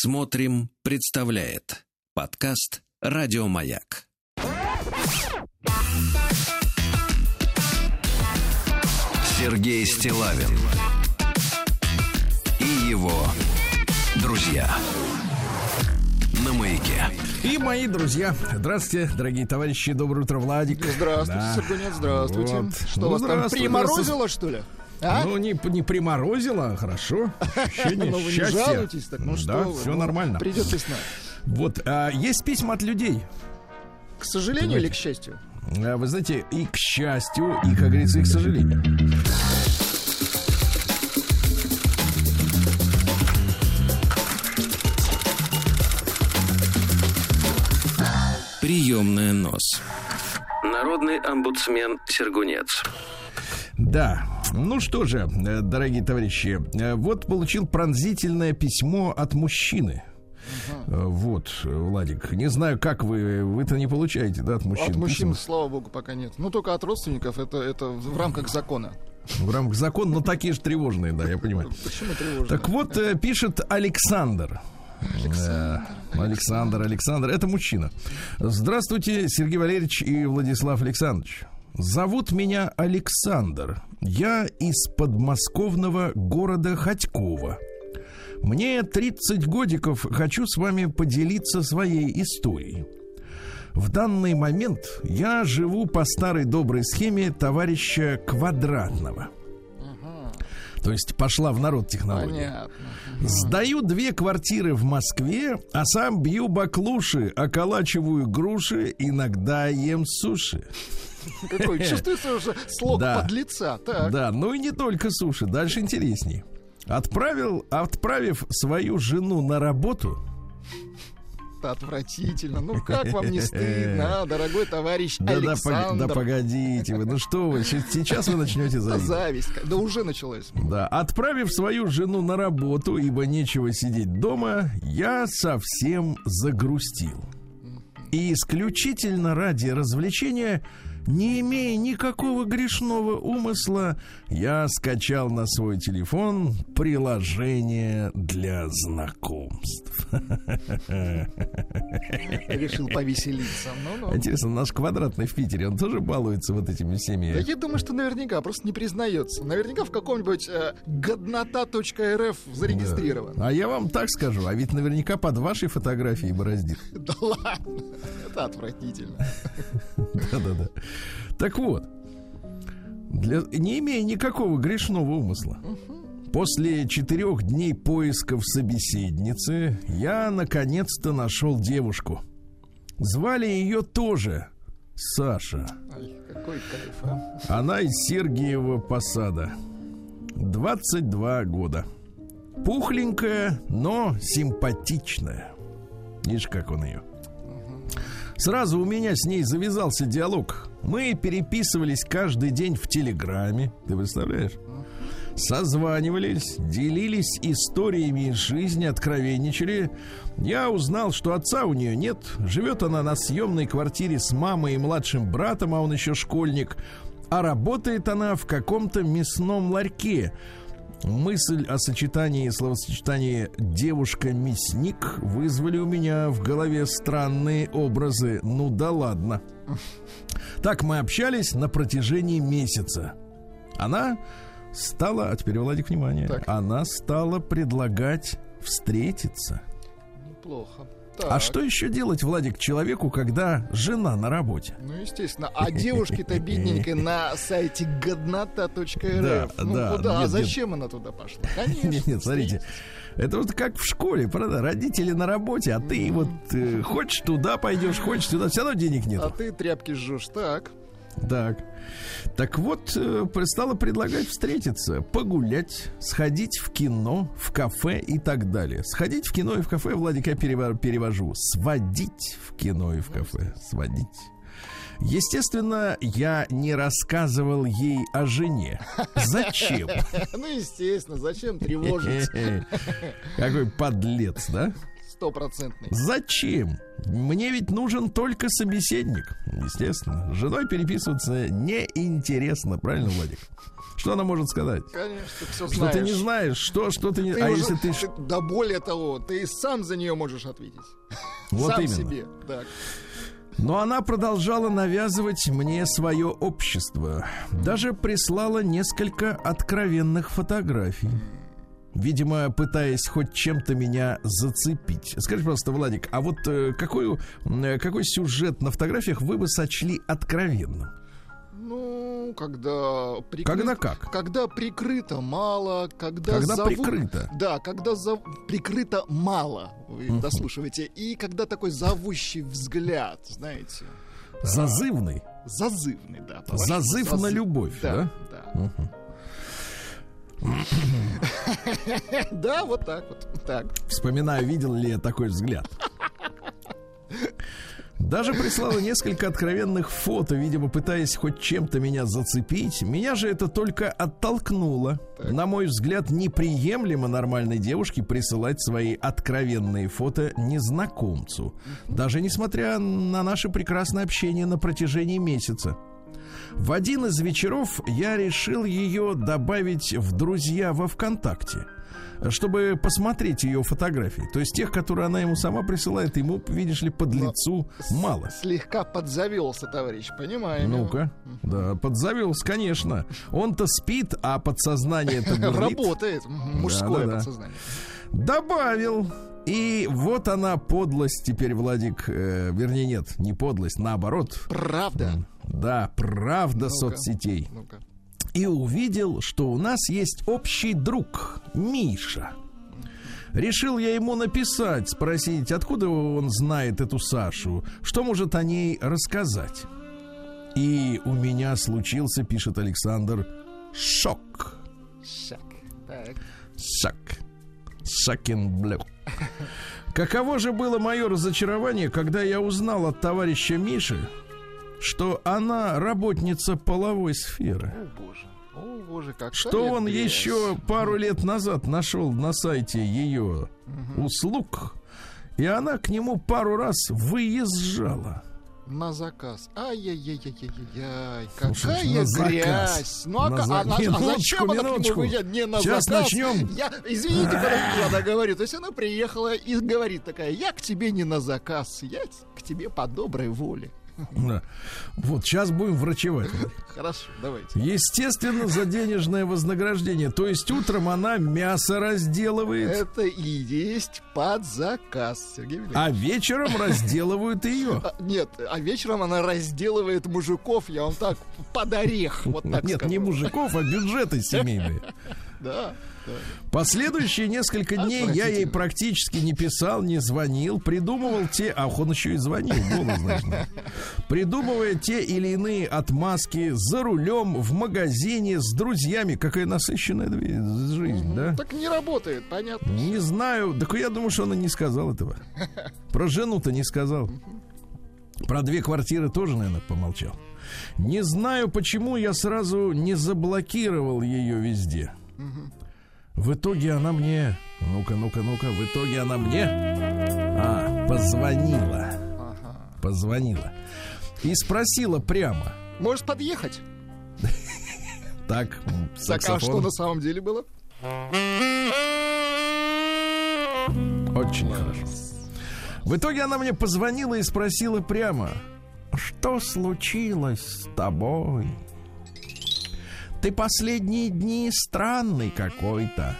Смотрим, представляет подкаст «Радиомаяк». Сергей Стиллавин и его друзья на Маяке. И мои друзья. Здравствуйте, дорогие товарищи. Доброе утро, Владик. Здравствуйте, да. Сергунец, здравствуйте. Вот. Что, вас там приморозило, что ли? А? Ну, не приморозило, а хорошо. Ощущение но вы счастья. не жалуетесь, так, ну да, что, все нормально. Придет весна. Вот, есть письма от людей. К сожалению или к счастью? Вы знаете, и к счастью, и, как говорится, и к сожалению. Приемная нос. Народный омбудсмен Сергунец. Да, ну что же, дорогие товарищи, вот получил пронзительное письмо от мужчины. Вот, Владик, не знаю, как вы-то не получаете, да, от мужчин? От мужчин, письма? Слава богу, пока нет. Ну, только от родственников, это в рамках закона. В рамках закона, но такие же тревожные, да, я понимаю. Почему тревожные? Так вот, пишет Александр. Александр, это мужчина. Здравствуйте, Сергей Валерьевич и Владислав Александрович. Зовут меня Александр. Я из подмосковного города Хотьково. Мне 30 годиков, хочу с вами поделиться своей историей. В данный момент я живу по старой доброй схеме товарища Квадратного. То есть пошла в народ технология. Понятно. Сдаю 2 квартиры в Москве, а сам бью баклуши, околачиваю груши, иногда ем суши. Какой чувствуется уже слог подлеца. Так. Да, ну и не только суши, дальше интересней. Отправив свою жену на работу. Отвратительно. Ну как вам не стыдно, дорогой товарищ Александр? Да погодите вы, ну что вы, сейчас вы начнете завидовать. Зависть, да уже началась. Да, отправив свою жену на работу, ибо нечего сидеть дома, я совсем загрустил. И исключительно ради развлечения, не имея никакого грешного умысла, я скачал на свой телефон приложение для знакомств. Решил повеселиться. Интересно, наш Квадратный в Питере, он тоже балуется вот этими всеми? Да я думаю, что наверняка, просто не признается. Наверняка в каком-нибудь годнота.рф зарегистрирован. Да. А я вам так скажу, а ведь наверняка под вашей фотографией бороздит. Да ладно, это отвратительно. Да-да-да. Так вот, не имея никакого грешного умысла, после 4 дней поисков собеседницы, я наконец-то нашел девушку. Звали ее тоже Саша. Ой, какой кайф, а? Она из Сергиева Посада. 22 года. Пухленькая, но симпатичная. Видишь, как он ее. Сразу у меня с ней завязался диалог. Мы переписывались каждый день в Телеграме. Ты представляешь? Созванивались, делились историями из жизни, откровенничали. Я узнал, что отца у нее нет. Живет она на съемной квартире с мамой и младшим братом, а он еще школьник. А работает она в каком-то мясном ларьке. Мысль о сочетании, словосочетании «девушка-мясник» вызвали у меня в голове странные образы. Ну да ладно. Так мы общались на протяжении месяца. Она стала, а теперь, Владик, внимание, она стала предлагать встретиться. Неплохо. Так. А что еще делать, Владик, человеку, когда жена на работе? Ну, естественно. А девушки-то бедненькой на сайте годнота.рф. Да, куда? А зачем она туда пошла? Конечно. Нет, смотрите. Это вот как в школе, правда? Родители на работе, а ты вот хочешь туда пойдешь, хочешь туда, все равно денег нет. А ты тряпки жжешь, так. Так вот, стала предлагать встретиться, погулять, сходить в кино, в кафе и так далее. Сходить в кино и в кафе, Владик, я перевожу. Сводить в кино и в кафе. Сводить. Естественно, я не рассказывал ей о жене. Зачем? Ну, естественно, зачем тревожиться? Какой подлец, да? Стопроцентный. Зачем? Мне ведь нужен только собеседник. Естественно. С женой переписываться неинтересно. Правильно, Владик? Что она может сказать? Конечно, ты все Что знаешь. ты не знаешь, что ты не... Ты а уже- если ты... Да более того, ты сам за нее можешь ответить. Вот сам именно. себе. Так. Но она продолжала навязывать мне свое общество. Даже прислала несколько откровенных фотографий. Видимо, пытаясь хоть чем-то меня зацепить. Скажи, пожалуйста, Владик, а вот какой сюжет на фотографиях вы бы сочли откровенным? Ну, когда Когда как? Когда прикрыто мало, когда прикрыто? Да, когда прикрыто мало. Вы дослушиваете. И когда такой зовущий взгляд, знаете. Зазывный? Зазывный, да. Зазыв на любовь, да? Да. Да, вот так вот. Так. Вспоминаю, видел ли я такой взгляд. Даже прислала несколько откровенных фото, видимо, пытаясь хоть чем-то меня зацепить. Меня же это только оттолкнуло. Так. На мой взгляд, неприемлемо нормальной девушке присылать свои откровенные фото незнакомцу. Даже несмотря на наше прекрасное общение на протяжении месяца. В один из вечеров я решил ее добавить в друзья во ВКонтакте, чтобы посмотреть ее фотографии. То есть тех, которые она ему сама присылает, ему, видишь ли, под лицу мало. Слегка подзавелся, товарищ, понимаем. Ну-ка, да, подзавелся, конечно. Он-то спит, а подсознание-то бурлит. Работает. Мужское Да-да-да. подсознание. Добавил. И вот она, подлость теперь, Владик. Вернее, нет, не подлость, наоборот. Правда. Да, правда Ну-ка. соцсетей. Ну-ка. И увидел, что у нас есть общий друг, Миша. Решил я ему написать, спросить, откуда он знает эту Сашу, что может о ней рассказать. И у меня случился, пишет Александр, шок. Шак. Так. Шок. Шокин блю. Каково же было мое разочарование, когда я узнал от товарища Миши, что она работница половой сферы. О боже, как Что он еще пару лет назад нашел на сайте ее услуг, и она к нему пару раз выезжала. На заказ. Ай-яй-яй-яй-яй-яй. Слушай, Какая на заказ. грязь. Ну а, На а- за- а- а Минуточку, зачем она к нему минуточку. выезжает? Не на Сейчас заказ. начнем. Извините, подождите, она говорит. То есть она приехала и говорит такая: я к тебе не на заказ, я к тебе по доброй воле. Да. Вот сейчас будем врачевать. Хорошо, давайте. Естественно, за денежное вознаграждение. То есть утром она мясо разделывает, Это и есть под заказ, Сергей Валерьевич. а вечером разделывают ее. Нет, а вечером она разделывает мужиков, я вам так, под орех, вот так Нет, скажу. не мужиков, а бюджеты семейные. Да. Последующие несколько дней я ей практически не писал, не звонил, придумывал а он еще и звонил, голос, значит. Придумывая те или иные отмазки за рулем, в магазине, с друзьями. Какая насыщенная жизнь, да? Так не работает, понятно. Не знаю, так я думаю, что она не сказала этого. Про жену-то не сказал. Про 2 квартиры тоже, наверное, помолчал. Не знаю, почему я сразу не заблокировал ее везде. В итоге она мне... Ну-ка, в итоге она мне... позвонила. Позвонила. И спросила прямо. Можешь подъехать? Так, Так, а саксофон. что на самом деле было? Очень хорошо. В итоге она мне позвонила и спросила прямо: что случилось с тобой? Ты последние дни странный какой-то.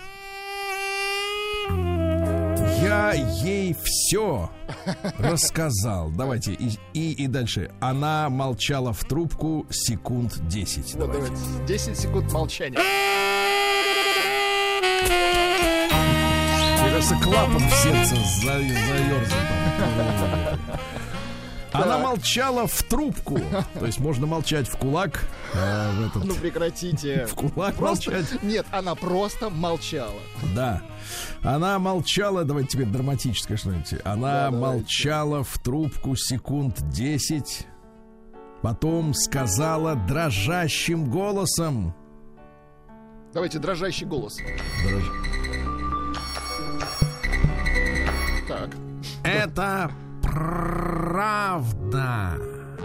Я ей все рассказал. Давайте и дальше. Она молчала в трубку секунд 10. Вот, Давайте. давайте. 10 секунд молчания. Мне кажется, клапан в сердце заерзал. Она молчала в трубку. То есть можно молчать в кулак. Ну прекратите. В кулак Просто... молчать. Нет, она просто молчала. Да. Она молчала. Давайте теперь драматическое что-нибудь. Она молчала в трубку секунд 10. Потом сказала дрожащим голосом. Давайте дрожащий голос. Так. Это правда.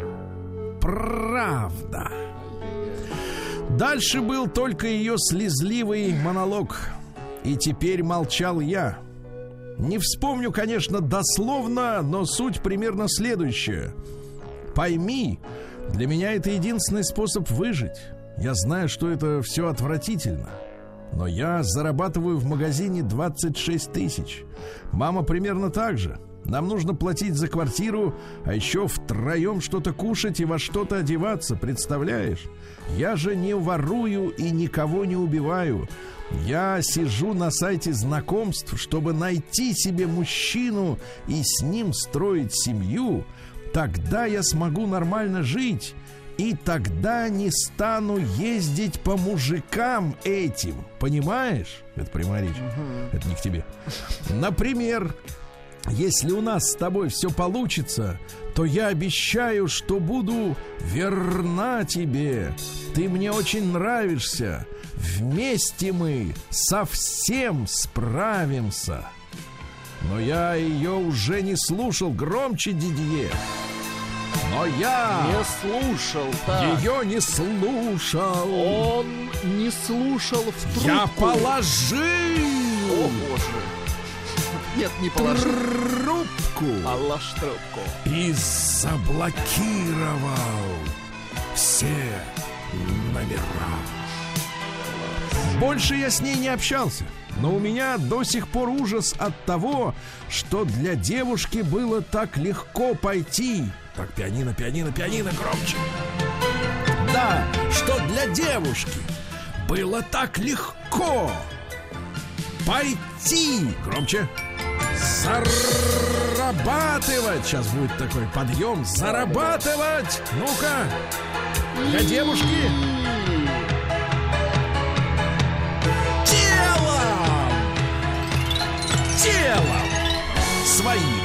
Правда. Дальше был только ее слезливый монолог. И теперь молчал я. Не вспомню, конечно, дословно, но суть примерно следующая. Пойми, для меня это единственный способ выжить. Я знаю, что это все отвратительно. Но я зарабатываю в магазине 26 тысяч. Мама примерно так же. Нам нужно платить за квартиру, а еще втроем что-то кушать и во что-то одеваться, представляешь? Я же не ворую и никого не убиваю. Я сижу на сайте знакомств, чтобы найти себе мужчину и с ним строить семью. Тогда я смогу нормально жить. И тогда не стану ездить по мужикам этим. Понимаешь? Это прямая речь. Это не к тебе. Например, если у нас с тобой все получится, то я обещаю, что буду верна тебе. Ты мне очень нравишься. Вместе мы совсем справимся. Но я ее уже не слушал. Громче, Дидье. Но я не слушал, да. Ее не слушал. Он не слушал в трубку. Я положил. О, боже. Нет, не положил. Трубку. Положь трубку. И заблокировал все номера. Больше я с ней не общался. Но у меня до сих пор ужас от того, что для девушки было так легко пойти. Так, пианино, пианино, пианино, громче. Да, что для девушки было так легко пойти. Громче. Зарабатывать. Сейчас будет такой подъем. Зарабатывать. Ну-ка. Для девушки. Телом своим.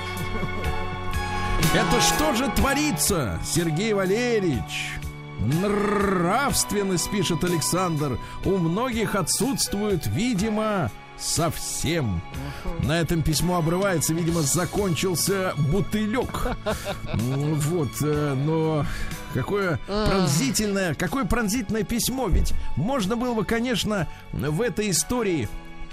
Это что же творится, Сергей Валерьевич? Нравственность, пишет Александр, у многих отсутствует, видимо, совсем. На этом письмо обрывается, видимо, закончился бутылек. Вот, но какое пронзительное письмо. Ведь можно было бы, конечно, в этой истории,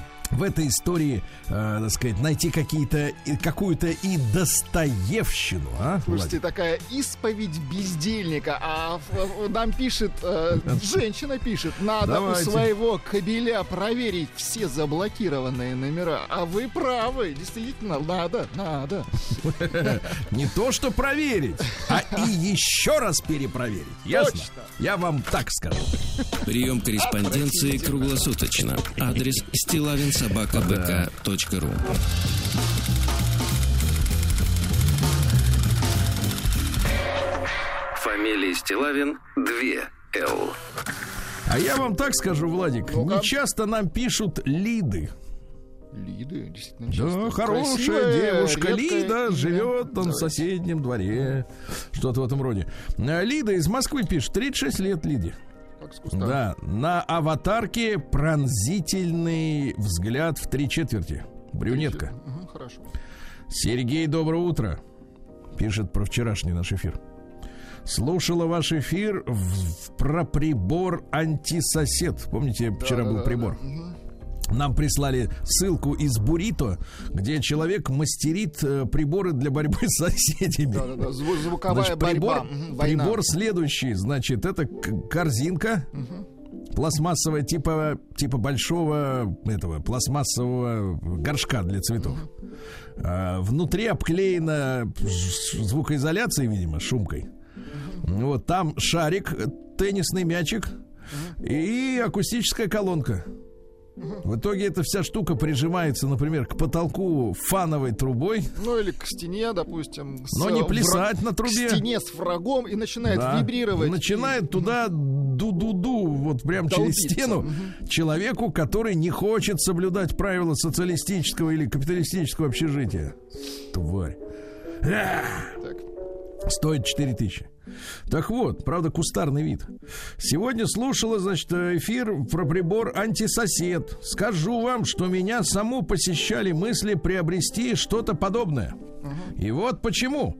так сказать, найти какую-то и достоевщину, а? Слушайте, такая исповедь бездельника. А нам пишет, женщина пишет, надо у своего кабеля проверить все заблокированные номера. А вы правы, действительно, надо. Не то, что проверить, а и еще раз перепроверить. Ясно? Точно. Я вам так скажу. Прием корреспонденции круглосуточно. Адрес stilavinsobakabk.ru. Фамилия Стилавин 2 Л. А я вам так скажу, Владик, не часто нам пишут Лиды. Лиды, действительно. Да, хорошая красивая, девушка редкая Лида имя. живет там в соседнем дворе. Что-то в этом роде. Лида из Москвы пишет. 36 лет Лиде. Как с куста. Да, на аватарке пронзительный взгляд в 3/4. Брюнетка. Угу, хорошо. Сергей, доброе утро. Пишет про вчерашний наш эфир. Слушала ваш эфир про прибор антисосед. Помните, вчера был прибор? Угу. Нам прислали ссылку из Бурито, где человек мастерит приборы для борьбы с соседями. Да. Звуковая, значит, борьба. Прибор следующий. Значит, это корзинка пластмассовая, типа большого этого пластмассового горшка для цветов. Внутри обклеена звукоизоляцией, видимо, шумкой. Вот там шарик, теннисный мячик и акустическая колонка. В итоге эта вся штука прижимается, например, к потолку фановой трубой. Ну или к стене, допустим. Но не плясать на трубе. К стене с врагом и начинает вибрировать. Начинает туда ду-ду-ду, вот прям через стену, человеку, который не хочет соблюдать правила социалистического или капиталистического общежития. Тварь. Так. Стоит 4000. Так вот, правда, кустарный вид. Сегодня слушала, значит, эфир про прибор антисосед. Скажу вам, что меня саму посещали мысли приобрести что-то подобное. И вот почему.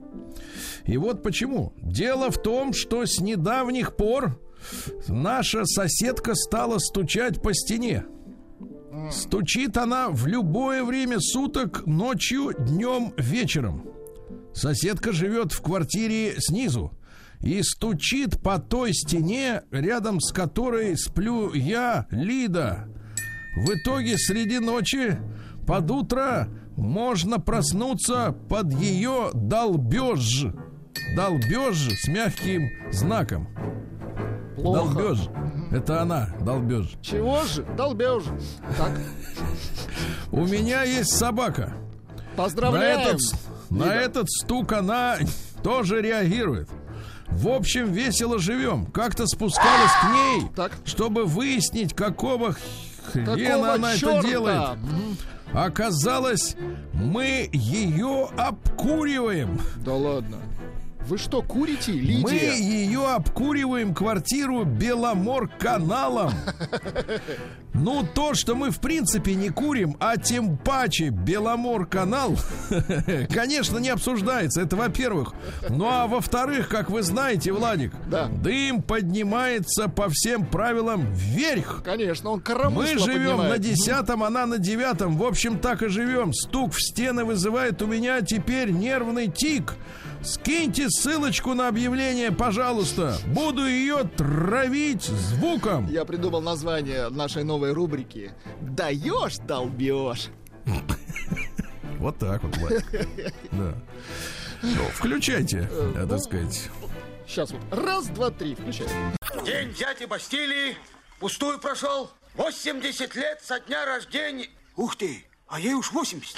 Дело в том, что с недавних пор наша соседка стала стучать по стене. Стучит она в любое время суток, ночью, днем, вечером. Соседка живет в квартире снизу и стучит по той стене, рядом с которой сплю я, Лида. В итоге среди ночи под утро можно проснуться под ее долбеж. Долбеж с мягким знаком. Плохо. Долбеж. Это она, долбеж. Чего же? Долбеж. Так. У меня есть собака. Поздравляем. На этот стук она тоже реагирует. В общем, весело живем. Как-то спускались к ней, чтобы выяснить, какого хрена она это делает. Оказалось, мы ее обкуриваем. Да ладно. Вы что, курите, Лидия? Мы ее обкуриваем квартиру Беломор-каналом. Ну, то, что мы в принципе не курим, а тем паче Беломор-канал, конечно, не обсуждается. Это во-первых. Ну, а во-вторых, как вы знаете, Владик, дым поднимается по всем правилам вверх. Конечно, он коромысло Мы живем поднимает. на 10-м, она на 9-м. В общем, так и живем. Стук в стены вызывает у меня теперь нервный тик. Скиньте ссылочку на объявление, пожалуйста. Буду ее травить звуком. Я придумал название нашей новой рубрики. Даешь, долбешь. Вот так вот, Влад. Да. Ну, включайте, так сказать. Сейчас вот. Раз, два, три. Включай. День дяди Бастилии пустую прошел. 80 лет со дня рождения. Ух ты, а ей уж 80.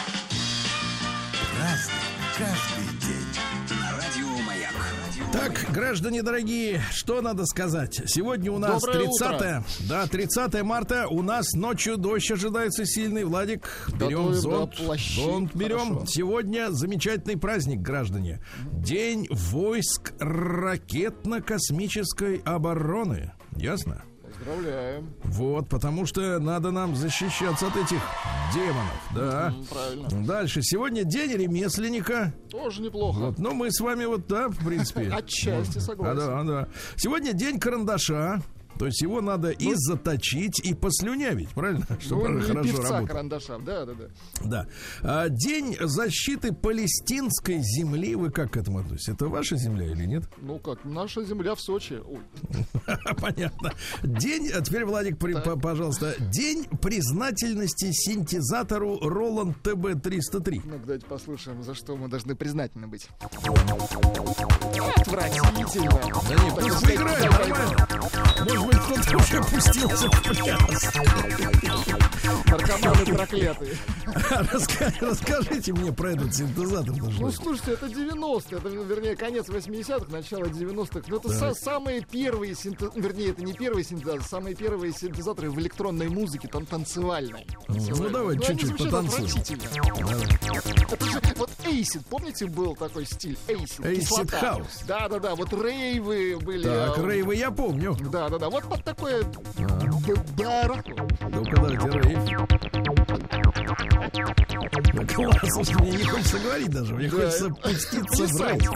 Разный, каждый день. Так, граждане дорогие, что надо сказать? Сегодня у нас 30 марта. У нас ночью дождь ожидается сильный. Владик, берем зонт. Зонт берем. Хорошо. Сегодня замечательный праздник, граждане. День войск ракетно-космической обороны. Ясно? Поздравляем. Вот, потому что надо нам защищаться от этих демонов, да. Правильно. Дальше. Сегодня день ремесленника. Тоже неплохо. Вот, ну, мы с вами вот, да, в принципе. Отчасти согласен. Да. Сегодня день карандаша. То есть его надо и заточить, и послюнявить, правильно? Чтобы хорошо работать. Карандашам, да. Да. День защиты палестинской земли. Вы как к этому относитесь? Это ваша земля или нет? Ну как, наша земля в Сочи. Понятно. День, а теперь, Владик, пожалуйста. День признательности синтезатору Roland TB-303. Ну, давайте послушаем, за что мы должны признательны быть. Отвратительно. Да нет, пусть поиграет, нормально. Может быть, кто-то уже пустился в пляс. Наркоманы проклятые. Расскажите мне про этот синтезатор. Ну, слушайте, это 90-е, это, вернее, конец 80-х, начало 90-х. Ну, это самые первые синтезаторы, вернее, это не первые синтезаторы, самые первые синтезаторы в электронной музыке, там танцевальной. Ну, давай чуть-чуть потанцуем. Это же, вот Acid, помните, был такой стиль? Acid House. Да, вот рейвы были. Так, рейвы я помню. Да, вот под такое... Ну-ка, давайте рейв. Класс, слушайте, мне не хочется говорить даже. Мне хочется пуститься в рейв.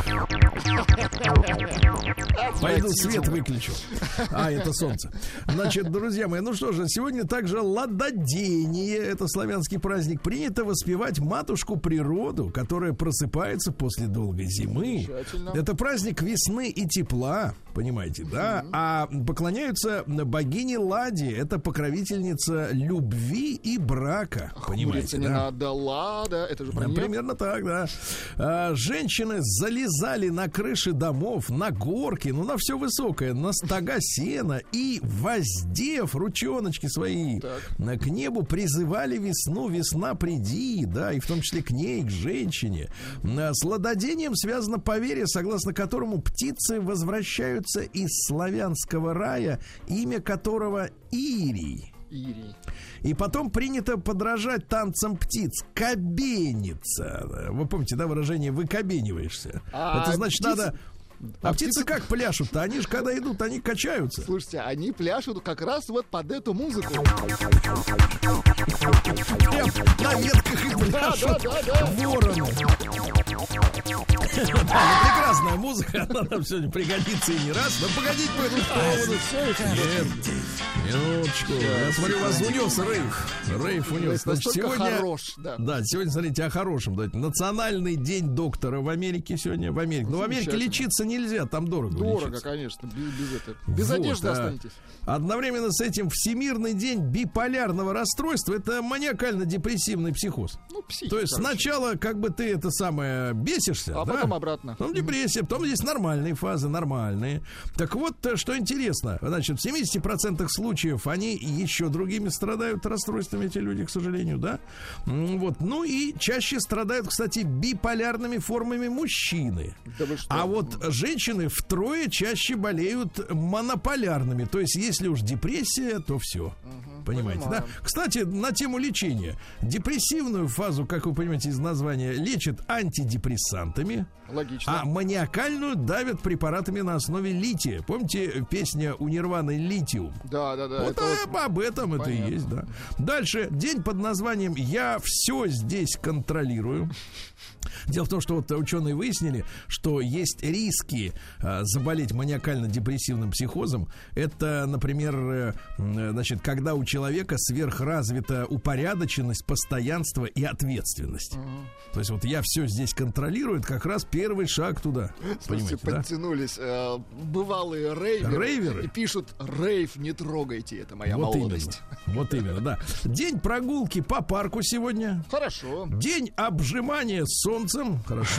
Пойду свет выключу. Это солнце. Значит, друзья мои, ну что же, сегодня также ладодение. Это славянский праздник. Принято воспевать матушку природу, которая просыпается после долгой зимы. Это праздник весны и тепла, понимаете, да? А поклоняются богине Ладе. Это покровительница любви и брака. Понимаете, не да? надо, Лада. Это же про нее? Примерно так, да. Женщины залезали на крыши домов, на горки, ну, на все высокое, на стога сена и, воздев ручоночки свои к небу, призывали весну. Весна, приди, да, и в том числе к ней, к женщине. С ладодением связано поверье, согласно которому птицы возвращаются из славянского рая, имя которого Ирий. И потом принято подражать танцам птиц. Кабениться. Вы помните, да, выражение «выкабениваешься»? Это значит, надо... А птицы как пляшут-то? Они же, когда идут, они качаются. Слушайте, они пляшут как раз вот под эту музыку. Прям на ветках и пляшут вороны. Прекрасная музыка, она нам сегодня пригодится и не раз. Но погодите по этому поводу. Нет, минуточку. Я смотрю, вас унес рейв. Рейв унес. Значит, сегодня... хорош, да. Да, сегодня, смотрите, о хорошем. Национальный день доктора в Америке сегодня. В Америке. Но в Америке лечиться нельзя, там дорого. Дорого, лечиться. Конечно, без одежды останетесь. Одновременно с этим Всемирный день биполярного расстройства. Это маниакально-депрессивный психоз. Ну, психика. То есть сначала как бы ты это самое бесишься, а потом обратно. Потом депрессия, потом здесь нормальные фазы, нормальные. Так вот, что интересно, значит, в 70% случаев они еще другими страдают расстройствами, эти люди, к сожалению, да? Вот. Ну и чаще страдают, кстати, биполярными формами мужчины. Да вы что? А вот женщины втрое чаще болеют монополярными. То есть, если уж депрессия, то все. Понимаете, понимаю. да? Кстати, на тему лечения. Депрессивную фазу, как вы понимаете из названия, лечат антидепрессантами. Логично. А маниакальную давят препаратами на основе лития. Помните песня у Нирваны «Литиум»? Да. Вот об этом это и есть, да. Дальше. День под названием «Я все здесь контролирую». Дело в том, что вот ученые выяснили, что есть риски заболеть маниакально-депрессивным психозом. Это, например, значит, когда у человека сверхразвита упорядоченность, постоянство и ответственность. То есть вот я все здесь контролирую, это как раз первый шаг туда. Слушайте, подтянулись бывалые рейверы и пишут: рейв не трогайте, это моя молодость. Вот именно, да. День прогулки по парку сегодня. Хорошо. День обжимания солнцем. Хорошо.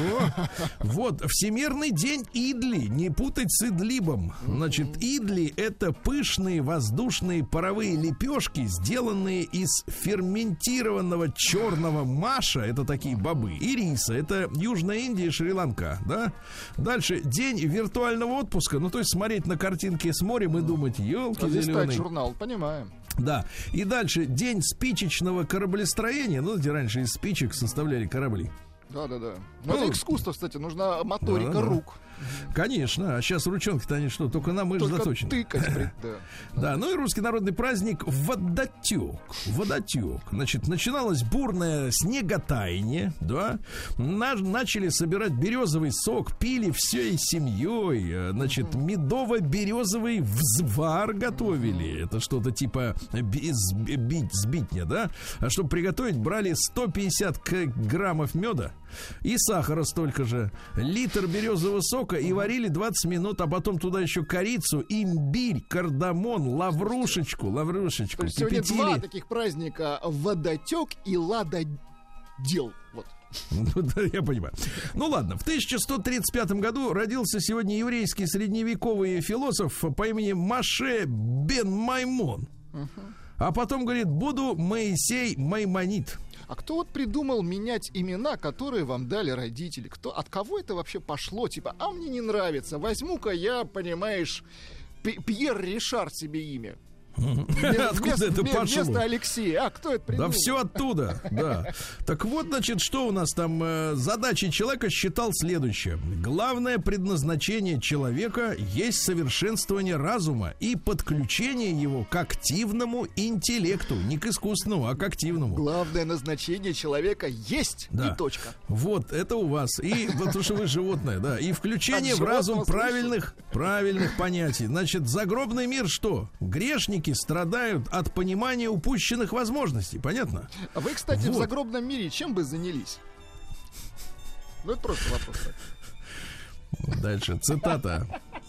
Вот, Всемирный день идли. Не путать с идлибом. Значит, идли — это пышные воздушные паровые лепешки, сделанные из ферментированного черного маша. Это такие бобы. И риса. Это Южная Индия, Шри-Ланка, да? Дальше. День виртуального отпуска. Ну, то есть смотреть на картинки с морем и думать: елки зеленые. Листать журнал, понимаем. Да. И дальше. День спичечного кораблестроения. Ну, где раньше из спичек составляли корабли. Да. Ну, это искусство, кстати, нужна моторика рук. Конечно, а сейчас ручонки-то они что, только на мышь заточены. Тыкать, да, ну и русский народный праздник Водотек. Значит, начиналось бурное снеготаяние, да. Начали собирать березовый сок, пили всей семьей. Значит, медово-березовый взвар готовили. Это что-то типа сбитня, да. А чтобы приготовить, брали 150 граммов меда и сахара столько же, литр березового сока и варили 20 минут, а потом туда еще корицу, имбирь, кардамон, лаврушечку. То есть сегодня два таких праздника: водотек и ладодел. Вот. Я понимаю. Ну ладно, в 1135 году родился сегодня еврейский средневековый философ по имени Моше бен Маймон. А потом говорит: буду Моисей Маймонит. А кто вот придумал менять имена, которые вам дали родители? От кого это вообще пошло? Типа, а мне не нравится, возьму-ка я, понимаешь, Пьер Ришар себе имя. Откуда это пошло? Вместо Алексея. А кто это придумал? Да все оттуда, да. Так вот, значит, что у нас там? Задачей человека считал следующее: главное предназначение человека есть совершенствование разума и подключение его к активному интеллекту. Не к искусственному, а к активному. Главное назначение человека есть, да. И точка. Вот, это у вас. И потому что вы животное, да. И включение в разум правильных понятий. Значит, загробный мир что? Грешники страдают от понимания упущенных возможностей. Понятно? А вы, кстати, в загробном мире чем бы занялись? Ну, это просто вопрос. Дальше, цитата.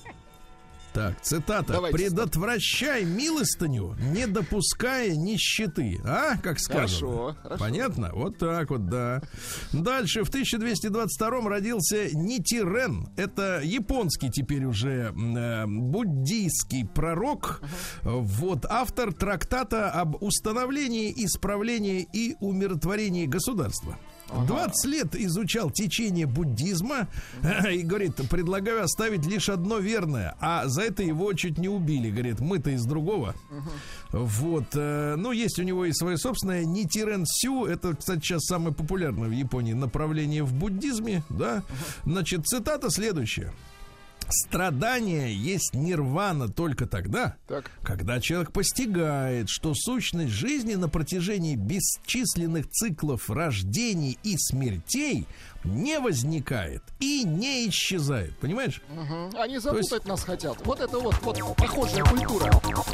Так, цитата. Давайте. Предотвращай милостыню, не допуская нищеты. А, как сказано. Хорошо. Понятно? Вот так вот, да. Дальше, в 1222-м родился Нитирен. Это японский теперь уже буддийский пророк. Вот, автор трактата об установлении, исправлении и умиротворении государства. 20 лет изучал течение буддизма и, говорит, предлагаю оставить лишь одно верное, а за это его чуть не убили. Говорит, мы-то из другого. Вот, ну, есть у него и свое собственное Нитирен Сю. Это, кстати, сейчас самое популярное в Японии направление в буддизме, да. Значит, цитата следующая. Страдание есть нирвана только тогда, когда человек постигает, что сущность жизни на протяжении бесчисленных циклов рождений и смертей не возникает и не исчезает. Понимаешь? Угу. Они запутать нас хотят. Вот это вот похожая культура.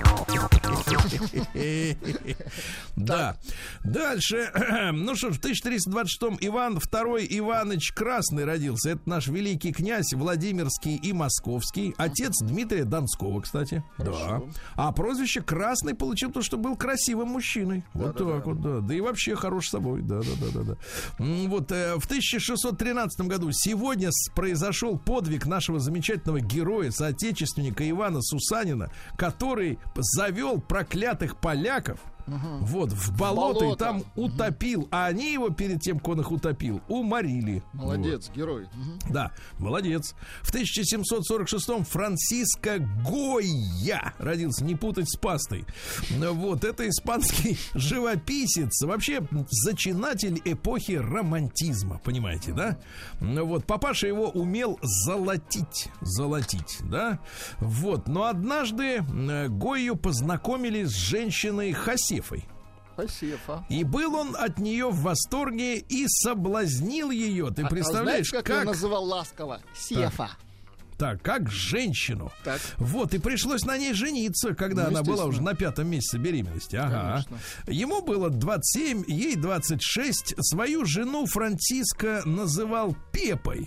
Да. Дальше. Ну что ж, в 1326-м Иван II Иванович Красный родился. Это наш великий князь Владимирский и Московский. Отец Дмитрия Донского, кстати. Да. А прозвище Красный получил то, что был красивым мужчиной. Вот так вот, да. Да и вообще хорош собой. Да. Вот в 1613 году сегодня произошел подвиг нашего замечательного героя, соотечественника Ивана Сусанина, который завел проклятых поляков вот в болото и там утопил, а они его перед тем, как он их утопил, уморили. Молодец, вот. Герой. Да, молодец. В 1746-м Франциско Гойя родился, не путать с пастой. Вот, это испанский живописец, вообще зачинатель эпохи романтизма, понимаете, да? Вот, папаша его умел золотить, да? Вот, но однажды Гойю познакомили с женщиной Хасефой. И был он от нее в восторге и соблазнил ее. Ты представляешь, знаешь, как он называл ласково? Сефа. Так, как женщину. Так. Вот, и пришлось на ней жениться, когда она была уже на 5-м месяце беременности. Ага. Конечно. Ему было 27, ей 26. Свою жену Франциско называл Пепой.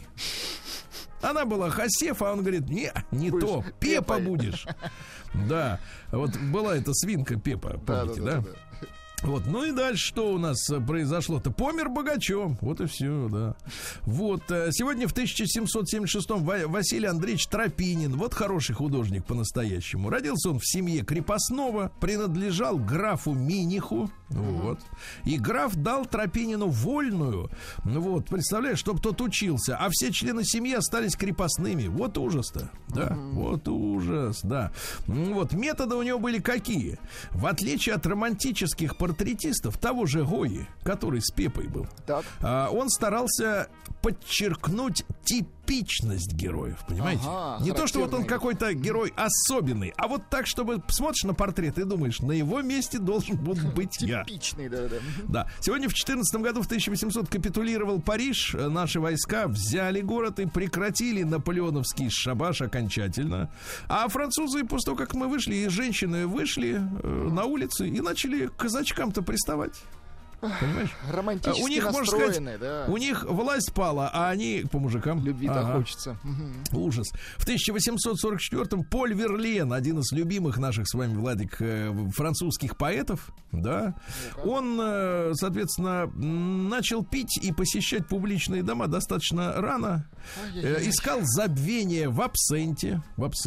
Она была Хасефа, а он говорит: не то, Пепа будешь. Да, вот была эта свинка Пепа, помните, да? Вот, ну и дальше что у нас произошло-то? Помер богачом, вот и все, да. Вот, сегодня в 1776-м Василий Андреевич Тропинин, вот хороший художник по-настоящему. Родился он в семье крепостного, принадлежал графу Миниху, вот. И граф дал Тропинину вольную, вот, представляешь, чтобы тот учился, а все члены семьи остались крепостными. Вот ужас-то, да, вот ужас, да. Вот, методы у него были какие? В отличие от романтических портретистов того же Гойи, который с Пепой был, он старался подчеркнуть типичность героев, понимаете? Не то, что вот он какой-то герой особенный, а вот так, чтобы смотришь на портрет и думаешь, на его месте должен быть я. Типичный, да. Сегодня в 14 году, в 1800, капитулировал Париж. Наши войска взяли город и прекратили наполеоновский шабаш окончательно. А французы, после того, как мы вышли, и женщины вышли на улицы и начали к казачкам-то приставать. Понимаешь? Романтически у них, настроены, можно сказать, да. У них власть пала, а они по мужикам. Любви-то хочется. Ужас. В 1844-м Поль Верлен, один из любимых наших с вами, Владик, французских поэтов, да, он, соответственно, начал пить и посещать публичные дома достаточно рано. Искал забвение в абсенте.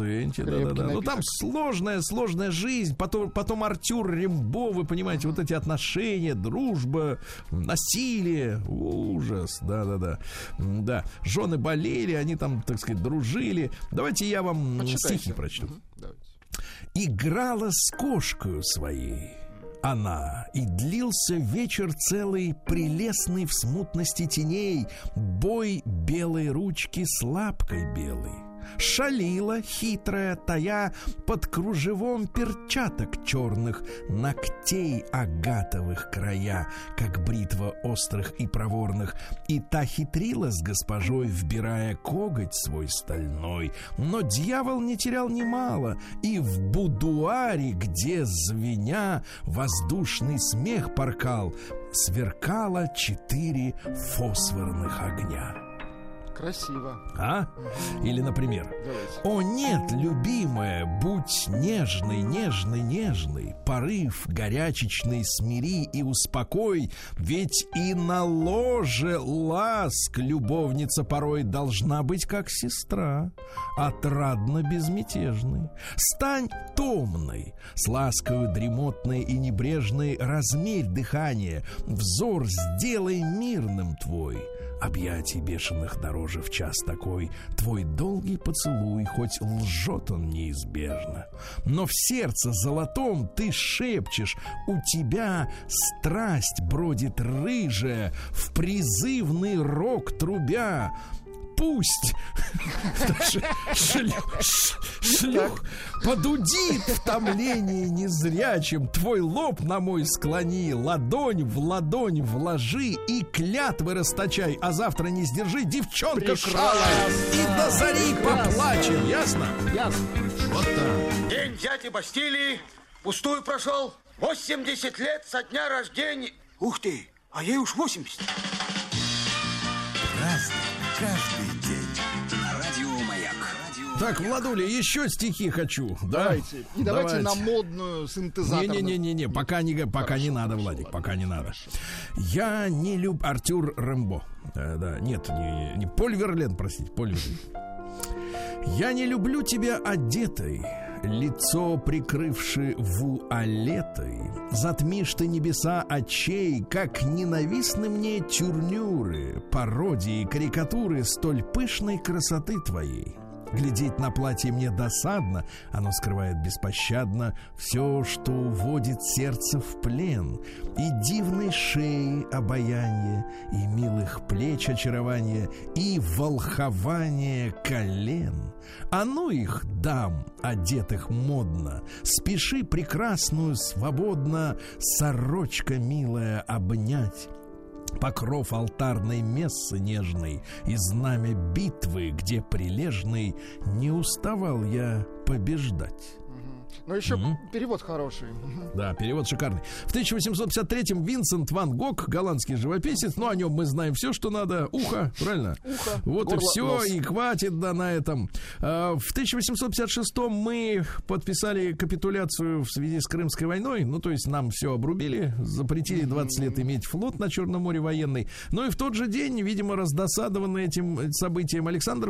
Да. Но там сложная жизнь. Потом Артюр Рембо, вы понимаете, вот эти отношения, дружба, насилие, ужас, да. Жены болели, они там, так сказать, дружили. Давайте я вам стихи прочту. Играла с кошкою своей она, и длился вечер целый, прелестный в смутности теней, бой белой ручки с лапкой белой. Шалила хитрая тая под кружевом перчаток черных, ногтей агатовых края, как бритва острых и проворных. И та хитрила с госпожой, вбирая коготь свой стальной. Но дьявол не терял немало, и в будуаре, где звеня воздушный смех поркал, сверкало 4 фосфорных огня. Красиво. Или, например, о нет, любимая, будь нежный, нежный, нежный, порыв горячечный смири и успокой, ведь и на ложе ласк любовница порой должна быть как сестра, отрадно безмятежной. Стань томной, с ласкою дремотной и небрежной, размерь дыхание, взор сделай мирным твой. Объятий бешеных дороже в час такой. Твой долгий поцелуй, хоть лжет он неизбежно, но в сердце золотом ты шепчешь: у тебя страсть бродит рыжая, в призывный рог трубя. пусть шлюх подудит в томлении незрячим, твой лоб на мой склони, ладонь в ладонь вложи и клятвы расточай, а завтра не сдержи, девчонка шалая, и до зари поплачем, ясно? Ясно. Вот так. День дяди Бастилии пустую прошел. 80 лет со дня рождения. Ух ты, а ей уж 80. Разный, каждый день. На радио Маяк. Так, Владуля, еще стихи хочу. Давайте. И давайте на модную синтезатор. Не, пока не надо, Владик, пока не надо. Я не люблю... Артюр Рэмбо. Не Поль Верлен, простите, Поль Верлен. Я не люблю тебя одетой, лицо прикрывши вуалетой. Затмишь ты небеса очей, как ненавистны мне тюрнюры, пародии, карикатуры столь пышной красоты твоей. Глядеть на платье мне досадно, оно скрывает беспощадно все, что уводит сердце в плен. И дивной шеи обаяние, и милых плеч очарование, и волхование колен. А ну их, дам, одетых модно, спеши прекрасную свободно сорочка милая обнять. Покров алтарной мессы нежной и знамя битвы, где прилежный не уставал я побеждать. Но еще перевод хороший. Да, перевод шикарный. В 1853-м Винсент ван Гог, голландский живописец, о нем мы знаем все, что надо. Ухо, правильно? Ухо, вот горло, и все, нос. И хватит, на этом. В 1856-м мы подписали капитуляцию в связи с Крымской войной. То есть нам все обрубили, запретили 20 лет иметь флот на Черном море военный. Но и в тот же день, видимо, раздосадованный этим событием, Александр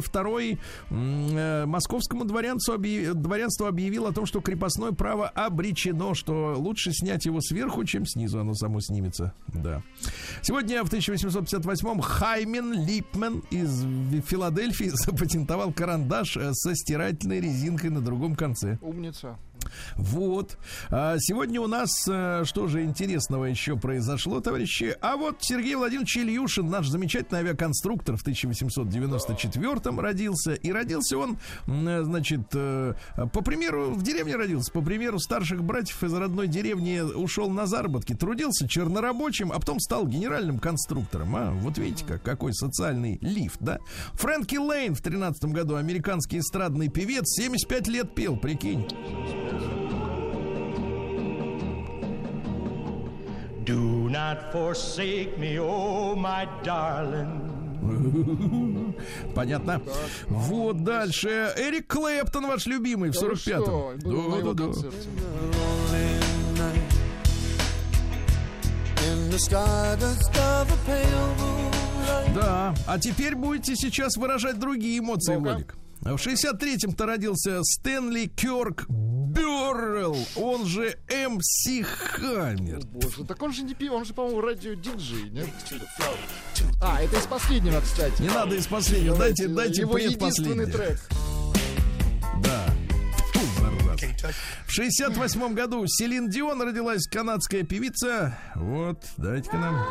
II московскому дворянству объявил о том, что крепостное право обречено, что лучше снять его сверху, чем снизу оно само снимется. Да. Сегодня в 1858-м Хаймен Липмен из Филадельфии запатентовал карандаш со стирательной резинкой на другом конце. Умница. Вот. Сегодня у нас что же интересного еще произошло, товарищи? А вот Сергей Владимирович Ильюшин, наш замечательный авиаконструктор, в 1894-м родился. И родился он, значит, по примеру, в деревне родился. По примеру старших братьев из родной деревни ушел на заработки. Трудился чернорабочим, а потом стал генеральным конструктором. Вот видите, какой социальный лифт, да? Фрэнки Лейн в 13-м году, американский эстрадный певец, 75 лет пел, прикинь. Do not forsake me, oh my darling. Понятно. Вот дальше. Эрик Клэптон, ваш любимый, в 45-м. Да. А теперь будете сейчас выражать другие эмоции, Владик. В 63-м-то родился Стэнли Кёрк Бёррелл, он же МС Хаммер. О, боже, так он же не пил, он же, по-моему, радио-диджей, нет? Это из последнего, кстати. Не надо из последнего, дайте его единственный трек. Да. В 68-м году Селин Дион родилась, канадская певица. Вот, дайте-ка нам.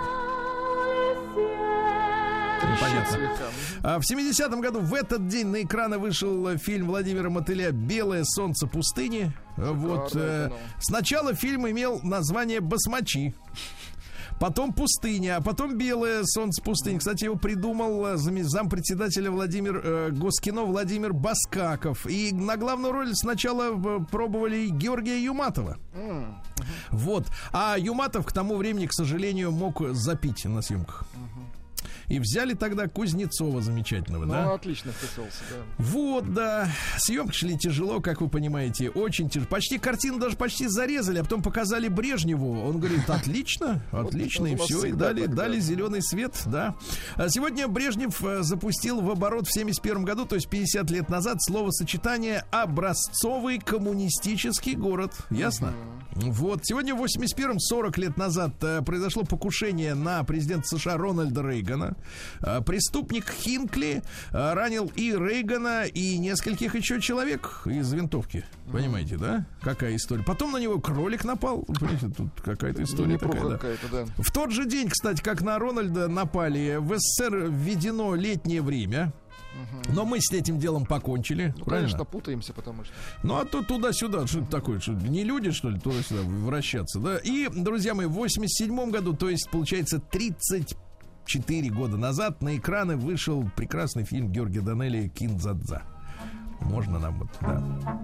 Понятно. В 70-м году в этот день на экраны вышел фильм Владимира Мотыля «Белое солнце пустыни». Вот. Сначала фильм имел название «Басмачи», потом «Пустыня», а потом «Белое солнце пустыни». Кстати, его придумал зампредседателя Госкино Владимир Баскаков. И на главную роль сначала пробовали Георгия Юматова. Вот. А Юматов к тому времени, к сожалению, мог запить на съемках. И взяли тогда Кузнецова замечательного, да? Отлично вписался, да. Вот, да. Съемки шли тяжело, как вы понимаете, очень тяжело. Картину даже почти зарезали, а потом показали Брежневу. Он говорит, отлично, отлично, и все, и дали зеленый свет, да. Сегодня Брежнев запустил в оборот в 71 году, то есть 50 лет назад, словосочетание «образцовый коммунистический город». Ясно? Вот. Сегодня в 81-м, 40 лет назад, произошло покушение на президента США Рональда Рейгана. Преступник Хинкли ранил и Рейгана, и нескольких еще человек из винтовки. Понимаете, да? Какая история. Потом на него кролик напал. Понимаете, тут какая-то история такая, да. В тот же день, кстати, как на Рональда напали, в СССР введено летнее время. Но мы с этим делом покончили. Ну, конечно, путаемся, потому что... Ну, а то туда-сюда, что это такое? Что, не люди, что ли, туда-сюда вращаться, да? И, друзья мои, в 87 году, то есть, получается, 34 года назад на экраны вышел прекрасный фильм Георгия Данелия «Кин-дза-дза». Можно нам вот, да.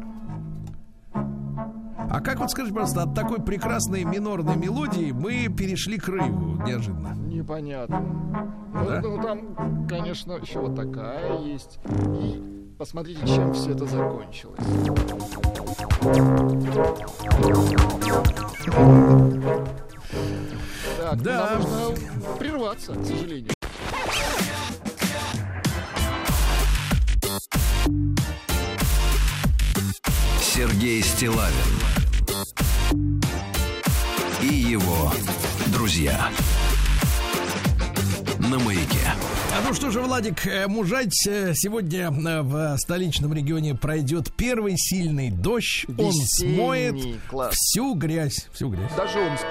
А как вот, скажите, пожалуйста, от такой прекрасной минорной мелодии мы перешли к рейву неожиданно? Непонятно. Да? Ну, там, конечно, еще вот такая есть. И посмотрите, чем все это закончилось. Так, да. Нам нужно прерваться, к сожалению. Сергей Стиллавин и его друзья на Маяке. Ну что же, Владик, мужать, сегодня в столичном регионе пройдет первый сильный дождь. Он смоет всю грязь. Даже Омск.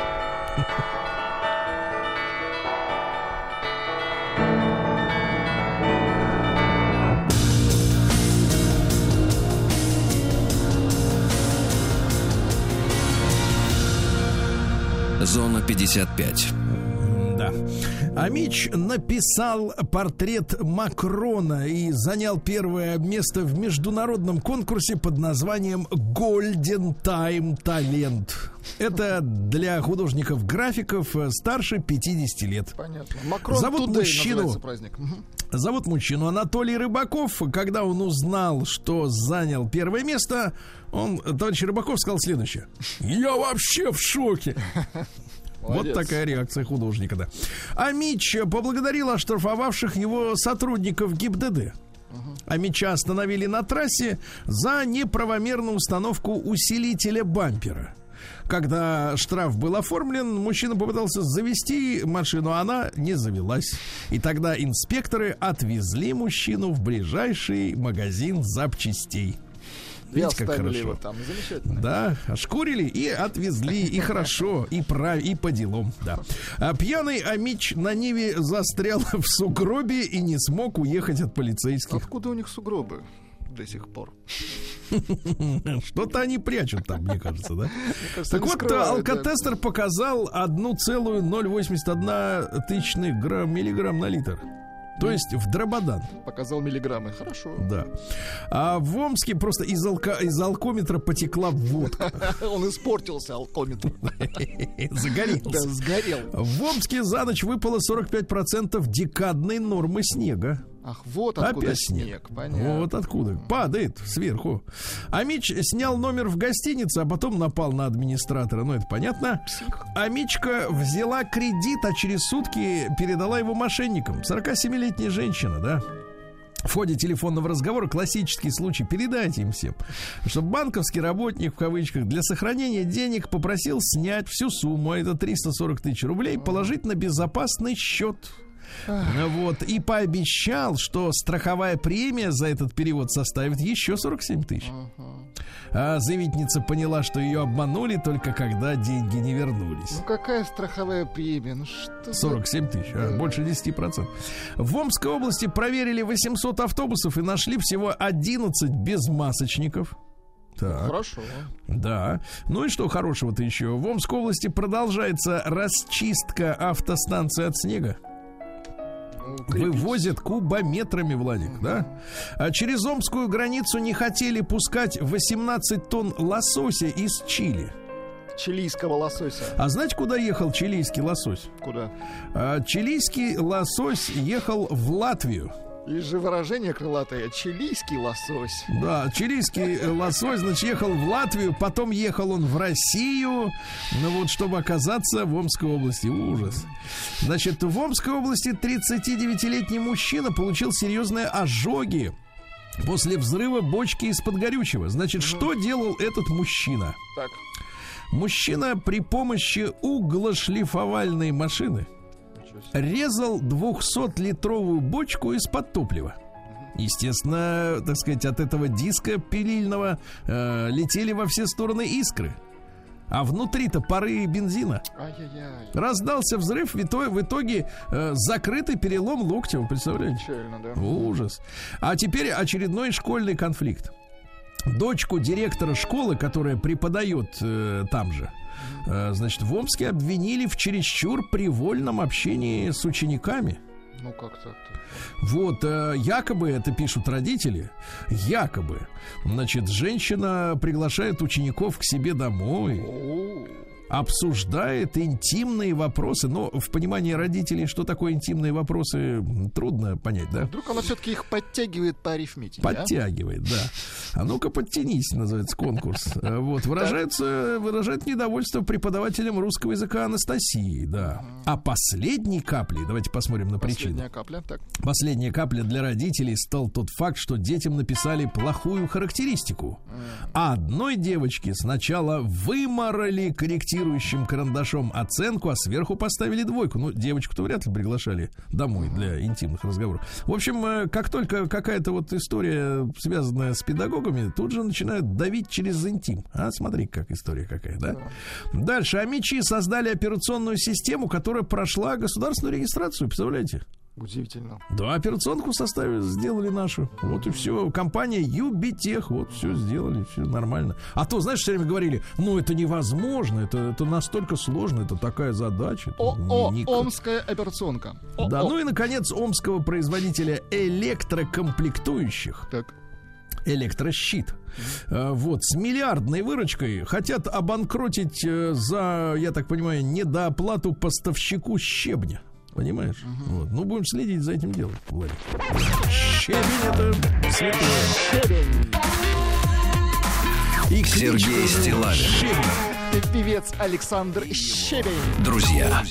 Зона 55. Да. Амич написал портрет Макрона и занял первое место в международном конкурсе под названием Golden Time Talent. Это для художников-графиков старше 50 лет. Понятно. Макрон Зовут мужчину. Праздник. Зовут мужчину Анатолий Рыбаков. Когда он узнал, что занял первое место, товарищ Рыбаков сказал следующее: «Я вообще в шоке». Молодец. Вот такая реакция художника, да. Амич поблагодарил оштрафовавших его сотрудников ГИБДД. Амича остановили на трассе за неправомерную установку усилителя бампера. Когда штраф был оформлен, мужчина попытался завести машину, а она не завелась. И тогда инспекторы отвезли мужчину в ближайший магазин запчастей. Видите, как хорошо. Его там. Замечательно. Да, ошкурили и отвезли. И хорошо, и по делам. Да. А пьяный Амич на Ниве застрял в сугробе и не смог уехать от полицейских. Откуда у них сугробы до сих пор? Что-то они прячут там, мне кажется, да? Так вот, алкотестер показал 1,081 миллиграмм на литр. То есть в дрободан. Показал миллиграммы, хорошо. Да. А в Омске просто из алкометра потекла водка. Он испортился, алкометр. Загорелся. Да, сгорел. В Омске за ночь выпало 45% декадной нормы снега. Ах, вот откуда опять снег, понятно. Вот откуда. Падает сверху. Амич снял номер в гостинице, а потом напал на администратора. Ну, это понятно. Псих. Амичка взяла кредит, а через сутки передала его мошенникам. 47-летняя женщина, да? В ходе телефонного разговора классический случай. Передайте им всем, что банковский работник, в кавычках, для сохранения денег попросил снять всю сумму, это 340 тысяч рублей, положить на безопасный счет. Вот, и пообещал, что страховая премия за этот перевод составит еще 47 тысяч. А заявительница поняла, что ее обманули только когда деньги не вернулись. Ну какая страховая премия? Ну что 47 тысяч, больше 10%. В Омской области проверили 800 автобусов и нашли всего 11 безмасочников. Так. Хорошо. Да. Ну и что хорошего-то еще? В Омской области продолжается расчистка автостанции от снега. Вывозят кубометрами, Владик, да? А через омскую границу не хотели пускать 18 тонн лосося из Чили. Чилийского лосося. А знаете, куда ехал чилийский лосось? Куда? Чилийский лосось ехал в Латвию. Есть же выражение крылатое: чилийский лосось. Да, чилийский лосось, значит, ехал в Латвию, потом ехал он в Россию, ну вот, чтобы оказаться в Омской области. Ужас. Значит, в Омской области 39-летний мужчина получил серьезные ожоги после взрыва бочки из-под горючего. Значит, что делал этот мужчина? Так. Мужчина при помощи углошлифовальной машины резал 200-литровую бочку из-под топлива. Естественно, так сказать, от этого диска пилильного летели во все стороны искры. а внутри-то пары бензина. Ай-яй-яй. Раздался взрыв, в итоге закрытый перелом локтя, вы представляете? Печально, да. Ужас. А теперь очередной школьный конфликт. Дочку директора школы, которая преподает там же, значит, в Омске обвинили в чересчур привольном общении с учениками. Ну как так-то? Вот, якобы, это пишут родители, якобы, значит, женщина приглашает учеников к себе домой, обсуждает интимные вопросы. Но в понимании родителей, что такое интимные вопросы, трудно понять, да? Вдруг она все-таки их подтягивает по арифметике. Подтягивает, да. А ну-ка подтянись, называется конкурс. Вот, выражает недовольство преподавателем русского языка Анастасией, да. А последней каплей, давайте посмотрим на причину. Последняя капля, так. Последняя капля для родителей стал тот факт, что детям написали плохую характеристику. А одной девочке сначала вымарали корректировщим карандашом оценку, а сверху поставили 2. Ну, девочку-то вряд ли приглашали домой для интимных разговоров. В общем, как только какая-то вот история, связанная с педагогами, тут же начинают давить через интим. А смотри, как история какая, да? Дальше. Амичи создали операционную систему, которая прошла государственную регистрацию, представляете? Удивительно. Да, операционку сделали нашу. Вот и все. Компания Юбитех, вот все сделали, все нормально. А то, знаешь, все время говорили, ну это невозможно, это настолько сложно, это такая задача. Омская операционка. Да, ну и, наконец, омского производителя электрокомплектующих. Так. Электрощит. Вот, с миллиардной выручкой хотят обанкротить за, я так понимаю, недооплату поставщику щебня. Понимаешь? Вот. Ну, будем следить за этим делом, Владик. Щебень — это святое. И Сергей Стиллавин. Певец Александр Щебень. Друзья.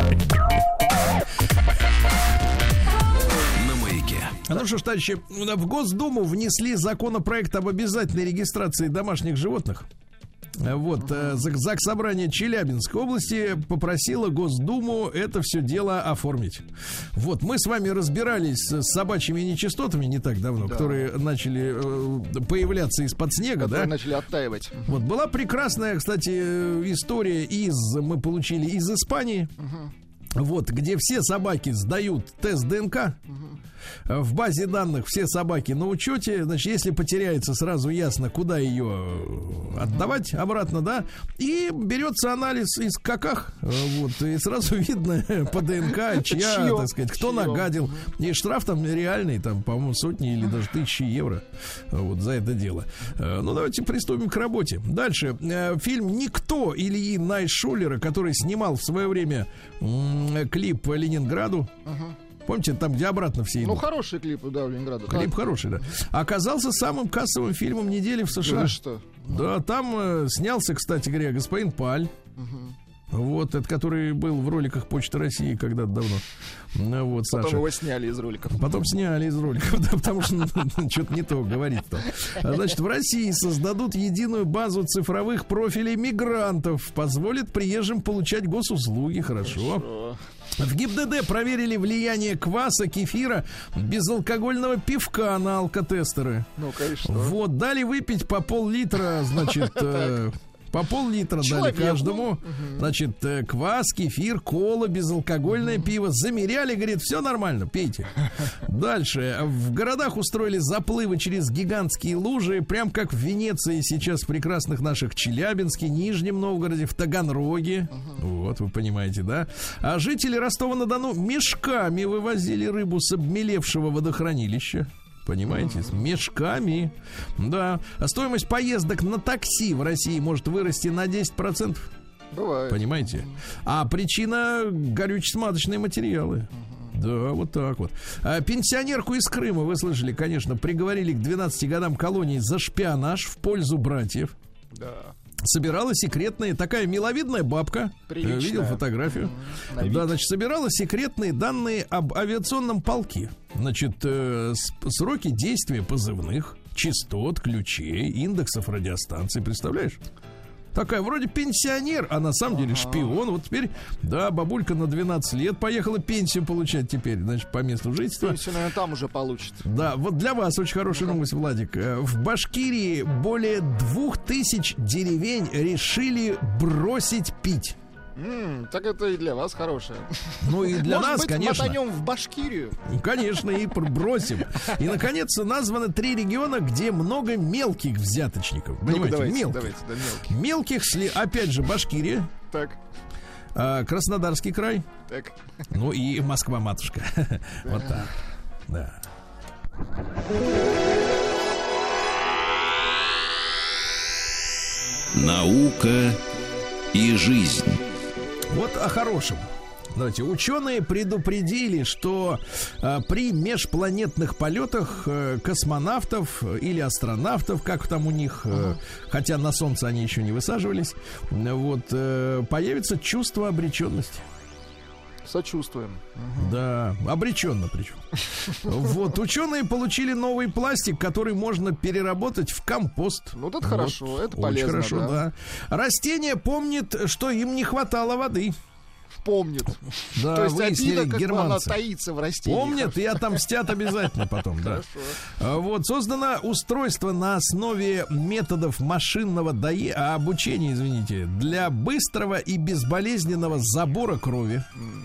На маяке. Ну что ж, товарищи, в Госдуму внесли законопроект об обязательной регистрации домашних животных. Вот, Заксобрание Челябинской области попросило Госдуму это все дело оформить. Вот, мы с вами разбирались с собачьими нечистотами не так давно, да, которые начали появляться из-под снега, которые, да? Начали оттаивать. Вот, была прекрасная, кстати, история мы получили из Испании. Вот, где все собаки сдают тест ДНК. В базе данных все собаки на учете. Значит, если потеряется, сразу ясно, куда ее отдавать обратно, да. И берется анализ из каках. Вот, и сразу видно по ДНК, чья, так сказать, кто нагадил. И штраф там реальный, там, по-моему, сотни или даже 1000 евро вот за это дело. Ну, давайте приступим к работе. Дальше. Фильм «Никто» Ильи Найшулера, который снимал в свое время клип по Ленинграду. Помните, там, где обратно все идут? Ну, хороший клип, да, в Ленинграду. Клип хороший, да. Оказался самым кассовым фильмом недели в США. Да, что? Да, там снялся, кстати говоря, господин Паль. Вот, это который был в роликах Почты России когда-то давно. Вот, потом Саша. его сняли из роликов. Потом сняли из роликов, да, потому что что-то не то говорит-то. Значит, в России создадут единую базу цифровых профилей мигрантов. Позволит приезжим получать госуслуги. Хорошо. В ГИБДД проверили влияние кваса, кефира, безалкогольного пивка на алкотестеры. Ну, конечно. Вот, дали выпить по пол-литра, значит... По пол-литра дали каждому. Значит, квас, кефир, кола, безалкогольное пиво. Замеряли, говорит, все нормально, пейте. Дальше. В городах устроили заплывы через гигантские лужи, прям как в Венеции сейчас, в прекрасных наших Челябинске, Нижнем Новгороде, в Таганроге. Вот, вы понимаете, да? А жители Ростова-на-Дону мешками вывозили рыбу с обмелевшего водохранилища. Понимаете, с мешками. Да. А стоимость поездок на такси в России может вырасти на 10%. Бывает. Понимаете? А причина — горюче-смазочные материалы. Да, вот так вот. А пенсионерку из Крыма, вы слышали, конечно, приговорили к 12 годам колонии за шпионаж в пользу братьев. Да. Собирала секретные, такая миловидная бабка. Приличная. Видел фотографию. Да, значит, собирала секретные данные об авиационном полке. Значит, сроки действия позывных, частот, ключей, индексов радиостанций. Представляешь? Такая вроде пенсионер, а на самом деле шпион. Вот теперь, да, бабулька на 12 лет поехала пенсию получать теперь, значит, по месту жительства. Пенсию, наверное, там уже получит. Да, вот для вас очень хорошая новость, Владик. В Башкирии более 2000 деревень решили бросить пить. Так это и для вас хорошее. Ну и для Может нас, быть, конечно. мотанем в Башкирию. Конечно, и бросим. И, наконец, названы 3 региона, где много мелких взяточников. Понимаете, Давайте, мелких. Мелких, опять же, Башкирия. Так. Краснодарский край. Так. Ну и Москва-матушка. Вот так. Да. Наука и жизнь. Вот о хорошем. Давайте, ученые предупредили, что при межпланетных полетах космонавтов или астронавтов, как там у них, хотя на Солнце они еще не высаживались, вот, появится чувство обреченности. Сочувствуем. Да, обреченно причем. Вот, ученые получили новый пластик, который можно переработать в компост. Ну, это хорошо, это полезно. Очень хорошо, да. Растение помнит, что им не хватало воды. Помнит. Да, то есть выяснили обида, как германцы. она таится в растении. Помнят и отомстят обязательно потом, да. Вот, создано устройство на основе методов машинного обучения, извините, для быстрого и безболезненного забора крови.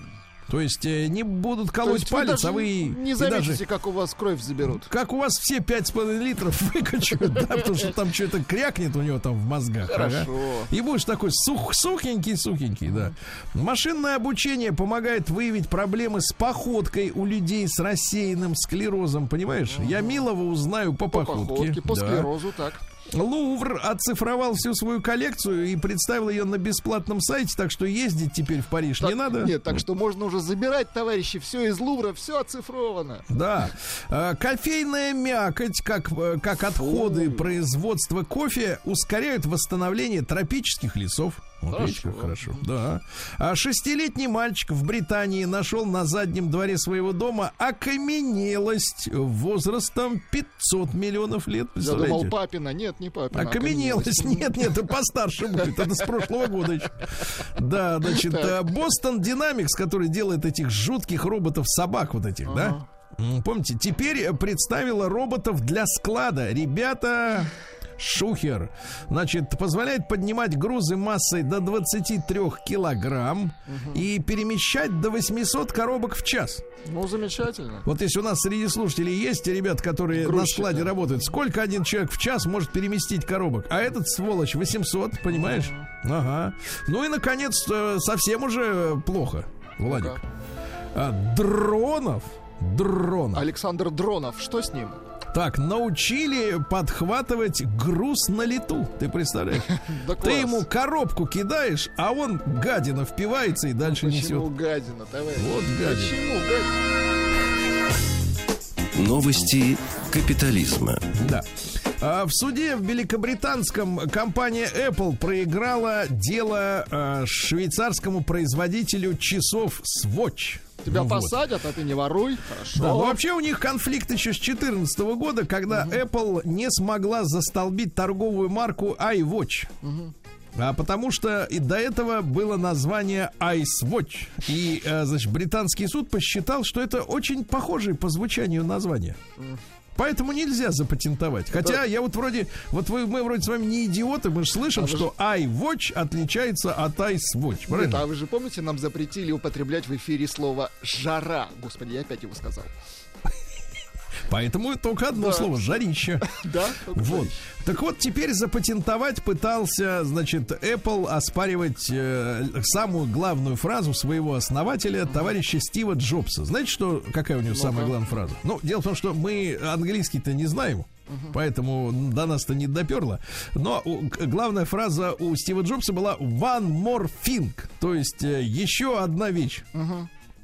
То есть не будут колоть палец, а вы не заметите, как у вас кровь заберут. Как у вас все 5,5 литров выкачают, да, потому что там что-то крякнет у него там в мозгах. Хорошо. Ага. И будешь такой сухенький, да. Машинное обучение помогает выявить проблемы с походкой у людей с рассеянным склерозом, понимаешь? Я милого узнаю по походке. По склерозу, так. Лувр оцифровал всю свою коллекцию и представил ее на бесплатном сайте, так что ездить теперь в Париж не надо. Нет, так что можно уже забирать, товарищи, все из Лувра, все оцифровано. Да. Кофейная мякоть, как отходы производства кофе, ускоряют восстановление тропических лесов. Вот видите, как хорошо. Да. 6-летний мальчик в Британии нашел на заднем дворе своего дома окаменелость возрастом 500 миллионов лет. Я думал, папина. Нет, не папина. Окаменелость. Нет, это постарше будет. Это с прошлого года еще. Да, значит, Boston Dynamics, который делает этих жутких роботов-собак вот этих, да? Помните, теперь представила роботов для склада. Ребята... Шухер, значит, позволяет поднимать грузы массой до 23 килограмм и перемещать до 800 коробок в час. Ну, замечательно. Вот если у нас среди слушателей есть ребят, которые на складе работают, сколько один человек в час может переместить коробок? А этот, сволочь, 800, понимаешь? Ага. Ну и, наконец, совсем уже плохо, Владик. Дронов. Александр Дронов, что с ним? Так, научили подхватывать груз на лету. Ты представляешь? Да, ты ему коробку кидаешь, а он, гадина, впивается и дальше несет. Почему гадина, товарищ? Вот гадина. Почему гадина? Новости капитализма. Да. В суде в великобританском компания Apple проиграла дело швейцарскому производителю часов Swatch. Тебя посадят, а ты не воруй. Хорошо. Да, но вообще у них конфликт еще с 2014 года, когда Apple не смогла застолбить торговую марку iWatch. Потому что и до этого было название iSwatch. И, значит, британский суд посчитал, что это очень похожее по звучанию название. Поэтому нельзя запатентовать. Хотя я вот вроде, мы вроде с вами не идиоты, мы же слышим, что iWatch отличается от iSwatch. Нет, а вы же помните, нам запретили употреблять в эфире слово «жара». Господи, я опять его сказал. Поэтому только одно слово — жарище. Да. Вот. Так вот, теперь запатентовать пытался, значит, Apple оспаривать самую главную фразу своего основателя, товарища Стива Джобса. Знаете, какая у него самая главная фраза? Ну, дело в том, что мы английский-то не знаем, поэтому до нас-то не доперло. Но главная фраза у Стива Джобса была «one more thing», то есть еще одна вещь.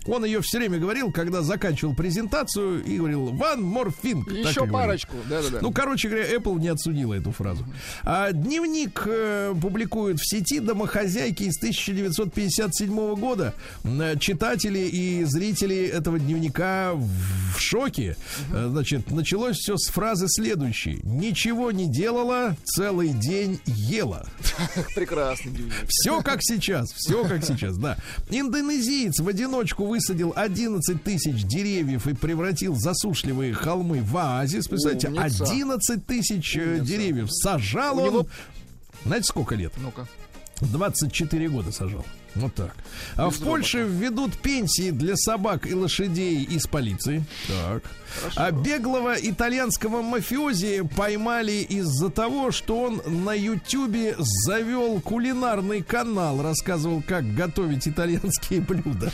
Он ее все время говорил, когда заканчивал презентацию, и говорил one more thing. Еще парочку. Да-да-да. Ну, короче говоря, Apple не отсудила эту фразу. Дневник публикуют в сети домохозяйки из 1957 года. Читатели и зрители этого дневника в шоке. Значит, началось все с фразы следующей: ничего не делала, целый день ела. Прекрасный дневник. Все как сейчас, да. Индонезиец в одиночку высадил 11 тысяч деревьев и превратил засушливые холмы в оазис. Представляете, 11 тысяч деревьев сажал он. Знаете, сколько лет? Ну-ка. 24 года сажал. Вот так. А в Польше введут пенсии для собак и лошадей из полиции. Так. Хорошо. А беглого итальянского мафиози поймали из-за того, что он на Ютубе завел кулинарный канал, рассказывал, как готовить итальянские блюда.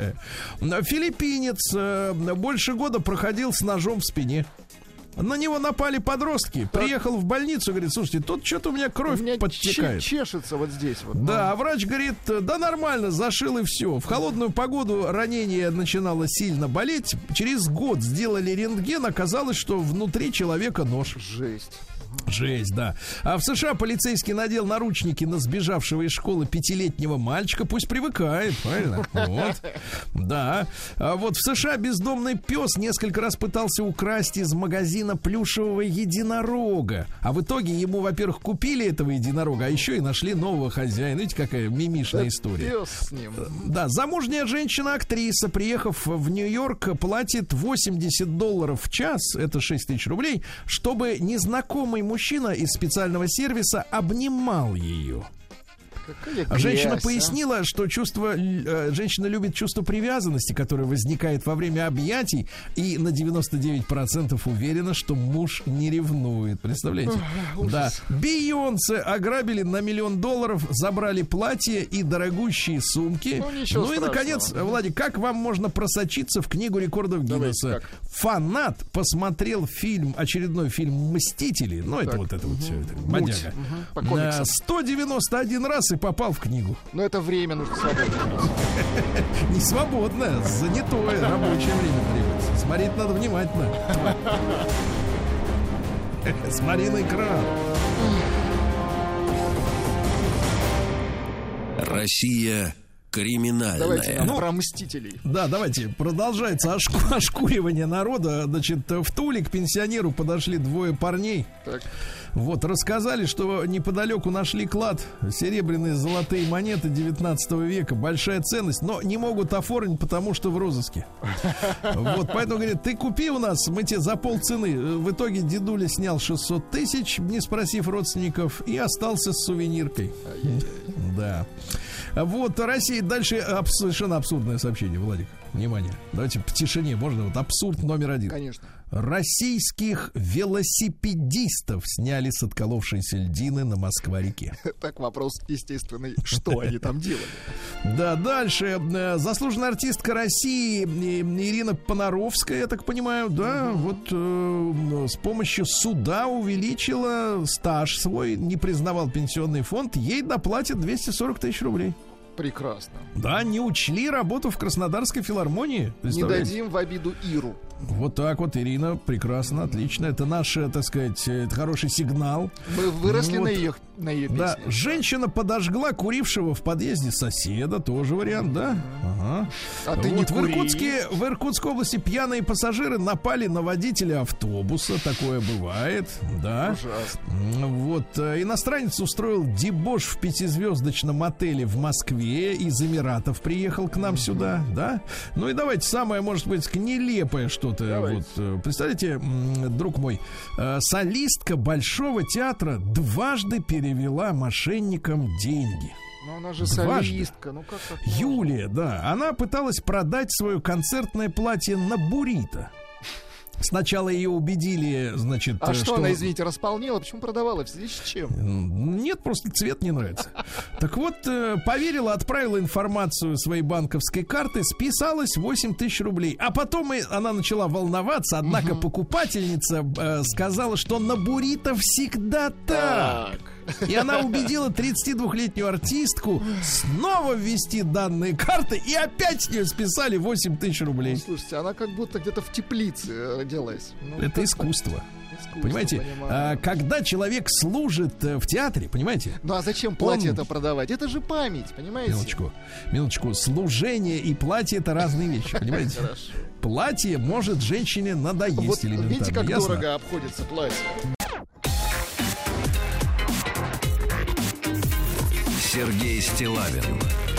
Филиппинец больше года проходил с ножом в спине. На него напали подростки. Приехал в больницу, говорит: слушайте, тут что-то у меня кровь подтекает. Чешется вот здесь вот. Да, а врач говорит: да нормально, зашил и все. В холодную погоду ранение начинало сильно болеть. Через год сделали рентген, оказалось, что внутри человека нож. Жесть, да. А в США полицейский надел наручники на сбежавшего из школы 5-летнего мальчика. Пусть привыкает, правильно? Вот. Да. А вот в США бездомный пес несколько раз пытался украсть из магазина плюшевого единорога. А в итоге ему, во-первых, купили этого единорога, а еще и нашли нового хозяина. Видите, какая мимишная история. Пес с ним. Да, замужняя женщина-актриса, приехав в Нью-Йорк, платит $80 в час, это 6 тысяч рублей, чтобы незнакомый мужчина из специального сервиса обнимал ее. Женщина пояснила, что женщина любит чувство привязанности, которое возникает во время объятий, и на 99% уверена, что муж не ревнует. Представляете? Да. Бейонсе ограбили на $1 миллион, забрали платье и дорогущие сумки. Ну и, наконец, Владик, как вам можно просочиться в книгу рекордов Гиннесса? Фанат посмотрел очередной фильм «Мстители». Ну, это вот все, модяга. 191 раз и попал в книгу. Но это время нужно свободно. Не свободно, занятое рабочее время требуется. Смотреть надо внимательно. Смотри на экран. Россия криминальная. Давайте про мстителей. Да, давайте. Продолжается ошкуривание народа. Значит, в Туле к пенсионеру подошли двое парней. Так. Вот, рассказали, что неподалеку нашли клад. Серебряные золотые монеты 19 века. Большая ценность, но не могут оформить, потому что в розыске. Вот, поэтому говорит: ты купи у нас, мы тебе за полцены. В итоге дедуля снял 600 тысяч, не спросив родственников, и остался с сувениркой. Да. Вот, Россия. Дальше совершенно абсурдное сообщение, Владик. Внимание. Давайте в тишине. Можно? Вот абсурд номер 1. Конечно. Российских велосипедистов сняли с отколовшейся льдины на Москва-реке. Так, вопрос естественный. Что они там делали? Да, дальше. Заслуженная артистка России Ирина Понаровская, я так понимаю, да, вот с помощью суда увеличила стаж свой, не признавал пенсионный фонд, ей доплатят 240 тысяч рублей. Прекрасно. Да, не учли работу в Краснодарской филармонии. Не дадим в обиду Иру. Вот так вот, Ирина, прекрасно, отлично. Это наш, так сказать, это хороший сигнал. Мы выросли вот на ее песне. Да, женщина подожгла курившего в подъезде соседа, тоже вариант, да? Ага. А ты не кури. В Иркутской области пьяные пассажиры напали на водителя автобуса, такое бывает, да. Ужасно. Вот, иностранец устроил дебош в 5-звездочном отеле в Москве, из Эмиратов приехал к нам сюда, да. Ну и давайте самое, может быть, нелепое что-то. Вот, представляете, друг мой, солистка Большого театра дважды перевела мошенникам деньги. Но она же солистка, ну как так можно? Юлия, да, она пыталась продать свое концертное платье на буррито. Сначала ее убедили, значит... А что она, извините, располнела? Почему продавала? В связи с чем? Нет, просто цвет не нравится. Так вот, поверила, отправила информацию своей банковской карты, списалась 8 тысяч рублей. А потом она начала волноваться, однако покупательница сказала, что на буррито всегда так. И она убедила 32-летнюю артистку снова ввести данные карты, и опять с нее списали 8 тысяч рублей. Ну, слушайте, она как будто где-то в теплице родилась. Это искусство. Понимаете, когда человек служит в театре, понимаете? Ну а зачем платье это продавать? Это же память, понимаете? Минуточку. Служение и платье — это разные вещи, понимаете? Хорошо. Платье может женщине надоесть вот элементарно. Видите, как ясно? дорого обходится платье. Сергей Стиллавин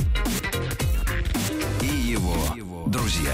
и его друзья.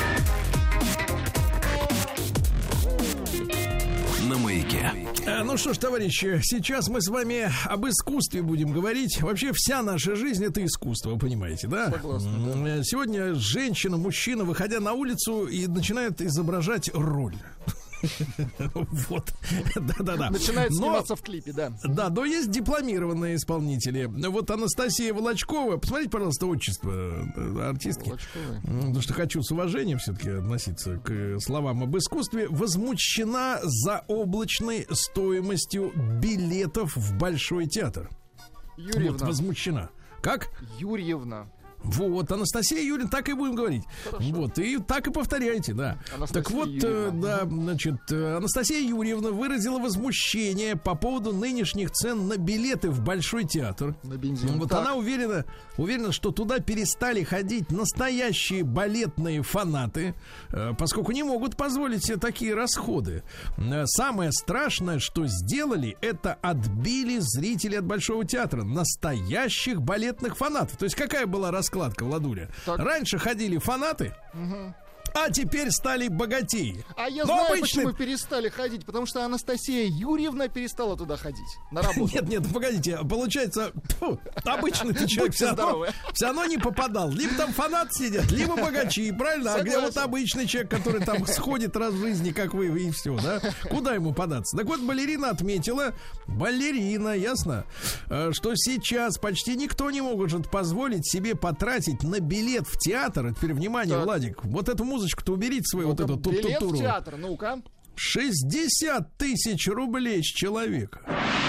На маяке. Ну что ж, товарищи, сейчас мы с вами об искусстве будем говорить. Вообще вся наша жизнь — это искусство, вы понимаете, да? Согласна, да. Сегодня женщина, мужчина, выходя на улицу, и начинают изображать роль. Вот. Да-да-да. Начинает сниматься в клипе, да. Да, но есть дипломированные исполнители. Вот Анастасия Волочкова. Посмотрите, пожалуйста, отчество артистки. Потому что хочу с уважением все-таки относиться к словам об искусстве. Возмущена заоблачной стоимостью билетов в Большой театр. Юрьевна. Вот, возмущена. Как? Юрьевна. Вот, Анастасия Юрьевна, так и будем говорить. Хорошо. Вот, и так и повторяйте, да. Анастасия так вот, Юрьевна. да, значит, Анастасия Юрьевна выразила возмущение по поводу нынешних цен на билеты в Большой театр. На бензин. Вот так. она уверена, что туда перестали ходить настоящие балетные фанаты, поскольку не могут позволить себе такие расходы. Самое страшное, что сделали, это отбили зрителей от Большого театра, настоящих балетных фанатов. То есть какая была раскладка, Владуля? Так. Раньше ходили фанаты, а теперь стали богатеи. А я Но знаю, обычный- почему перестали ходить. Потому что Анастасия Юрьевна перестала туда ходить. На работу. Нет, погодите, получается, обычный ты человек Будьте здоровы. все равно не попадал. Либо там фанаты сидят, либо богачи, правильно? А где Согласен. вот обычный человек, который там сходит раз в жизни, как вы, и все, да? Куда ему податься? Так вот, балерина отметила, ясно, что сейчас почти никто не может позволить себе потратить на билет в театр. А теперь, внимание, Так. Владик, вот эту музычку-то уберите свою вот эту Билет ту-ту-туру. в театр, ну-ка. 60 тысяч рублей с человека.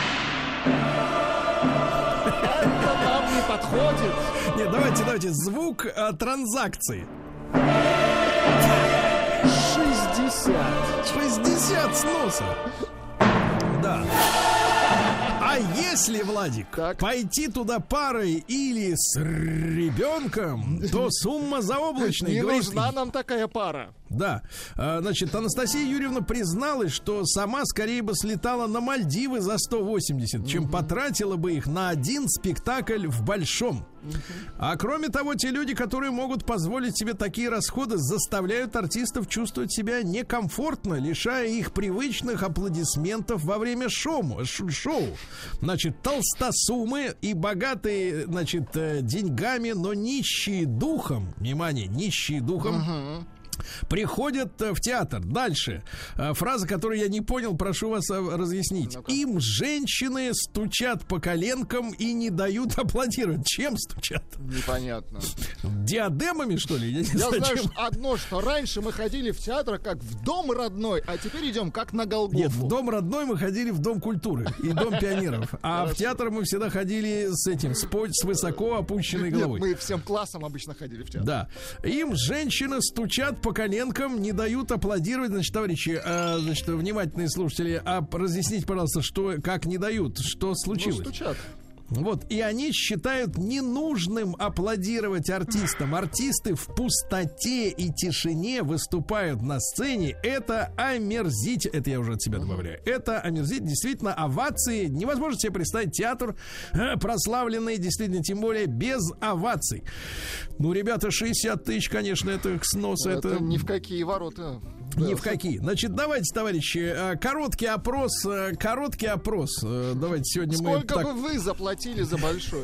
Это нам не подходит. Нет, давайте, звук транзакции. 60 с носа. Да. А если, Владик, Так. пойти туда парой или с ребенком, то сумма заоблачная. Не Говорит, нужна нам такая пара. да, значит, Анастасия Юрьевна призналась, что сама скорее бы слетала на Мальдивы за 180, чем потратила бы их на один спектакль в Большом. А кроме того, те люди, которые могут позволить себе такие расходы, заставляют артистов чувствовать себя некомфортно, лишая их привычных аплодисментов во время шоу. Значит, толстосумы и богатые, значит, деньгами, но нищие духом, внимание, нищие духом, приходят в театр. Дальше. Фраза, которую я не понял, прошу вас разъяснить. Ну-ка. Им женщины стучат по коленкам и не дают аплодировать. Чем стучат? Непонятно. Диадемами, что ли? Я не Я знаю, знаю чем. одно, что раньше мы ходили в театр как в дом родной, а теперь идем как на Голгофу. Нет, в дом родной мы ходили в Дом культуры и Дом пионеров. А в театр мы всегда ходили с этим, с высоко опущенной Нет, головой. мы всем классом обычно ходили в театр. Да. Им женщины стучат по коленкам, не дают аплодировать. Значит, товарищи, значит, внимательные слушатели, разъясните, пожалуйста, как не дают, что случилось? Ну, стучат. Вот, и они считают ненужным аплодировать артистам. Артисты в пустоте и тишине выступают на сцене. Это омерзительно. Это я уже от себя добавляю. Это омерзительно. Действительно, овации. Невозможно себе представить театр прославленный, действительно, тем более без оваций. Ну, ребята, 60 тысяч, конечно, это с носа. Это ни в какие ворота. Ни в какие. Значит, давайте, товарищи, короткий опрос. Давайте сегодня Сколько мы... бы вы заплатили за Большой?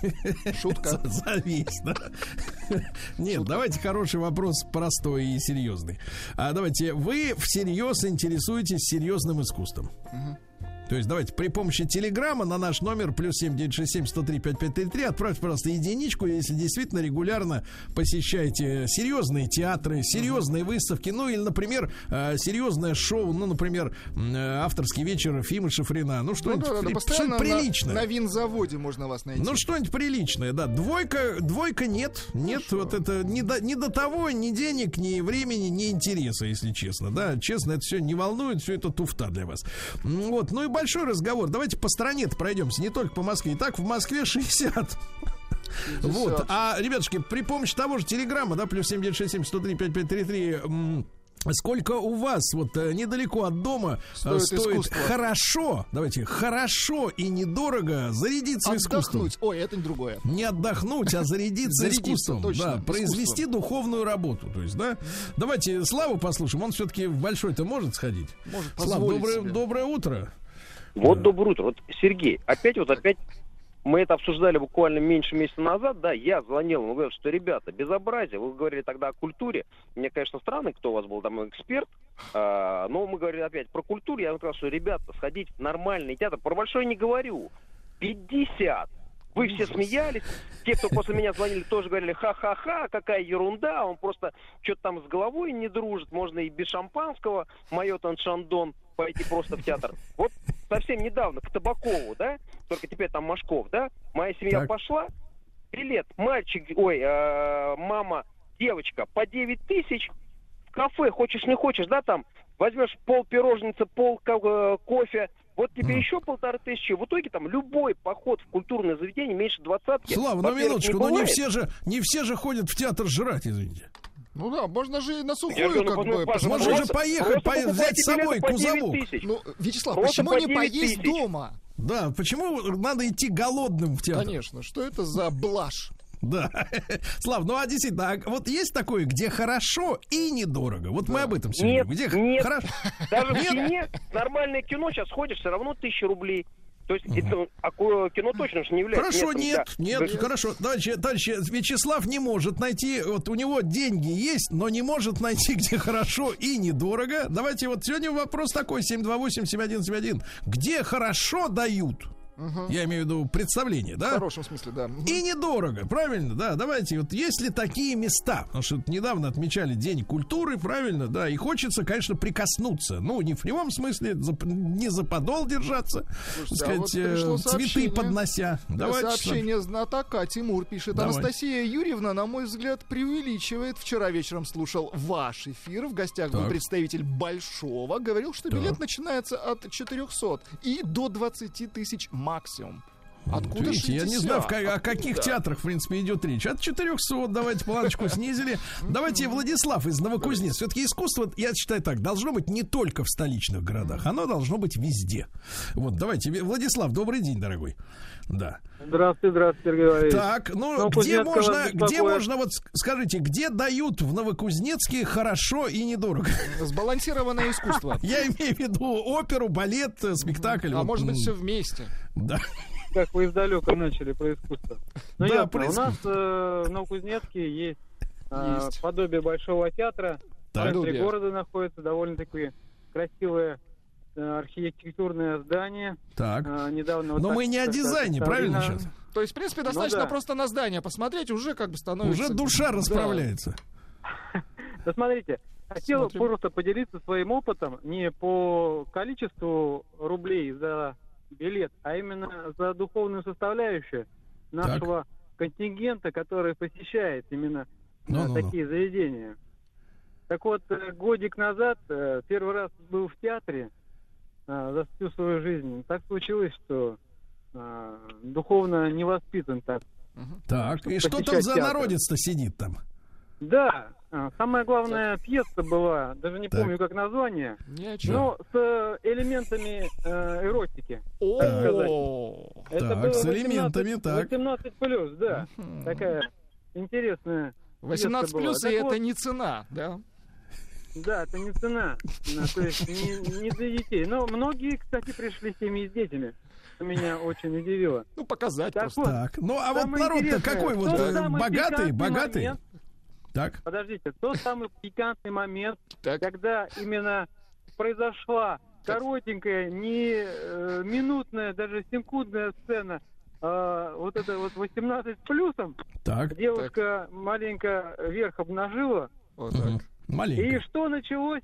Шутка. Завис, да. Нет, давайте хороший вопрос, простой и серьезный. Давайте, вы всерьез интересуетесь серьезным искусством? То есть давайте при помощи телеграмма на наш номер +7 967 103 5533 отправьте, пожалуйста, единичку, если действительно регулярно посещаете серьезные театры, серьезные выставки, ну или, например, серьезное шоу, ну, например, авторский вечер Фимы Шафрина, ну что-нибудь, что-нибудь приличное. На винзаводе можно вас найти. Ну что-нибудь приличное, да. Двойка нет, вот это ни до того, ни денег, ни времени, ни интереса, если честно, да. Честно, это все не волнует, все это туфта для вас. Вот, ну и большой разговор. Давайте по стране-то пройдемся, не только по Москве. Итак, в Москве 60. Вот. А, ребятушки, при помощи того же телеграмма, да, +7 967 103 5533, сколько у вас вот недалеко от дома стоит хорошо, давайте, хорошо и недорого зарядиться искусством. Ой, это не другое. Не отдохнуть, а зарядиться искусством. Да, произвести духовную работу. То есть, да. Давайте Славу послушаем. Он все-таки в большой-то может сходить. Может, Слава, доброе утро. Вот доброе утро. Вот, Сергей, опять мы это обсуждали буквально меньше месяца назад, да, я звонил, он говорил, что, ребята, безобразие, вы говорили тогда о культуре, мне, конечно, странно, кто у вас был там эксперт, но мы говорили опять про культуру, я сказал, что, ребята, сходить в нормальный театр, про большой не говорю, 50. Вы все смеялись, те, кто после меня звонили, тоже говорили, ха-ха-ха, какая ерунда, он просто что-то там с головой не дружит, можно и без шампанского, Майотан Шандон, пойти просто в театр. Вот совсем недавно к Табакову, да, только теперь там Машков, да, моя семья пошла, билет, мама, девочка, по 9 тысяч, в кафе, хочешь не хочешь, да, там, возьмешь пол пирожницы, пол кофе, вот тебе еще 1500. В итоге там любой поход в культурное заведение меньше 20. Слава, на минуточку, но не все же ходят в театр жрать, извините. Ну да, можно же и на сухую можно же поехать, взять с собой кузовок. Ну, Вячеслав, почему не поесть дома? Да, почему надо идти голодным в театр? Конечно, что это за блажь? Да. Слав, ну а действительно, вот есть такое, где хорошо и недорого? Вот мы об этом сегодня. Нет. Хорошо. Даже в кино, нормальное кино, сейчас ходишь, все равно 1000 рублей. То есть это кино точно же не является. Хорошо, нет, хорошо. Дальше Вячеслав не может найти, вот у него деньги есть, но не может найти, где хорошо и недорого. Давайте вот сегодня вопрос такой, 728-7171. Где хорошо дают? Я имею в виду представление, да? В хорошем смысле, да. И недорого, правильно, да. Давайте, вот есть ли такие места? Потому что недавно отмечали День культуры, правильно, да. И хочется, конечно, прикоснуться. Ну, не в прямом смысле, не за подол держаться, слушайте, так сказать, цветы поднося. Давайте, сообщение знатока. Тимур пишет. Давай. Анастасия Юрьевна, на мой взгляд, преувеличивает. Вчера вечером слушал ваш эфир. В гостях был представитель Большого. Говорил, что билет начинается от 400 и до 20 тысяч максимум. Откуда видите, я не знаю, о каких театрах, в принципе, идет речь. От 400, давайте планочку снизили. Давайте Владислав из Новокузнецка. Все-таки искусство, я считаю так, должно быть не только в столичных городах, оно должно быть везде. Вот, давайте, Владислав, добрый день, дорогой. Да. Здравствуйте, Сергей Валерьевич. Так, ну, где можно, вот скажите, где дают в Новокузнецке хорошо и недорого? Сбалансированное искусство. Я имею в виду оперу, балет, спектакль. А может быть, все вместе. Да. Как вы издалека начали про искусство. Ну, да, ясно, у нас в Новокузнецке есть подобие Большого театра. В центре города находится довольно-таки красивое архитектурное здание. Так. Недавно. Но мы не о дизайне, правильно сейчас? То есть, в принципе, достаточно просто на здание посмотреть, уже как бы становится... Уже душа расправляется. Да, смотрите, хотел просто поделиться своим опытом не по количеству рублей за билет, а именно за духовную составляющую нашего контингента, который посещает именно такие заведения. Так вот, годик назад первый раз был в театре за всю свою жизнь. Так случилось, что духовно не воспитан так. Так, и что там за народец-то сидит там? Да, самая главная пьеса была, даже не помню как название, но с элементами эротики. Это было с элементами, 18+, да. Такая интересная 18+, и это не цена, да? Да, это не цена, то есть не для детей. Но многие, кстати, пришли с семьей с детьми. меня очень удивило. Ну, показать просто. Вот, так, ну а вот народ-то какой вот, богатый? Так. Подождите, тот самый пикантный момент, Так. когда именно произошла коротенькая, не минутная, даже секундная сцена, вот это вот 18 с плюсом, Так. девушка маленько верх обнажила. Вот так. Маленько. И что началось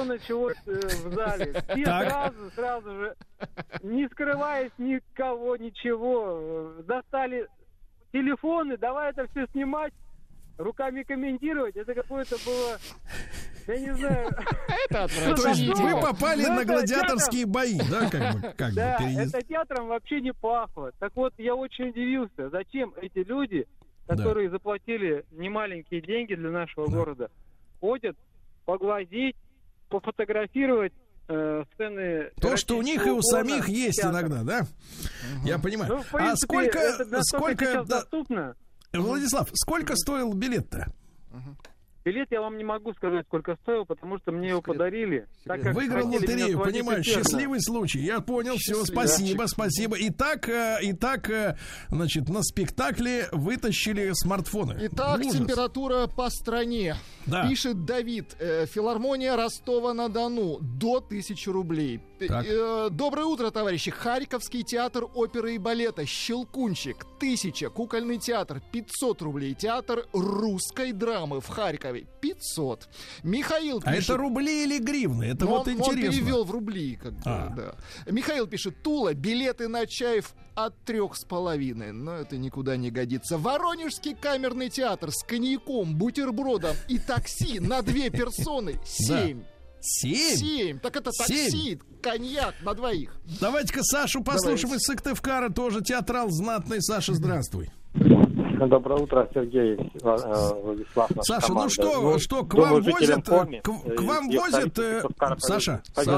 в зале? Все сразу же, не скрываясь никого, ничего, достали телефоны, давай это все снимать, руками комментировать. Это какое-то было, я не знаю. Это То есть вы отвратительно. попали на гладиаторские бои, да, как бы Да, перенесли. это театром вообще не пахло. Так вот, я очень удивился, зачем эти люди, которые заплатили немаленькие деньги для нашего города, ходят поглазеть, пофотографировать сцены. То, что у них и у самих есть театра. иногда, да? Я понимаю. Ну, в принципе, это настолько сейчас доступно. Владислав, сколько стоил билет-то? Билет я вам не могу сказать, сколько стоил, потому что мне его подарили. Так как Выиграл хотели меня лотерею, сводить понимаю, эфирно. счастливый случай. Я понял, все, спасибо. Итак, значит, на спектакле вытащили смартфоны. Итак, Ужас. температура по стране. Да. Пишет Давид. Филармония Ростова-на-Дону. До 1000 рублей. Так. Доброе утро, товарищи. Харьковский театр оперы и балета. Щелкунчик. 1000. Кукольный театр. 500 рублей. Театр русской драмы в Харькове. 500. Михаил А пишет. это рубли или гривны? Это Но вот он интересно. перевел в рубли, как бы, да. Михаил пишет, Тула, билеты на Чаев от 3,5. Но это никуда не годится. Воронежский камерный театр с коньяком, бутербродом и такси на 2 персоны. 7. 7. Так это такси, коньяк на 2. Давайте-ка Сашу послушаем из Сыктывкара, тоже театрал знатный. Саша, здравствуй. Доброе утро, Сергей, Владислав. Саша, ну что, к вам возят, к вам возят, Саша,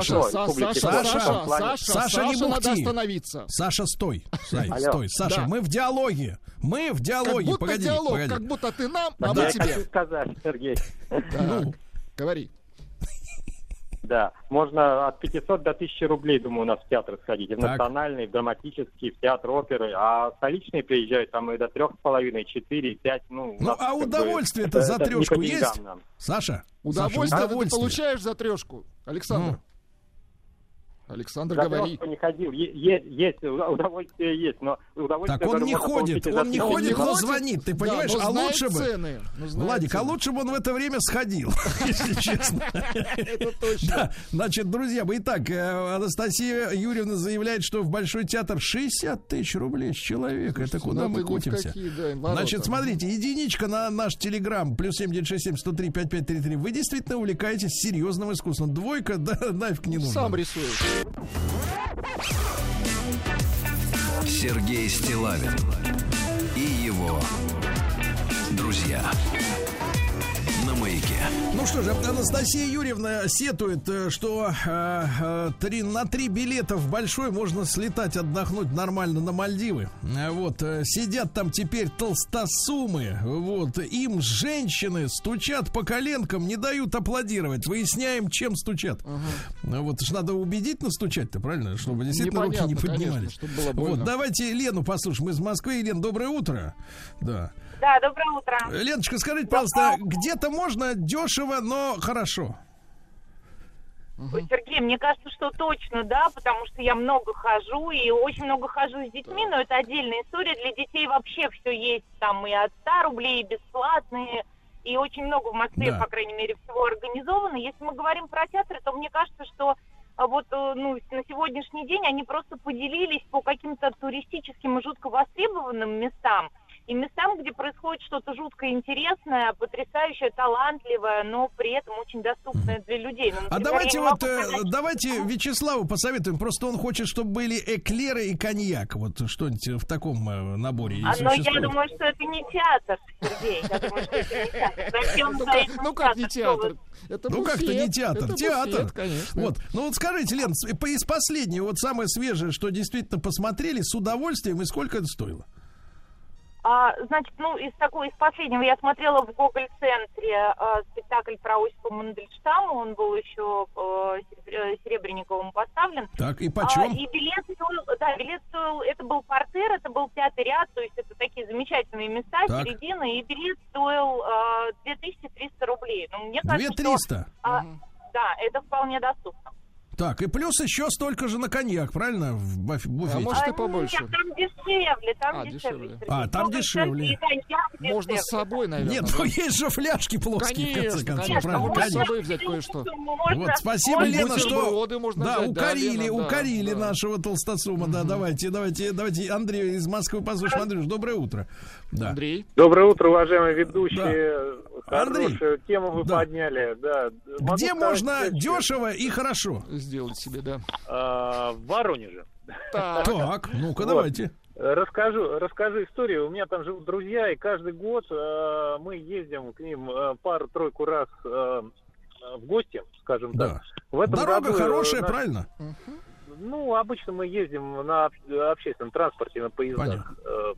не надо бухти. остановиться. Саша, стой, Саша, мы в диалоге, Как будто диалог, погоди. как будто ты нам, а мы Я тебе. хочу сказать, Сергей. Так, говори. Да, можно от 500 до 1000 рублей, думаю, у нас в театр сходить. В национальный, в драматический, в театр оперы. А столичные приезжают там и до 3,5, 4, 5. Ну а удовольствие-то за трешку есть? Саша? Удовольствие ты получаешь за 3, Александр? Александр, говори. Я не ходил. Есть, удовольствие есть, но удовольствие... Так он не ходит, но звонит, ты понимаешь? Да, а лучше бы... цены, Владик, а лучше бы он в это время сходил, если честно. Это точно. Значит, друзья, итак, Анастасия Юрьевна заявляет, что в Большой театр 60 тысяч рублей с человека. Это куда мы кутимся? Значит, смотрите, единичка на наш телеграм, +7 967 103 5533. Вы действительно увлекаетесь серьезным искусством. 2, да, нафиг не нужно. Сам рисуешь. Сергей Стиллавин и его друзья на Маяке. Ну что же, Анастасия Юрьевна сетует, что на 3 билета в Большой можно слетать, отдохнуть нормально на Мальдивы. Вот, сидят там теперь толстосумы, вот, им женщины стучат по коленкам, не дают аплодировать. Выясняем, чем стучат. Вот, ж надо убедительно стучать-то, правильно? Чтобы действительно руки не поднимались. Конечно, вот, давайте Лену послушаем из Москвы. Лен, доброе утро. Да. Да, доброе утро. Леночка, скажите, пожалуйста, где-то можно дешево, но хорошо? Сергей, мне кажется, что точно, да, потому что я много хожу, и очень много хожу с детьми, но это отдельная история. Для детей вообще все есть, там и от 100 рублей, и бесплатные, и очень много в Москве, по крайней мере, всего организовано. Если мы говорим про театры, то мне кажется, что вот на сегодняшний день они просто поделились по каким-то туристическим и жутко востребованным местам, и местам, где происходит что-то жутко интересное, потрясающее, талантливое, но при этом очень доступное для людей. Ну, например, давайте Вячеславу посоветуем. Просто он хочет, чтобы были эклеры и коньяк. Вот что-нибудь в таком наборе но я думаю, что это не театр, Сергей. Я думаю, что это не театр. Ну как не театр? Ну как-то не театр, театр. Конечно. Вот. Ну вот скажите, Лен, из последнего, вот самое свежее, что действительно посмотрели с удовольствием, и сколько это стоило? Значит, из последнего я смотрела в Гоголь-центре спектакль про Осипа Мандельштама. Он был еще Серебренниковым поставлен. Так, и почем? И билет стоил, это был партер, это был 5-й ряд, то есть это такие замечательные места, так. середина, и билет стоил 2300 рублей. Ну, мне кажется, 2300? Да, это вполне доступно. Так, и плюс еще столько же на коньяк, правильно? В буфете. А может и побольше. Нет, там дешевле, дешевле. Там дешевле. Можно с собой, наверное. Нет, ну есть же фляжки плоские, конечно, в конце концов. конечно, Правильно, можно с конечно. собой взять кое-что. Вот, спасибо, Лена, что да, укорили нашего толстосума. Да, давайте, Андрей из Москвы послушаем. Андрюш, доброе утро. Да. Андрей. Доброе утро, уважаемые ведущие. Да. Хорошую Андрей, тему вы подняли. Да. Где можно дешево и хорошо сделать себе, да? В Воронеже. Так, ну-ка, давайте. Расскажу историю. У меня там живут друзья, и каждый год мы ездим к ним пару-тройку раз в гости, скажем так. В этом Дорога году, хорошая, правильно? Ну, обычно мы ездим на общественном транспорте, на поездах,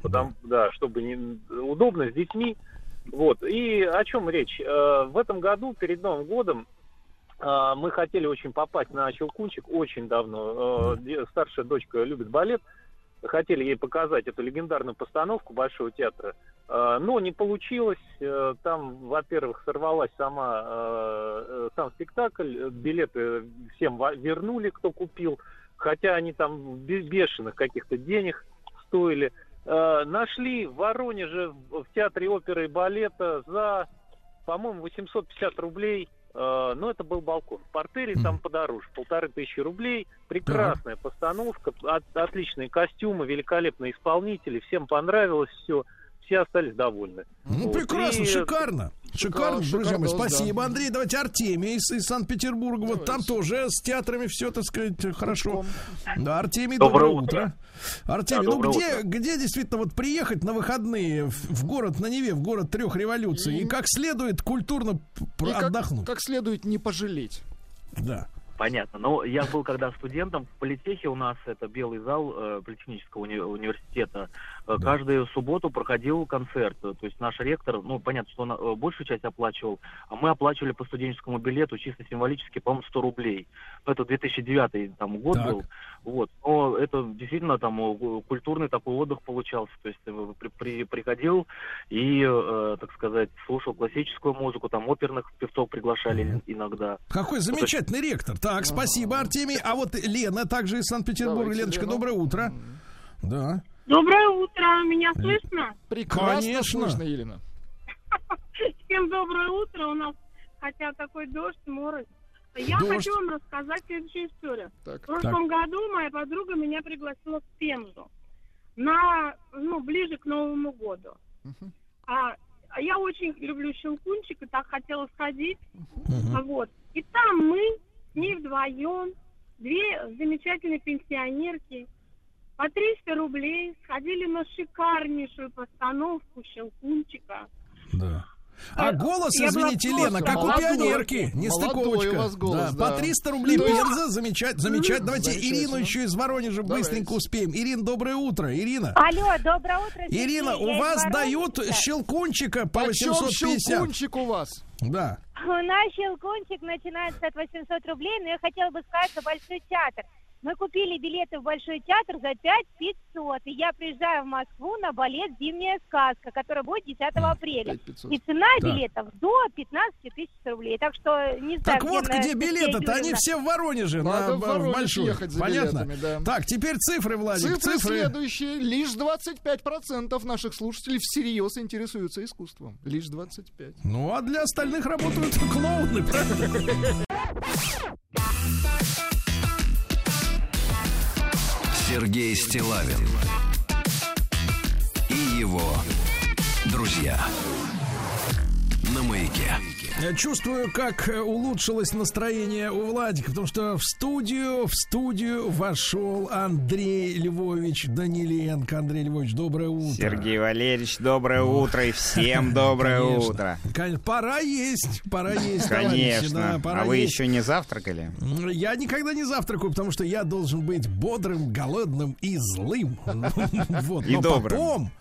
чтобы удобно с детьми. Вот. И о чем речь? В этом году, перед Новым годом, мы хотели очень попасть на Щелкунчик очень давно. Старшая дочка любит балет. Хотели ей показать эту легендарную постановку Большого театра. Но не получилось. Там, во-первых, сорвалась сам спектакль. Билеты всем вернули, кто купил. Хотя они там бешеных каких-то денег стоили. Нашли в Воронеже в театре оперы и балета за, по-моему, 850 рублей. Но это был балкон. В партере там подороже, 1500 рублей. Прекрасная постановка, отличные костюмы, великолепные исполнители. Всем понравилось все. Все остались довольны. Ну, прекрасно, шикарно. Шикарно, друзья мои, спасибо. Андрей, давайте Артемий из Санкт-Петербурга. Вот там тоже с театрами все, так сказать, хорошо. Да, Артемий, доброе утро. Артемий, где действительно вот приехать на выходные в город на Неве, в город 3 революций, и как следует культурно отдохнуть? Как следует не пожалеть. Да. Понятно. Но я был когда студентом в политехе, у нас это белый зал политехнического университета. Да. Каждую субботу проходил концерт. То есть наш ректор, ну, понятно, что он большую часть оплачивал, а мы оплачивали по студенческому билету чисто символически, по-моему, 100 рублей. Но это 2009 там, год был. Вот. Но это действительно там культурный такой отдых получался. То есть приходил и, так сказать, слушал классическую музыку, там оперных певцов приглашали иногда. Какой замечательный ректор. Так, спасибо, Артемий. А вот Лена также из Санкт-Петербурга. Давайте, Леночка, Лена. доброе утро. Да. Доброе утро. Меня слышно? Прекрасно. Конечно. Слышно, Елена. Всем доброе утро. У нас хотя такой дождь, морось. Я хочу вам рассказать следующую историю. В прошлом году моя подруга меня пригласила в Пензу ближе к Новому году. А я очень люблю Щелкунчик и так хотела сходить. Вот. И там мы с ней вдвоем, 2 замечательные пенсионерки, по 300 рублей сходили на шикарнейшую постановку Щелкунчика. Да. А голос, извините, Лена, как у пионерки, не стыковочка. У вас голос, да. По 300 рублей Пенза, замечательно. Давайте Ирину еще из Воронежа быстренько успеем. Ирина, доброе утро. Ирина. Алло, доброе утро. Ирина, у вас дают Щелкунчика по 850. Щелкунчик у вас? Да. У нас Щелкунчик начинается от 800 рублей, но я хотела бы сказать за Большой театр. Мы купили билеты в Большой театр за 5500, и я приезжаю в Москву на балет «Зимняя сказка», который будет 10 апреля. 5500. И цена билетов до 15 тысяч рублей. Так что не знаю. Так вот где билеты-то, они все в Воронеже, в Большой. Понятно? Да. Так, теперь цифры, Владик. Цифры следующие. Лишь 25% наших слушателей всерьез интересуются искусством. Лишь 25%. Ну, а для остальных работают клоуны, правильно? Сергей Стиллавин и его друзья на Маяке. Я чувствую, как улучшилось настроение у Владика, потому что в студию вошел Андрей Львович Даниленко. Андрей Львович, доброе утро. Сергей Валерьевич, доброе утро и всем доброе утро. Пора есть, конечно. Да, вы еще не завтракали? Я никогда не завтракаю, потому что я должен быть бодрым, голодным и злым. И добрым.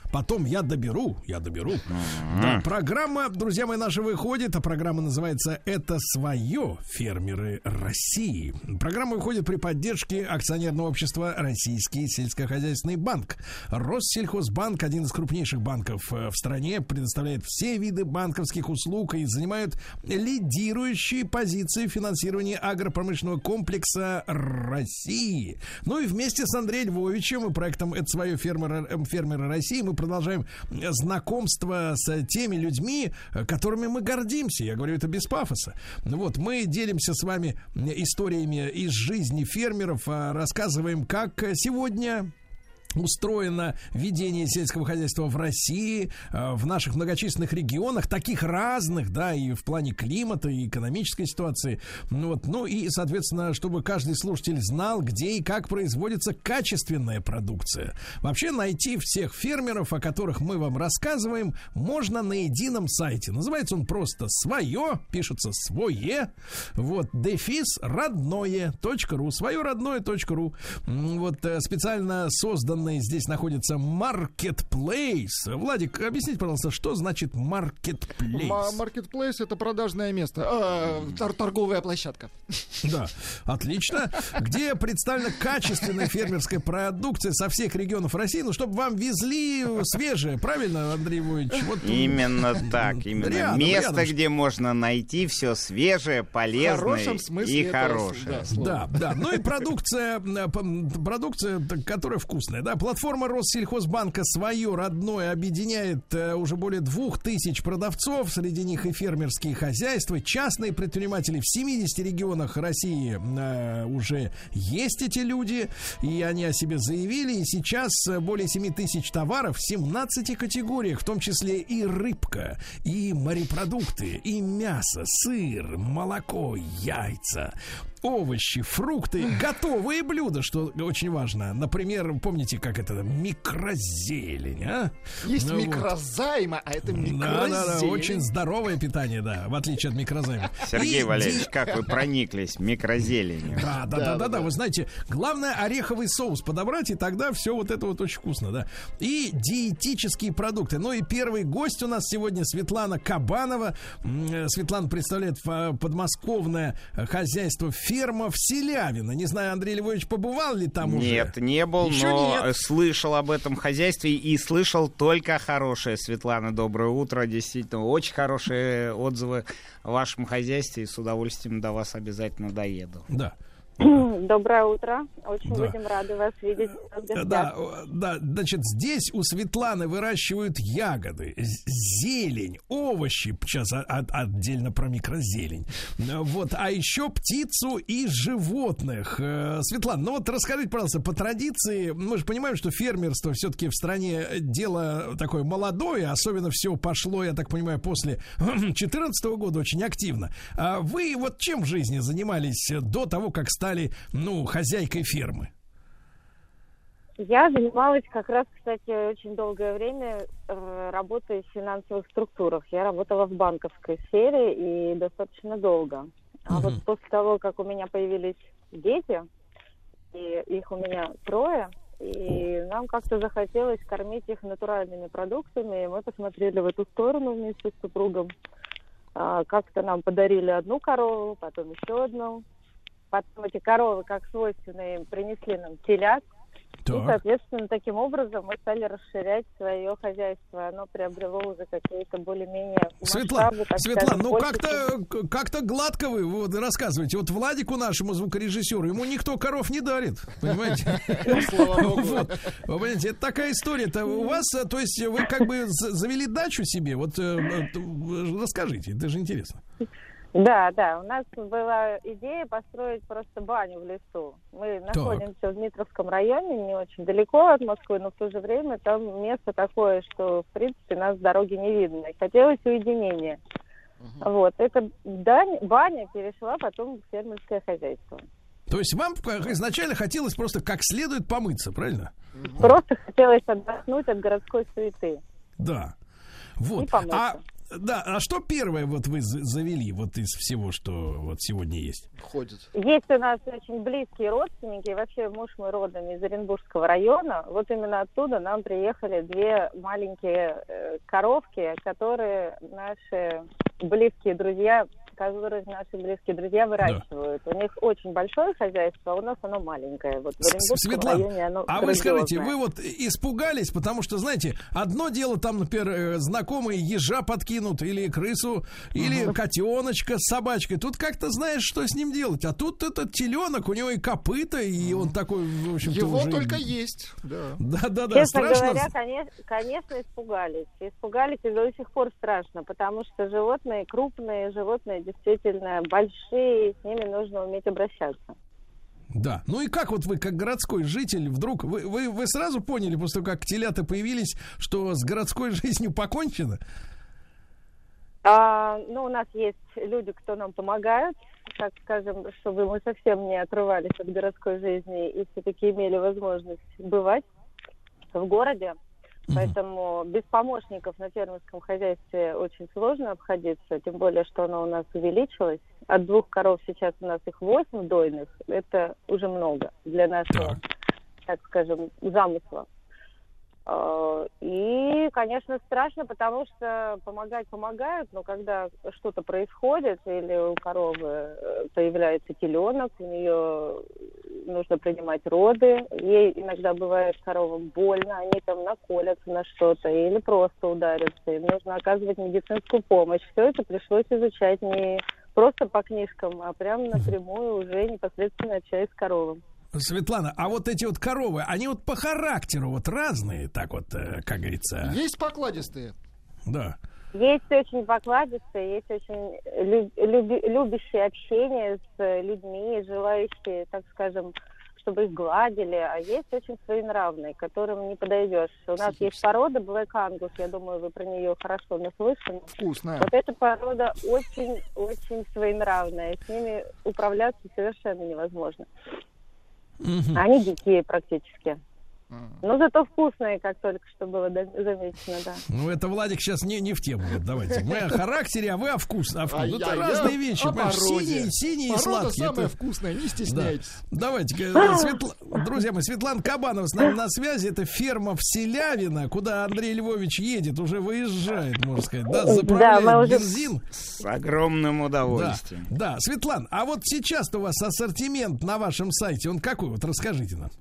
потом я доберу. Да, программа, друзья мои, наша выходит, а программа называется «Это свое. Фермеры России». Программа выходит при поддержке акционерного общества «Российский сельскохозяйственный банк». Россельхозбанк, один из крупнейших банков в стране, предоставляет все виды банковских услуг и занимает лидирующие позиции в финансировании агропромышленного комплекса России. Ну и вместе с Андреем Львовичем и проектом «Это свое. Фермеры России» мы продолжаем знакомство с теми людьми, которыми мы гордимся. Я говорю это без пафоса. Вот, мы делимся с вами историями из жизни фермеров, рассказываем, как сегодня устроено ведение сельского хозяйства в России, в наших многочисленных регионах, таких разных, да, и в плане климата, и экономической ситуации. Вот. Ну и, соответственно, чтобы каждый слушатель знал, где и как производится качественная продукция. Вообще найти всех фермеров, о которых мы вам рассказываем, можно на едином сайте. Называется он просто «Свое», пишется «Свое», вот, дефис родное.ру, своеродное.ру. Вот, специально созданный здесь находится Marketplace. Владик, объясните, пожалуйста, что значит Marketplace? Marketplace — это продажное место, торговая площадка. Да, отлично. Где представлена качественная фермерская продукция со всех регионов России, ну, чтобы вам везли свежее, правильно, Андрей Львович? Вот именно так, именно. Место, где можно найти все свежее, полезное и хорошее. Да. Ну и продукция, которая вкусная, да. Платформа Россельхозбанка «Свое родное» объединяет уже более 2000 продавцов, среди них и фермерские хозяйства, частные предприниматели. В 70 регионах России уже есть эти люди, и они о себе заявили. И сейчас более 7000 товаров в 17 категориях, в том числе и рыбка, и морепродукты, и мясо, сыр, молоко, яйца, овощи, фрукты, готовые блюда, что очень важно. Например, помните, как это микрозелень, а? Есть микрозайма, а это микрозелень. Да, очень здоровое питание, да, в отличие от микрозайма. Сергей Валерьевич, как вы прониклись микрозеленью? Да, вы знаете, главное ореховый соус подобрать, и тогда все вот это вот очень вкусно, да. И диетические продукты. Ну и первый гость у нас сегодня Светлана Кабанова. Светлана представляет подмосковное хозяйство «Ферма» в Селявино. Не знаю, Андрей Львович, побывал ли там уже? Нет, не был, еще но нет. Слышал об этом хозяйстве и слышал только хорошее. Светлана, доброе утро. Действительно, очень хорошие отзывы о вашем хозяйстве, и с удовольствием до вас обязательно доеду. Да. Доброе утро. Очень будем рады вас видеть. Да, значит, здесь у Светланы выращивают ягоды, зелень, овощи. Сейчас отдельно про микрозелень. Вот, а еще птицу и животных. Светлана, ну вот расскажите, пожалуйста, по традиции, мы же понимаем, что фермерство все-таки в стране дело такое молодое, особенно все пошло, я так понимаю, после 2014 года очень активно. А вы вот чем в жизни занимались до того, как стали, хозяйкой фермы? Я занималась как раз, кстати, очень долгое время работой в финансовых структурах. Я работала в банковской сфере и достаточно долго. А вот после того, как у меня появились дети, и их у меня 3, и нам как-то захотелось кормить их натуральными продуктами, и мы посмотрели в эту сторону вместе с супругом. Как-то нам подарили 1 корову, потом еще 1. Потом эти коровы, как свойственно им, принесли нам телят. Так. И, соответственно, таким образом мы стали расширять свое хозяйство. Оно приобрело уже какие-то более-менее масштабы. Светлана, ну как-то гладко вы вот рассказываете. Вот Владику, нашему звукорежиссеру, ему никто коров не дарит. Понимаете? Вы понимаете, это такая история-то у вас. То есть вы как бы завели дачу себе. Вот расскажите, это же интересно. Да, у нас была идея построить просто баню в лесу. Мы находимся в Дмитровском районе, не очень далеко от Москвы, но в то же время там место такое, что, в принципе, нас с дороги не видно. И хотелось уединения. Вот, эта баня перешла потом в фермерское хозяйство. То есть вам изначально хотелось просто как следует помыться, правильно? Просто хотелось отдохнуть от городской суеты. Да. Вот. Да, а что первое вот вы завели вот из всего, что вот сегодня есть? Ходит. Есть у нас очень близкие родственники, вообще муж мой родом из Оренбургского района. Вот именно оттуда нам приехали 2 маленькие коровки, которые наши близкие друзья выращивают. Да. У них очень большое хозяйство, а у нас оно маленькое. Вот в Оренбургском районе оно вы скажите, вы вот испугались, потому что, знаете, одно дело там, например, знакомые ежа подкинут, или крысу, или котеночка с собачкой. Тут как-то знаешь, что с ним делать. А тут этот теленок, у него и копыта, и он такой, в общем-то, его уже... только есть. Да. Честно говоря, конечно, испугались. Испугались, и до сих пор страшно, потому что животные крупные, животные действительно большие, с ними нужно уметь обращаться. Да. Ну и как вот вы, как городской житель, вдруг вы сразу поняли, после того, как телята появились, что с городской жизнью покончено? У нас есть люди, кто нам помогают, так скажем, чтобы мы совсем не отрывались от городской жизни и все-таки имели возможность бывать в городе. Поэтому без помощников на фермерском хозяйстве очень сложно обходиться, тем более, что оно у нас увеличилось. От 2 коров сейчас у нас их 8 дойных. Это уже много для нашего, так скажем, замысла. И, конечно, страшно, потому что помогают, но когда что-то происходит, или у коровы появляется теленок, у нее нужно принимать роды, ей иногда бывает коровам больно, они там наколятся на что-то или просто ударятся, им нужно оказывать медицинскую помощь. Все это пришлось изучать не просто по книжкам, а прямо напрямую уже непосредственно общаясь с коровами. Светлана, а вот эти вот коровы, они вот по характеру вот разные, так вот, как говорится. Есть покладистые? Да. Есть очень покладистые, есть очень любящие общение с людьми, желающие, так скажем, чтобы их гладили, а есть очень своенравные, к которым не подойдешь. У нас есть порода Black Angus, я думаю, вы про нее хорошо наслышаны. Вкусная. Вот эта порода очень своенравная, с ними управляться совершенно невозможно. Они дикие практически. Но зато вкусные, как только что было замечено, да. Ну, это, Владик, сейчас не в тему. Вот, давайте. Мы о характере, а вы о вкусе. Это разные вещи. Синие и сладкие. Самое вкусное, не стесняйтесь. Да. Давайте, друзья мои, Светлана Кабанова с нами на связи. Это ферма в Селявино, куда Андрей Львович едет, уже выезжает, можно сказать. Да, заправляет бензин. С огромным удовольствием. Да, Светлана, а вот сейчас-то у вас ассортимент на вашем сайте, он какой? Вот расскажите нам.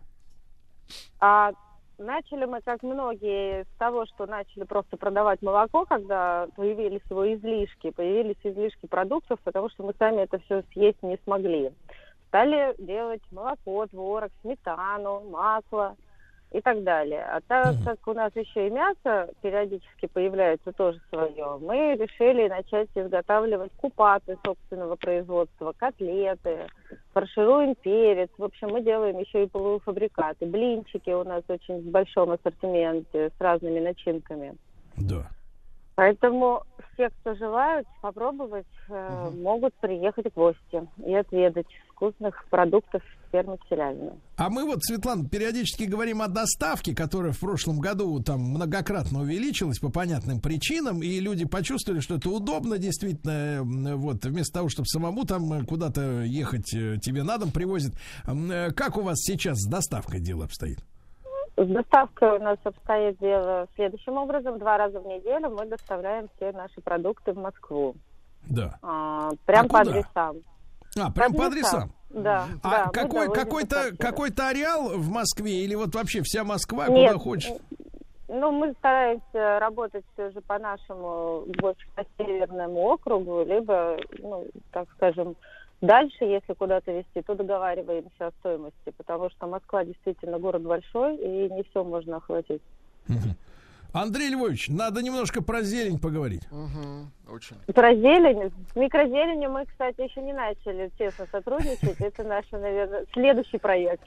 Начали мы, как многие, с того, что начали просто продавать молоко, когда появились его излишки, продуктов, потому что мы сами это все съесть не смогли. Стали делать молоко, творог, сметану, масло и так далее. А так как у нас еще и мясо периодически появляется тоже свое, мы решили начать изготавливать купаты собственного производства, котлеты, фаршируем перец. В общем, мы делаем еще и полуфабрикаты. Блинчики у нас очень в большом ассортименте с разными начинками. Да. Поэтому все, кто желают попробовать, могут приехать в гости и отведать вкусных продуктов фермы Селявино. А мы вот, Светлана, периодически говорим о доставке, которая в прошлом году там многократно увеличилась по понятным причинам, и люди почувствовали, что это удобно действительно, вот, вместо того, чтобы самому там куда-то ехать, тебе на дом привозят. Как у вас сейчас с доставкой дело обстоит? С доставкой у нас обстоит дело следующим образом. 2 раза в неделю мы доставляем все наши продукты в Москву. Да. Прям по адресам. Прям по адресам? Да. А какой-то ареал в Москве или вот вообще вся Москва, куда хочешь? Ну, мы стараемся работать все же по нашему, больше по Северному округу, либо, так скажем, дальше, если куда-то везти, то договариваемся о стоимости, потому что Москва действительно город большой, и не все можно охватить. Андрей Львович, надо немножко про зелень поговорить. Очень. Про зелень? С микрозеленью мы, кстати, еще не начали тесно сотрудничать. Это наш, наверное, следующий проект.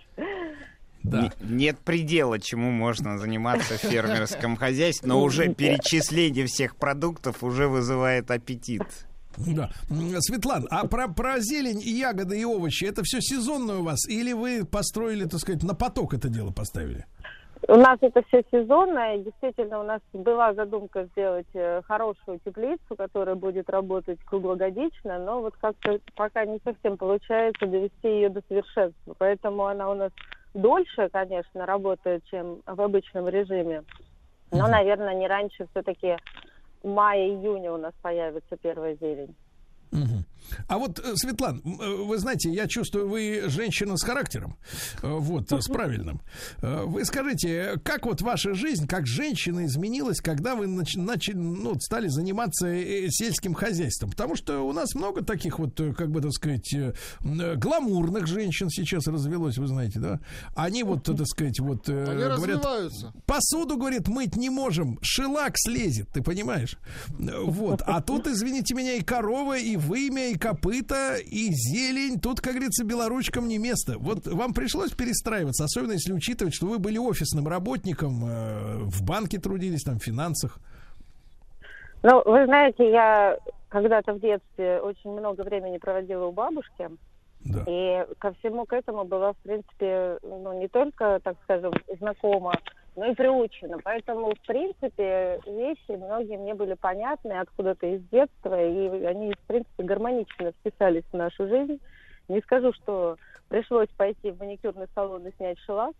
Да. Нет предела, чему можно заниматься в фермерском хозяйстве, но уже перечисление всех продуктов уже вызывает аппетит. Да. Светлана, а про зелень и ягоды и овощи, это все сезонное у вас? Или вы построили, так сказать, на поток это дело поставили? У нас это все сезонно, и действительно у нас была задумка сделать хорошую теплицу, которая будет работать круглогодично, но вот как-то пока не совсем получается довести ее до совершенства, поэтому она у нас дольше, конечно, работает, чем в обычном режиме, но, наверное, не раньше все-таки мая-июня у нас появится первая зелень. А вот, Светлана, вы знаете, я чувствую, вы женщина с характером, вот, с правильным. Вы скажите, как вот ваша жизнь, как женщина изменилась, когда вы стали заниматься сельским хозяйством? Потому что у нас много таких вот, как бы, так сказать, гламурных женщин сейчас развелось, вы знаете, да? Они вот, так сказать, вот говорят, посуду, говорит, мыть не можем, шелак слезет, ты понимаешь? Вот, а тут, извините меня, и корова, и вымя, и копыта, и зелень. Тут, как говорится, белоручкам не место. Вот вам пришлось перестраиваться, особенно если учитывать, что вы были офисным работником, в банке трудились, там, в финансах. Ну, вы знаете, я когда-то в детстве очень много времени проводила у бабушки. Да. И ко всему к этому была, в принципе, ну, не только, так скажем, знакома, но и приучена. Поэтому, в принципе, вещи многие мне были понятны откуда-то из детства, и они, в принципе, гармонично вписались в нашу жизнь. Не скажу, что пришлось пойти в маникюрный салон и снять шелак.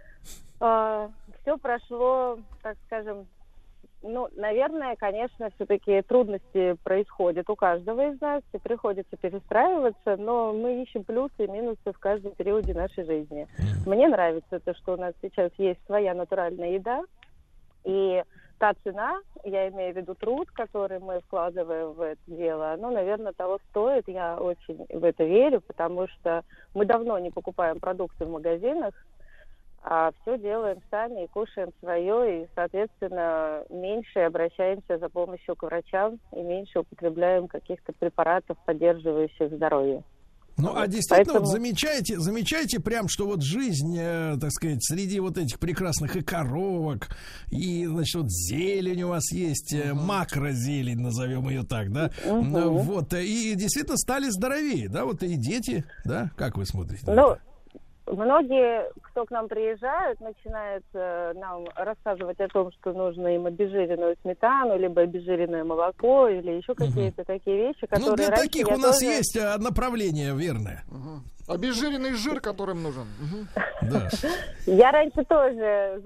Все прошло, так скажем, ну, наверное, конечно, все-таки трудности происходят у каждого из нас, и приходится перестраиваться, но мы ищем плюсы и минусы в каждом периоде нашей жизни. Мне нравится то, что у нас сейчас есть своя натуральная еда, и та цена, я имею в виду труд, который мы вкладываем в это дело, оно, наверное, того стоит, я очень в это верю, потому что мы давно не покупаем продукты в магазинах, а все делаем сами и кушаем свое, и, соответственно, меньше обращаемся за помощью к врачам и меньше употребляем каких-то препаратов, поддерживающих здоровье. Ну, а действительно, поэтому... вот замечаете прям, что вот жизнь, так сказать, среди вот этих прекрасных и коровок, и, значит, вот зелень у вас есть, макрозелень, назовем ее так, да? Вот, и действительно стали здоровее, да, вот и дети, да? Как вы смотрите? Ну, многие, кто к нам приезжают, начинают нам рассказывать о том, что нужно им обезжиренную сметану, либо обезжиренное молоко, или еще какие-то такие вещи, которые... Ну, для таких у нас есть направление верное. Обезжиренный жир, которым нужен. Да. Я раньше тоже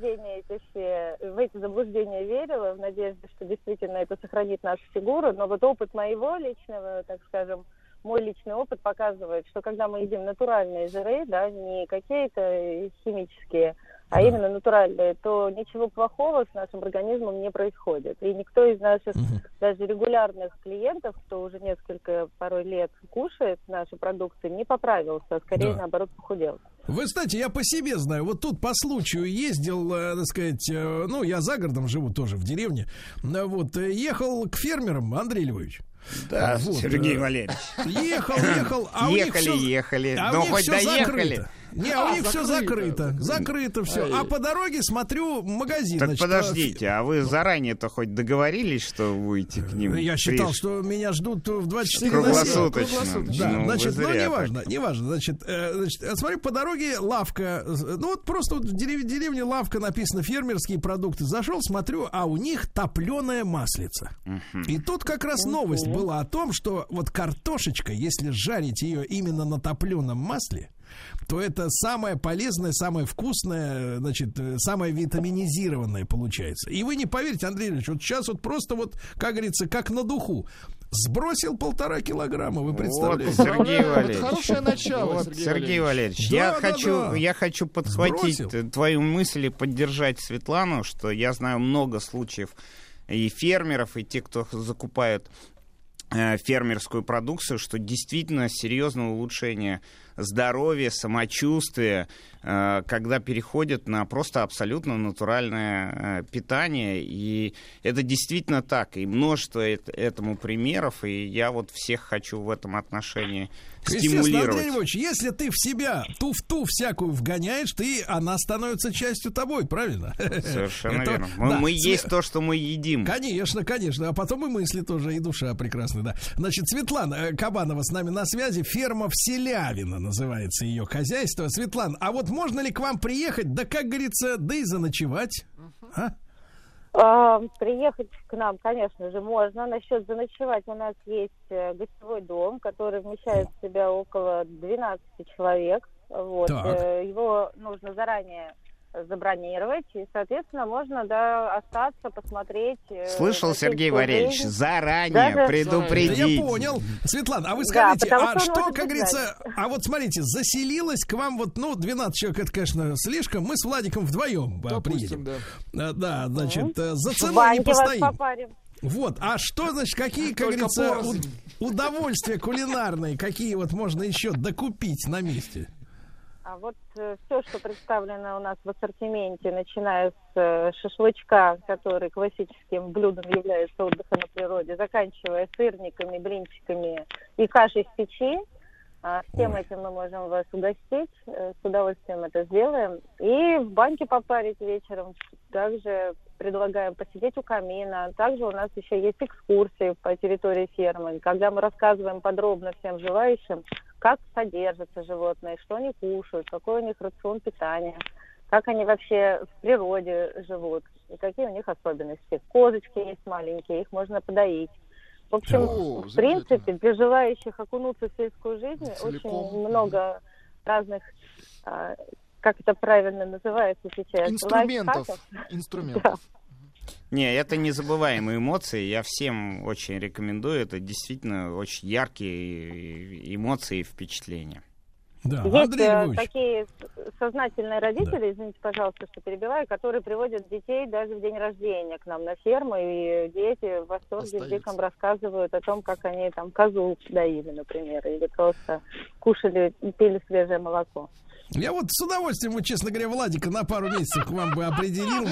в эти заблуждения верила, в надежде, что действительно это сохранит нашу фигуру, но вот опыт моего личного, так скажем, мой личный опыт показывает, что когда мы едим натуральные жиры, да, не какие-то химические, а именно натуральные, то ничего плохого с нашим организмом не происходит. И никто из наших даже регулярных клиентов, кто уже несколько порой лет кушает наши продукты, не поправился, а скорее наоборот похудел. Вы знаете, я по себе знаю, вот тут по случаю ездил, так сказать, ну, я за городом живу тоже, в деревне, вот, ехал к фермерам, Андрей Львович. Да, вот, Сергей Валерьевич. Ехал, а ехали, но хоть доехали. Закрыто. Не, у них все закрыто все. А по дороге смотрю магазин. Так подождите, а вы заранее-то хоть договорились, что вы будете к ним? Я считал, что меня ждут в 24 круглосуточно. Да, значит, ну неважно. Значит, смотрю, по дороге лавка, ну вот просто вот в деревне лавка, написано фермерские продукты. Зашел, смотрю, а у них топленая маслица. И тут как раз новость была о том, что вот картошечка, если жарить ее именно на топленом масле, то это самое полезное, самое вкусное, значит, самое витаминизированное получается. И вы не поверите, Андрей Ильич, вот сейчас вот просто вот, как говорится, как на духу. Сбросил 1,5 килограмма, вы представляете? Вот, Сергей Валерьевич. Это хорошее начало, вот, Сергей Валерьевич. Я хочу подхватить твою мысль и поддержать Светлану, что я знаю много случаев и фермеров, и тех, кто закупает фермерскую продукцию, что действительно серьезное улучшение здоровья, самочувствия, когда переходят на просто абсолютно натуральное питание. И это действительно так. И множество этому примеров. И я вот всех хочу в этом отношении стимулировать. Андрей Львович, если ты в себя туфту всякую вгоняешь, она становится частью тобой, правильно? Совершенно верно. Мы есть то, что мы едим. Конечно. А потом и мысли тоже, и душа прекрасная, да. Значит, Светлана Кабанова с нами на связи. Ферма в Селявино называется ее хозяйство. Светлана, а вот можно ли к вам приехать, да, как говорится, да и заночевать? Приехать к нам, конечно же, можно. Насчет заночевать у нас есть гостевой дом, который вмещает в себя около 12 человек. Вот. Его нужно заранее забронировать, и, соответственно, можно, остаться, посмотреть. Слышал, Сергей Валерьевич, заранее предупредить. Я понял. Светлана, а вы скажите, что, как говорится, а вот смотрите, заселилось к вам 12 человек, это, конечно, слишком, мы с Владиком вдвоем приедем. Да, значит, за ценой не постоим. Вот, а что, значит, какие, как говорится, удовольствия кулинарные, какие вот можно еще докупить на месте? А вот все, что представлено у нас в ассортименте, начиная с шашлычка, который классическим блюдом является отдыха на природе, заканчивая сырниками, блинчиками и кашей в печи, всем этим мы можем вас угостить, с удовольствием это сделаем. И в баньке попарить вечером, также предлагаем посидеть у камина. Также у нас еще есть экскурсии по территории фермы, когда мы рассказываем подробно всем желающим, как содержатся животные, что они кушают, какой у них рацион питания, как они вообще в природе живут, и какие у них особенности. Козочки есть маленькие, их можно подоить. В общем, в принципе, для желающих окунуться в сельскую жизнь очень много разных, как это правильно называется сейчас, инструментов. Да. Не, это незабываемые эмоции. Я всем очень рекомендую. Это действительно очень яркие эмоции и впечатления. Да, есть такие сознательные родители, извините, пожалуйста, что перебиваю, которые приводят детей даже в день рождения к нам на ферму, и дети в восторге с криком рассказывают о том, как они там козу доили, например, или просто кушали и пили свежее молоко. Я вот с удовольствием, честно говоря, Владика на пару месяцев к вам бы определил.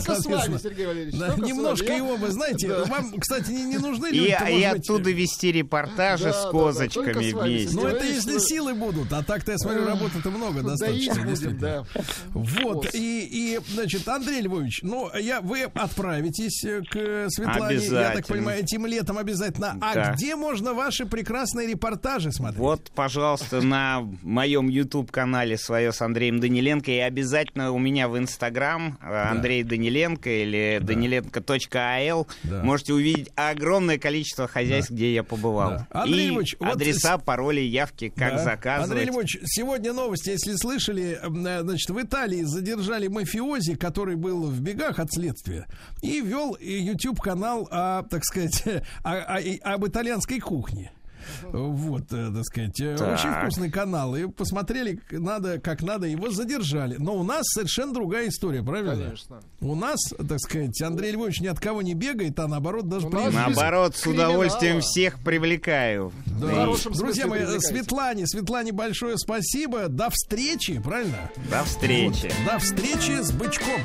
Немножко его бы, знаете, вам, кстати, не нужны люди. И оттуда вести репортажи с козочками вместе. Ну, это если силы будут. А так-то, я смотрю, работы-то много достаточно. Вот. И, значит, Андрей Львович, вы отправитесь к Светлане, я так понимаю, этим летом обязательно. А где можно ваши прекрасные репортажи смотреть? Вот, пожалуйста, на моем YouTube-канале свое с Андреем Даниленко, и обязательно у меня в Инстаграм Андрей Даниленко или Danilenko.al можете увидеть огромное количество хозяйств, где я побывал. И Львович, адреса, пароли, явки, как заказывать. Андрей Львович, сегодня новости, если слышали, значит, в Италии задержали мафиози, который был в бегах от следствия, и вел YouTube-канал, так сказать, об итальянской кухне. Вот, так сказать, очень вкусный канал. И посмотрели, как надо, его задержали. Но у нас совершенно другая история, правильно? Конечно. У нас, так сказать, Андрей Львович ни от кого не бегает, а наоборот даже наоборот, с удовольствием всех привлекаю. Да. Друзья мои, Светлане большое спасибо. До встречи, правильно? До встречи. Вот. До встречи с бычком.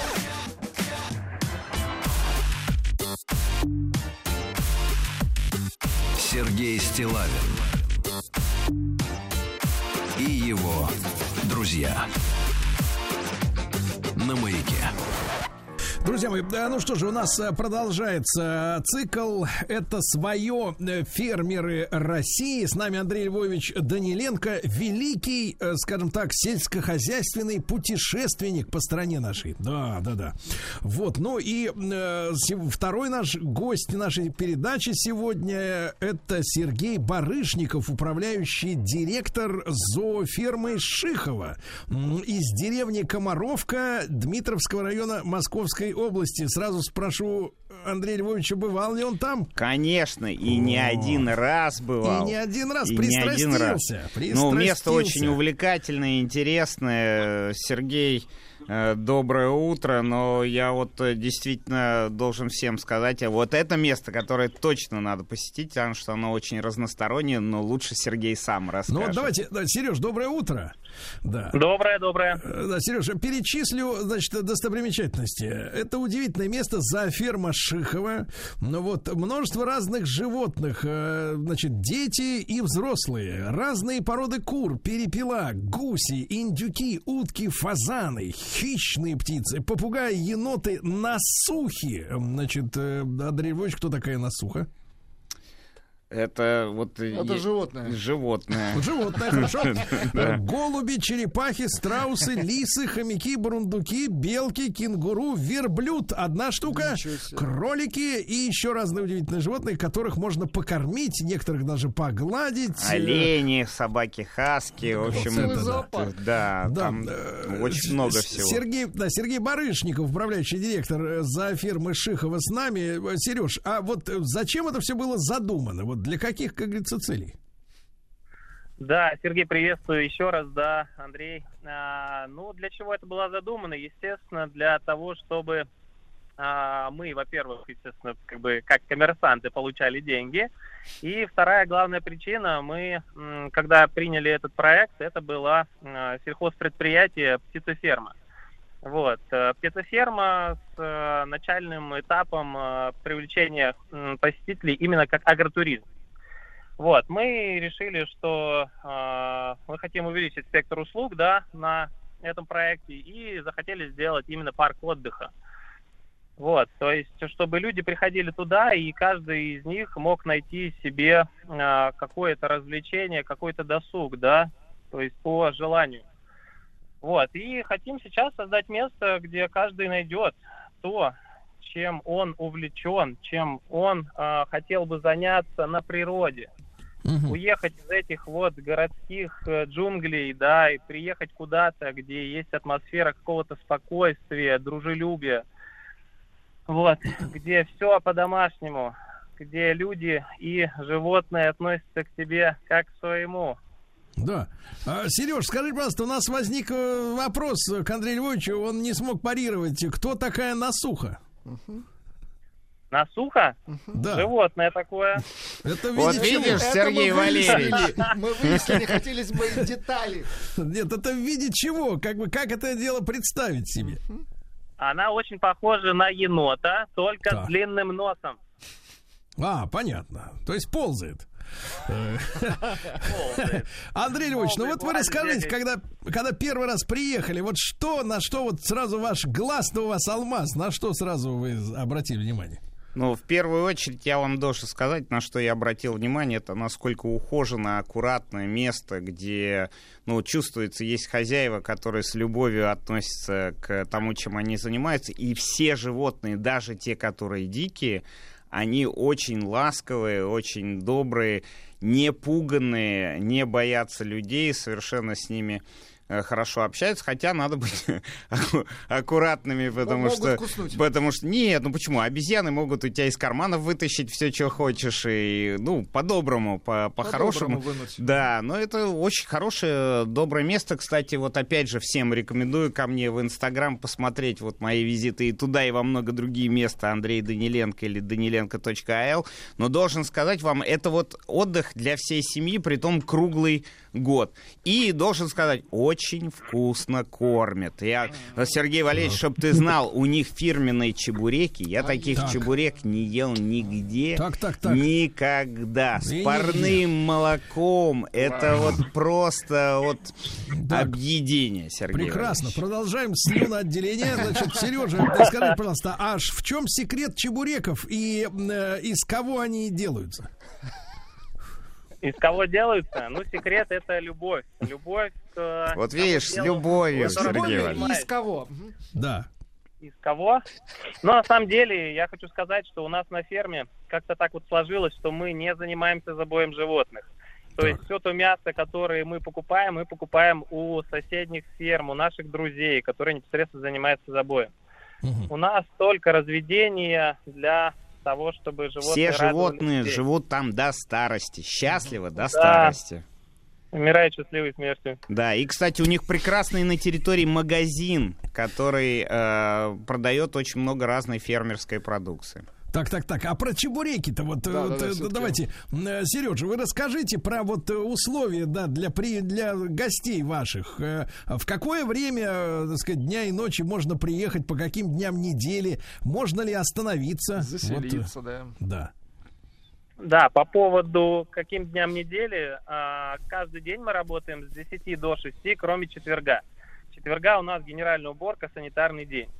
Сергей Стиллавин и его друзья на Маяке. Друзья мои, ну что же, у нас продолжается цикл «Это свое. Фермеры России». С нами Андрей Львович Даниленко, великий, скажем так, сельскохозяйственный путешественник по стране нашей. Да. Вот, ну и второй наш гость нашей передачи сегодня — это Сергей Барышников, управляющий директор зоофермы Шихова из деревни Комаровка Дмитровского района Московской области. Сразу спрошу Андрея Львовича, бывал ли он там? Конечно, и не один раз бывал. И не один раз пристрастился. Ну, место очень увлекательное, интересное. Сергей, доброе утро, но я вот действительно должен всем сказать, вот это место, которое точно надо посетить, потому что оно очень разностороннее, но лучше Сергей сам расскажет. Ну, давайте, Сереж, доброе утро. Да. Доброе. Да, Сереж, перечислю, значит, достопримечательности. Это удивительное место, зооферма Шихова. Вот, множество разных животных, значит, дети и взрослые, разные породы кур, перепела, гуси, индюки, утки, фазаны, хищные птицы, попугаи, еноты, насухи. Значит, Андрей Львович, кто такая насуха? Это животное. Животное. Животное, хорошо. Голуби, черепахи, страусы, лисы, хомяки, бурундуки, белки, кенгуру, верблюд. Одна штука. Кролики и еще разные удивительные животные, которых можно покормить, некоторых даже погладить. Олени, собаки, хаски. В общем, да, там очень много всего. Сергей Барышников, управляющий директор зоофирмы Шихова, с нами. Сереж, а вот зачем это все было задумано? Вот для каких, как говорится, целей? Да, Сергей, приветствую еще раз, да, Андрей. Для чего это было задумано? Естественно, для того, чтобы мы, во-первых, естественно, как коммерсанты получали деньги. И вторая главная причина, мы, когда приняли этот проект, это было сельхозпредприятие «Птицеферма». Вот. Птицеферма с начальным этапом привлечения посетителей именно как агротуризм. Вот. Мы решили, что мы хотим увеличить спектр услуг, да, на этом проекте и захотели сделать именно парк отдыха. Вот. То есть, чтобы люди приходили туда, и каждый из них мог найти себе какое-то развлечение, какой-то досуг, да, то есть по желанию. Вот, и хотим сейчас создать место, где каждый найдет то, чем он увлечен, чем он хотел бы заняться на природе. Уехать из этих городских джунглей, да, и приехать куда-то, где есть атмосфера какого-то спокойствия, дружелюбия. Вот, где все по-домашнему, где люди и животные относятся к тебе как к своему. Да. Сереж, скажи, пожалуйста, у нас возник вопрос к Андрею Львовичу, он не смог парировать. Кто такая Насуха? Насуха? Да. Животное такое. Это видишь, Сергей Валерьевич. Мы выяснили, хотелось бы детали. Нет, это в виде чего? Как это дело представить себе? Она очень похожа на енота, только с длинным носом. Понятно. То есть ползает. Андрей Львович, вы расскажите, когда первый раз приехали, на что сразу ваш глаз-то у вас алмаз, на что сразу вы обратили внимание? В первую очередь я вам должен сказать, на что я обратил внимание, это насколько ухожено, аккуратное место, где, чувствуется, есть хозяева, которые с любовью относятся к тому, чем они занимаются, и все животные, даже те, которые дикие, они очень ласковые, очень добрые, не пуганные, не боятся людей, совершенно с ними хорошо общаются, хотя надо быть аккуратными, потому что нет, почему? Обезьяны могут у тебя из карманов вытащить все, что хочешь, и по-доброму, по-хорошему. Да, но это очень хорошее, доброе место. Кстати, опять же, всем рекомендую ко мне в Инстаграм посмотреть мои визиты и туда, и во много другие места. Андрей Даниленко или danilenko.al. Но должен сказать вам, это отдых для всей семьи, притом круглый год. И должен сказать, очень вкусно кормят. Сергей Валерьевич, чтобы ты знал, у них фирменные чебуреки. Я таких чебурек не ел нигде. Никогда. С парным молоком. Это просто объедение, Сергей Прекрасно. Валерьевич. Продолжаем слюноотделение. Значит, Сережа, скажи, пожалуйста, в чем секрет чебуреков и из кого они делаются? Из кого делаются? Секрет — это любовь. Любовь к... видишь, с любовью, Сергей Валерьевич. Из кого? Да. Из кого? На самом деле, я хочу сказать, что у нас на ферме как-то так сложилось, что мы не занимаемся забоем животных. То есть все то мясо, которое мы покупаем у соседних ферм, у наших друзей, которые непосредственно занимаются забоем. У нас только разведение для того, чтобы животные... Все животные живут там до старости, счастливо до старости. Умирают счастливой смертью. Да, и, кстати, у них прекрасный на территории магазин, который продает очень много разной фермерской продукции. Так. А про чебуреки-то давайте, Сережа, вы расскажите про условия, для гостей ваших. В какое время, дня и ночи можно приехать, по каким дням недели, можно ли остановиться? Заселиться, да. Да, по поводу каким дням недели, каждый день мы работаем с 10 до 6, кроме четверга. Четверга у нас генеральная уборка, санитарный день.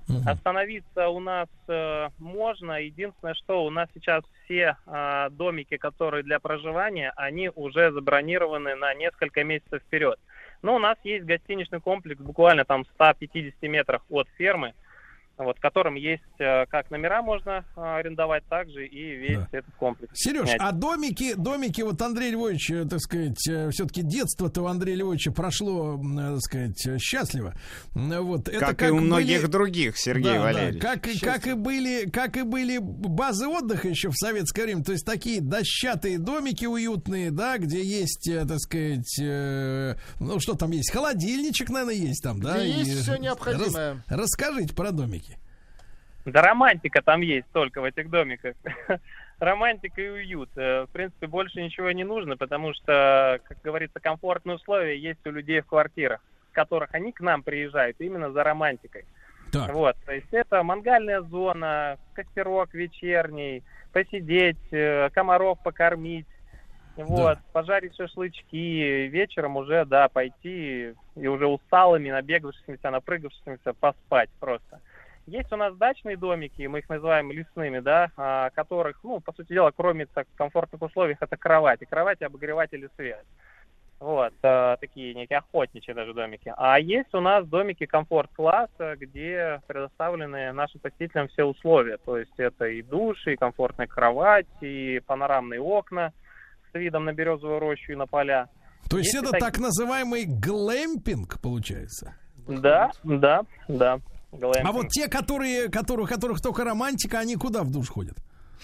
Остановиться у нас можно. Единственное, что у нас сейчас все домики, которые для проживания, они уже забронированы на несколько месяцев вперед. Но у нас есть гостиничный комплекс буквально там в 150 метрах от фермы, вот, в котором есть как номера можно арендовать, также и весь этот комплекс. Сереж, а домики, вот Андрей Львович, так сказать, все-таки детство-то у Андрея Львовича прошло, так сказать, счастливо. Вот, это как и у многих других, Сергей Валерьевич. Да, как и были базы отдыха еще в советское время, то есть такие дощатые домики уютные, да, где есть, так сказать, ну что там есть, холодильничек, наверное, есть там, да? Есть все необходимое. Расскажите про домики. Да, романтика там есть только в этих домиках. Романтика и уют. В принципе, больше ничего не нужно, потому что, как говорится, комфортные условия есть у людей в квартирах, с которых они к нам приезжают именно за романтикой. Так. Вот, то есть это мангальная зона, костерок вечерний, посидеть, комаров покормить, вот, пожарить шашлычки, вечером уже, да, пойти и уже усталыми, набегавшимися, напрыгавшимися поспать просто. Есть у нас дачные домики, мы их называем лесными, да, которых, ну, по сути дела, кроме так, комфортных условий, это кровати, обогреватели, свет. Вот, такие некие охотничьи даже домики. А есть у нас домики комфорт-класса, где предоставлены нашим посетителям все условия. То есть это и душ, и комфортная кровать, и панорамные окна с видом на березовую рощу и на поля. То есть это так называемый глэмпинг, получается? Да. Глэмпинг. А вот те, которых только романтика, они куда в душ ходят?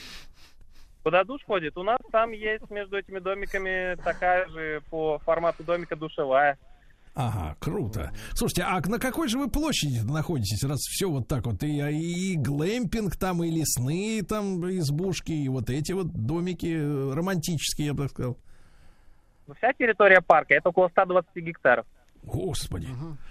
Куда душ ходит? У нас там есть между этими домиками такая же по формату домика душевая. Ага, круто. Слушайте, а на какой же вы площади находитесь, раз все вот так вот? И глэмпинг там, и лесные там избушки, и вот эти вот домики романтические, я бы так сказал. Вся территория парка, это около 120 гектаров. Господи.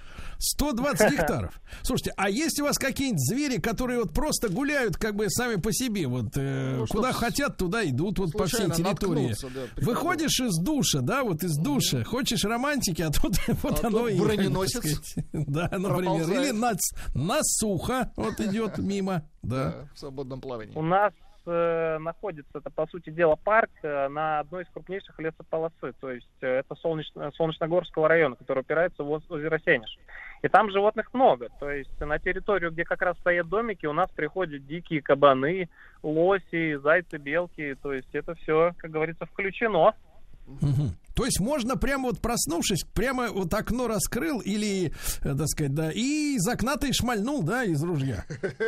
120 гектаров. Слушайте, а есть у вас какие-нибудь звери, которые вот просто гуляют как бы сами по себе? Вот куда хотят, туда идут, вот по всей территории. Выходишь из душа, да, вот из душа, хочешь романтики, а тут вот оно и... Броненосец. Да, например. Или насуха вот идет мимо. Да, в свободном плавании. У нас находится, это, по сути дела, парк на одной из крупнейших лесополосы, то есть это Солнечногорского района, который упирается в озеро Сенеж. И там животных много, то есть на территорию, где как раз стоят домики, у нас приходят дикие кабаны, лоси, зайцы, белки, то есть это все, как говорится, включено. То есть можно прямо вот проснувшись, прямо вот окно раскрыл или, так сказать, да, и из окна ты шмальнул, да, из ружья.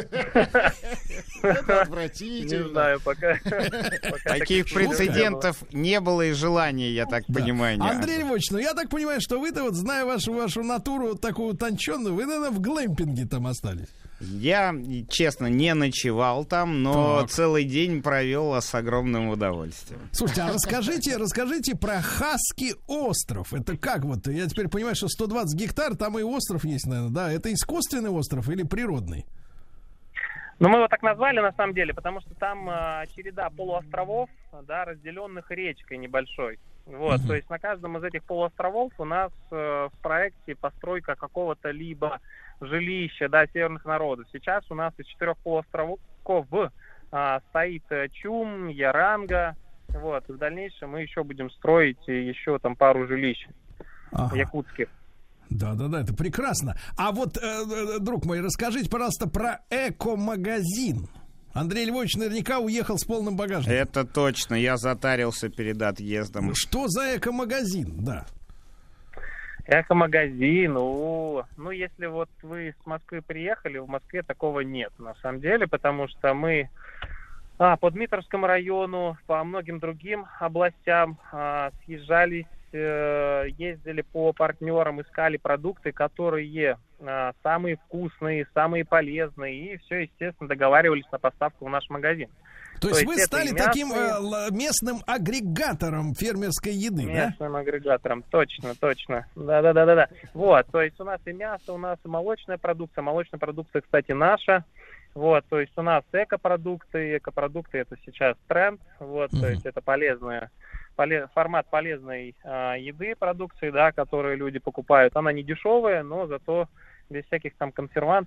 Это отвратительно. Не знаю, пока. Таких прецедентов не было и желания, я так понимаю. Андрей Львович, ну я так понимаю, что вы-то вот, зная вашу натуру такую утонченную, вы, наверное, в глэмпинге там остались. Я, честно, не ночевал там, но целый день провел с огромным удовольствием. Слушайте, а расскажите про Хаски остров. Это как вот? Я теперь понимаю, что 120 гектар, там и остров есть, наверное, да? Это искусственный остров или природный? Ну, мы его так назвали, на самом деле, потому что там череда полуостровов, да, разделенных речкой небольшой. Вот, то есть на каждом из этих полуостровов у нас в проекте постройка какого-то либо жилища, да, северных народов. Сейчас у нас из 4 полуостровов стоит Чум, Яранга. Вот, и в дальнейшем мы еще будем строить еще там пару жилищ якутских. Да, это прекрасно. А вот, друг мой, расскажите, пожалуйста, про эко-магазин. Андрей Львович наверняка уехал с полным багажом. Это точно, я затарился перед отъездом. Что за эко-магазин, да? Эко-магазин, ну, если вот вы с Москвы приехали, в Москве такого нет, на самом деле, потому что мы по Дмитровскому району, по многим другим областям съезжались, ездили по партнерам, искали продукты, которые самые вкусные, самые полезные, и все, естественно, договаривались на поставку в наш магазин. То есть вы стали таким местным агрегатором фермерской еды, да? Местным агрегатором, точно. Да. Вот, то есть у нас и мясо, у нас и молочная продукция. Молочная продукция, кстати, наша. Вот, то есть у нас экопродукты это сейчас тренд. Вот, то есть это формат полезной еды, продукции, да, которые люди покупают. Она не дешевая, но зато без всяких там консервантов,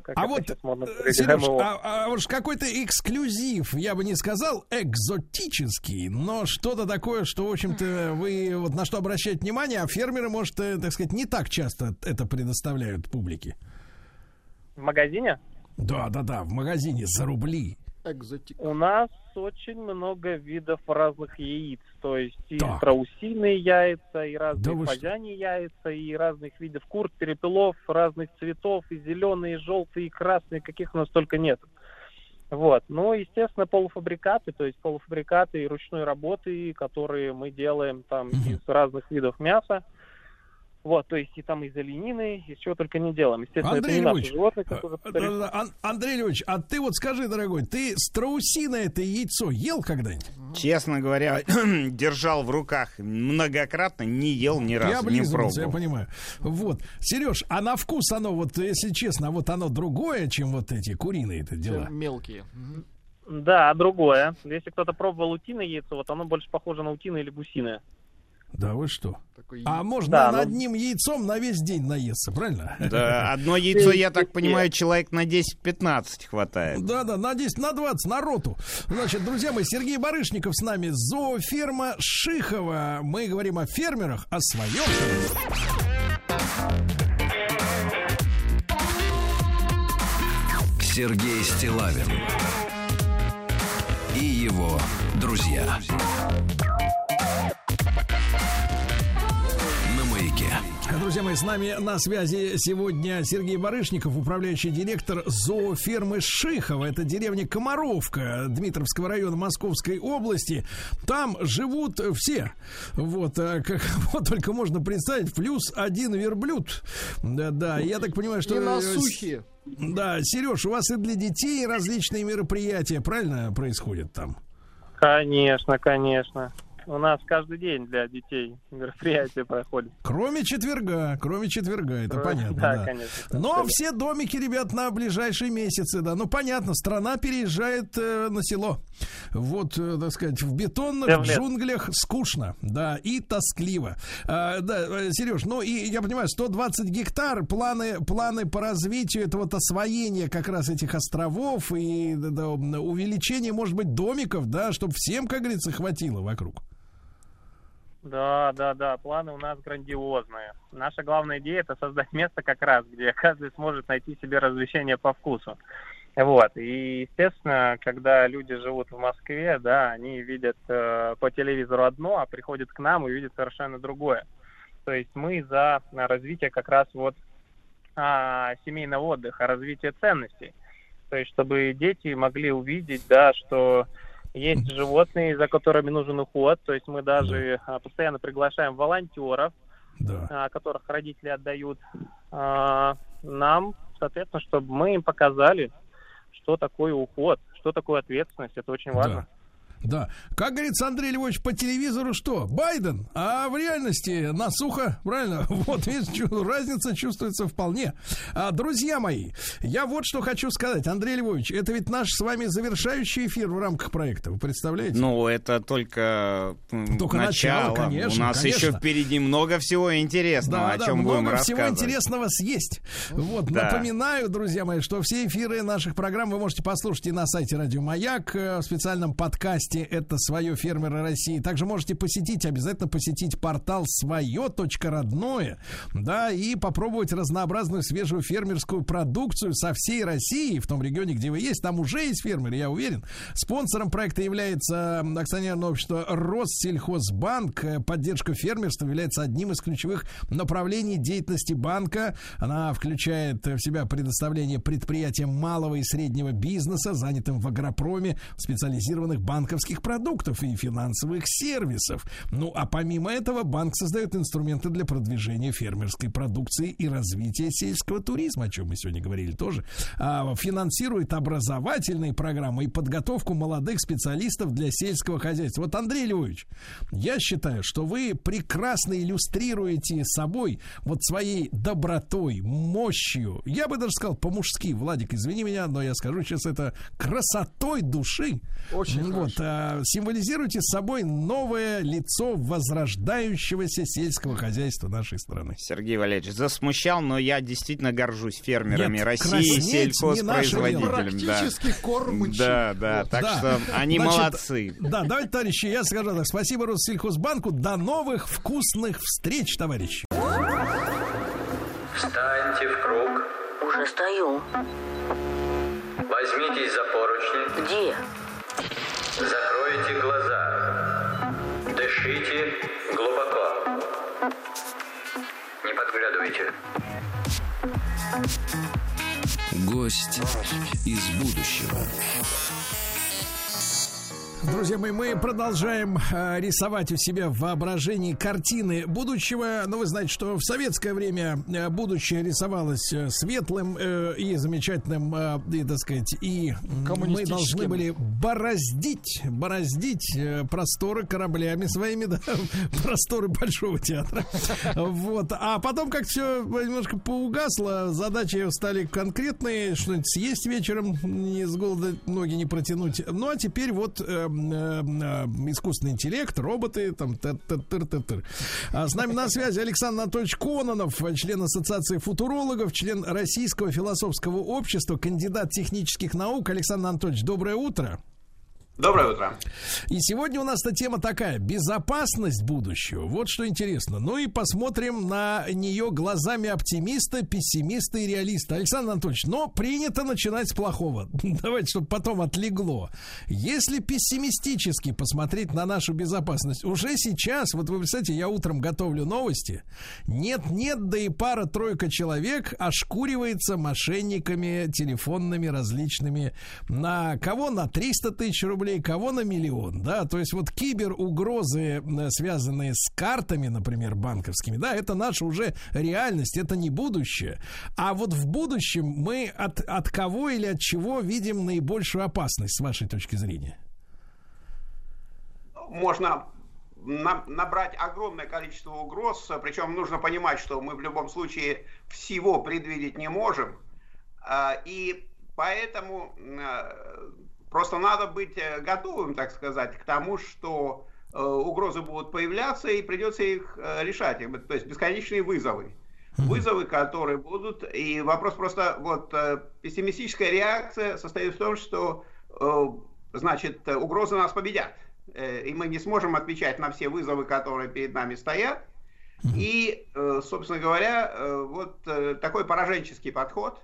Сереж, уж какой-то эксклюзив, я бы не сказал экзотический, но что-то такое, что, в общем-то, вы вот на что обращаете внимание, а фермеры, может, так сказать, не так часто это предоставляют публике. В магазине? Да, в магазине за рубли. У нас очень много видов разных яиц, то есть и страусиные яйца, и разные фазяне яйца, и разных видов кур, перепелов, разных цветов, и зеленые, и желтые, и красные, каких у нас только нет. Вот. Ну, естественно, полуфабрикаты, то есть полуфабрикаты и ручной работы, которые мы делаем там из разных видов мяса. Вот, то есть и там из оленины, из чего только не делаем. Естественно, Андрей это не наши животные, как уже повторюсь. Андрей Львович, а ты вот скажи, дорогой, ты страусиное это яйцо ел когда-нибудь? Честно говоря, держал в руках многократно, не ел ни разу, не пробовал. Я понимаю. Вот, Сереж, а на вкус оно, вот если честно, вот оно другое, чем вот эти куриные-то дела? Мелкие. Да, другое. Если кто-то пробовал утиное яйцо, вот оно больше похоже на утиное или гусиное. Да вы что? А можно одним яйцом на весь день наесться, правильно? Да, одно яйцо, я так понимаю, человек на 10-15 хватает. Да, на 10, на 20, на роту. Значит, друзья мои, Сергей Барышников с нами, зооферма Шихова. Мы говорим о фермерах, о своем. Сергей Стиллавин и его друзья. Друзья мои, с нами на связи сегодня Сергей Барышников, управляющий директор зоофермы Шихова. Это деревня Комаровка Дмитровского района Московской области. Там живут все. Вот только можно представить, плюс один верблюд. Да, я так понимаю, что... И на сухе. Да, Сереж, у вас и для детей различные мероприятия, правильно, происходят там? Конечно. У нас каждый день для детей мероприятия проходят. Кроме четверга, это понятно. Да, конечно. Но все домики, ребят, на ближайшие месяцы, да. Ну, понятно, страна переезжает на село. Вот, так сказать, в бетонных джунглях скучно, да, и тоскливо. Да, Сереж, ну, и я понимаю, 120 гектар, планы по развитию этого вот освоения как раз этих островов и увеличение, может быть, домиков, да, чтобы всем, как говорится, хватило вокруг. Да, планы у нас грандиозные. Наша главная идея — это создать место как раз, где каждый сможет найти себе развлечение по вкусу. Вот, и, естественно, когда люди живут в Москве, да, они видят по телевизору одно, а приходят к нам и видят совершенно другое. То есть мы за развитие как раз вот семейного отдыха, развитие ценностей. То есть чтобы дети могли увидеть, да, что... Есть животные, за которыми нужен уход, то есть мы даже постоянно приглашаем волонтеров, которых родители отдают нам, соответственно, чтобы мы им показали, что такое уход, что такое ответственность, это очень важно. Да. Как говорится, Андрей Львович, по телевизору что? Байден, а в реальности насухо, правильно? Вот, видишь, разница чувствуется вполне. Друзья мои, я вот что хочу сказать. Андрей Львович, это ведь наш с вами завершающий эфир в рамках проекта, вы представляете? Ну, это только начало. Конечно, у нас еще впереди много всего интересного, о чем будем рассказывать. Много всего интересного есть. Вот, напоминаю, друзья мои, что все эфиры наших программ вы можете послушать и на сайте Радио Маяк, в специальном подкасте «Это свое фермеры России». Также можете обязательно посетить портал свое.родное, да, и попробовать разнообразную свежую фермерскую продукцию со всей России, в том регионе, где вы есть. Там уже есть фермеры, я уверен. Спонсором проекта является акционерное общество Россельхозбанк. Поддержка фермерства является одним из ключевых направлений деятельности банка. Она включает в себя предоставление предприятиям малого и среднего бизнеса, занятым в агропроме, специализированных банковских продуктов и финансовых сервисов. Ну, а помимо этого, банк создает инструменты для продвижения фермерской продукции и развития сельского туризма, о чем мы сегодня говорили тоже. Финансирует образовательные программы и подготовку молодых специалистов для сельского хозяйства. Вот, Андрей Львович, я считаю, что вы прекрасно иллюстрируете собой вот своей добротой, мощью, я бы даже сказал по-мужски, Владик, извини меня, но я скажу сейчас это, красотой души. Очень вот, символизируете собой новое лицо возрождающегося сельского хозяйства нашей страны. Сергей Валерьевич, засмущал, но я действительно горжусь фермерами России, сельхозпроизводителями. Практически кормчий. Да, так что они молодцы. Да, давайте, товарищи, я скажу так. Спасибо Россельхозбанку. До новых вкусных встреч, товарищи. Встаньте в круг. Уже стою. Возьмитесь за поручни. Где? Закройте глаза. Дышите глубоко. Не подглядывайте. Гость из будущего. Друзья мои, мы продолжаем рисовать у себя в воображении картины будущего. Но вы знаете, что в советское время будущее рисовалось светлым и замечательным, и, так сказать, и мы должны были бороздить просторы кораблями своими, да, просторы Большого театра. Вот. А потом, как все немножко поугасло, задачи стали конкретные, что-нибудь съесть вечером, не с голода ноги не протянуть. Ну, а теперь вот искусственный интеллект, роботы, там, с нами на связи Александр Анатольевич Кононов, член Ассоциации футурологов, член Российского философского общества, кандидат технических наук. Александр Анатольевич, доброе утро. Доброе утро. И сегодня у нас-то тема такая: безопасность будущего. Вот что интересно. Ну и посмотрим на нее глазами оптимиста, пессимиста и реалиста. Александр Анатольевич, но принято начинать с плохого. Давайте, чтобы потом отлегло. Если пессимистически посмотреть на нашу безопасность, уже сейчас, вот вы представляете, я утром готовлю новости, нет-нет, да и пара-тройка человек ошкуривается мошенниками телефонными различными. На кого на 300 тысяч рублей, кого на миллион, да, то есть вот киберугрозы, связанные с картами, например, банковскими, да, это наша уже реальность, это не будущее. А вот в будущем мы от кого или от чего видим наибольшую опасность, с вашей точки зрения? Можно набрать огромное количество угроз, причем нужно понимать, что мы в любом случае всего предвидеть не можем, и поэтому просто надо быть готовым, так сказать, к тому, что угрозы будут появляться и придется их решать. То есть бесконечные вызовы. Вызовы, которые будут. И вопрос просто, вот, пессимистическая реакция состоит в том, что, значит, угрозы нас победят. И мы не сможем отвечать на все вызовы, которые перед нами стоят. И, собственно говоря, вот такой пораженческий подход.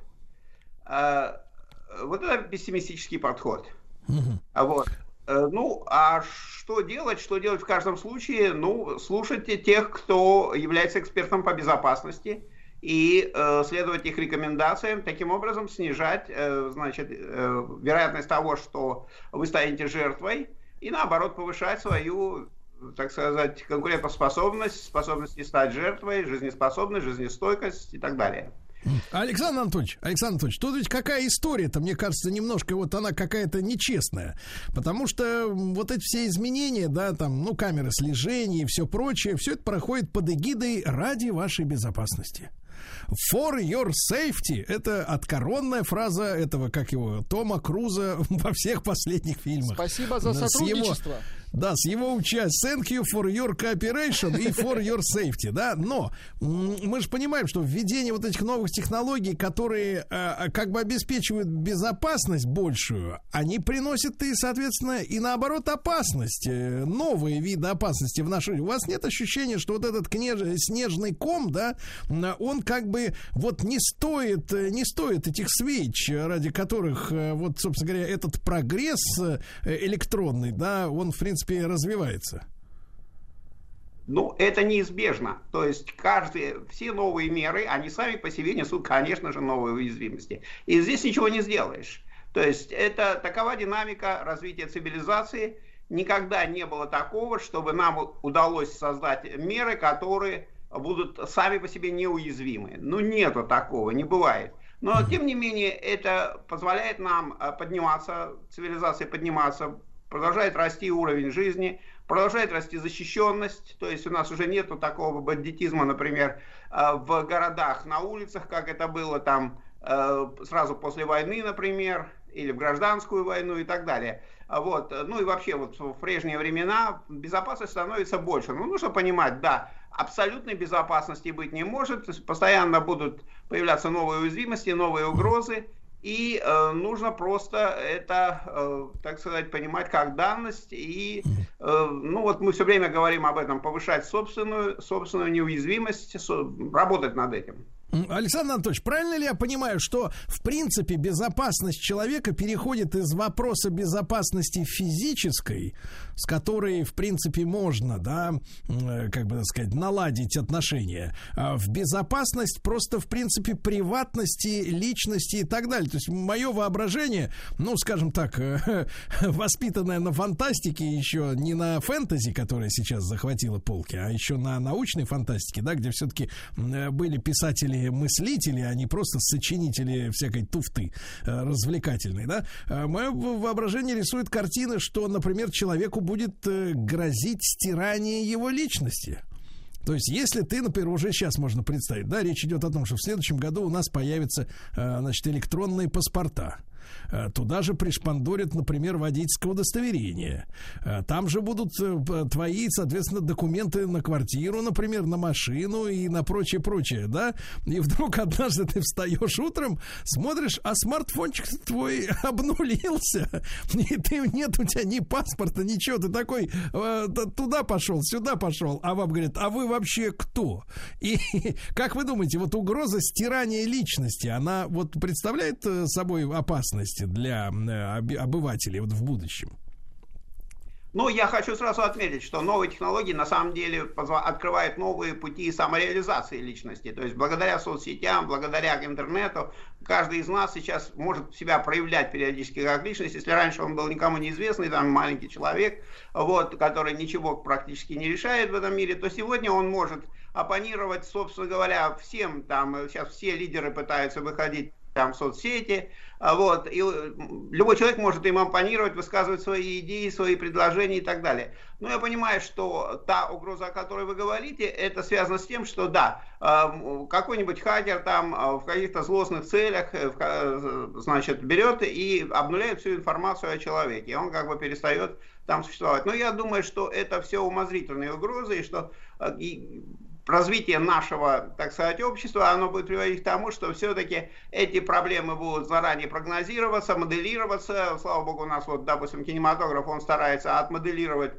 Вот это пессимистический подход. Вот. Ну, а что делать? Что делать в каждом случае? Ну, слушайте тех, кто является экспертом по безопасности, и следовать их рекомендациям, таким образом снижать, значит, вероятность того, что вы станете жертвой, и наоборот повышать свою, так сказать, конкурентоспособность, способность не стать жертвой, жизнеспособность, жизнестойкость и так далее. Александр Анатольевич, тут ведь какая история-то, мне кажется, немножко вот она какая-то нечестная, потому что вот эти все изменения, да, там, ну, камеры слежения и все прочее, все это проходит под эгидой «ради вашей безопасности». For your safety — это откоронная фраза этого, как его, Тома Круза во всех последних фильмах. Спасибо за сотрудничество. С его участием. Thank you for your cooperation и for your safety, да. Но мы же понимаем, что введение вот этих новых технологий, которые как бы обеспечивают безопасность большую, они приносят и, соответственно, и наоборот опасность, новые виды опасности в нашей. У вас нет ощущения, что вот этот снежный ком, да, он как бы вот не стоит этих свеч, ради которых вот, собственно говоря, этот прогресс электронный, да, он, в принципе, развивается? Ну, это неизбежно. То есть все новые меры, они сами по себе несут, конечно же, новые уязвимости. И здесь ничего не сделаешь. То есть это такова динамика развития цивилизации. Никогда не было такого, чтобы нам удалось создать меры, которые будут сами по себе неуязвимы. Ну, нету такого, не бывает. Но, тем не менее, это позволяет нам подниматься, цивилизации подниматься, продолжает расти уровень жизни, продолжает расти защищенность, то есть у нас уже нету такого бандитизма, например, в городах, на улицах, как это было там сразу после войны, например, или в гражданскую войну и так далее. Вот. Ну и вообще вот в прежние времена безопасность становится больше. Ну, нужно понимать, да, абсолютной безопасности быть не может. То есть постоянно будут появляться новые уязвимости, новые угрозы. И нужно просто это, так сказать, понимать как данность. И, ну вот мы все время говорим об этом, повышать собственную неуязвимость, работать над этим. Александр Анатольевич, правильно ли я понимаю, что, в принципе, безопасность человека переходит из вопроса безопасности физической, с которой, в принципе, можно, да, как бы, так сказать, наладить отношения, в безопасность просто, в принципе, приватности, личности и так далее. То есть мое воображение, ну, скажем так, воспитанное на фантастике, еще не на фэнтези, которая сейчас захватила полки, а еще на научной фантастике, да, где все-таки были писатели-мыслители, а не просто сочинители всякой туфты развлекательной, да. Мое воображение рисует картины, что, например, человеку будет грозить стирание его личности. То есть, если ты, например, уже сейчас можно представить, да, речь идет о том, что в следующем году у нас появятся, значит, электронные паспорта. Туда же пришпандорят, например, водительское удостоверение. Там же будут твои, соответственно, документы на квартиру, например, на машину и на прочее, да? И вдруг однажды ты встаешь утром, смотришь, а смартфончик твой обнулился. И нет у тебя ни паспорта, ничего. Ты такой туда пошел, сюда пошел. А вам говорят, а вы вообще кто? И как вы думаете, вот угроза стирания личности, она вот представляет собой опасность для обывателей вот в будущем? Ну, я хочу сразу отметить, что новые технологии на самом деле открывают новые пути самореализации личности. То есть благодаря соцсетям, благодаря интернету, каждый из нас сейчас может себя проявлять периодически как личность. Если раньше он был никому неизвестный, там маленький человек, вот, который ничего практически не решает в этом мире, то сегодня он может оппонировать, собственно говоря, всем. Там сейчас все лидеры пытаются выходить там в соцсети, вот, и любой человек может им оппонировать, высказывать свои идеи, свои предложения и так далее. Но я понимаю, что та угроза, о которой вы говорите, это связано с тем, что да, какой-нибудь хакер там в каких-то злостных целях, значит, берет и обнуляет всю информацию о человеке, и он как бы перестает там существовать. Но я думаю, что это все умозрительные угрозы, и что развитие нашего, так сказать, общества, оно будет приводить к тому, что все-таки эти проблемы будут заранее прогнозироваться, моделироваться. Слава богу, у нас вот, допустим, кинематограф, он старается отмоделировать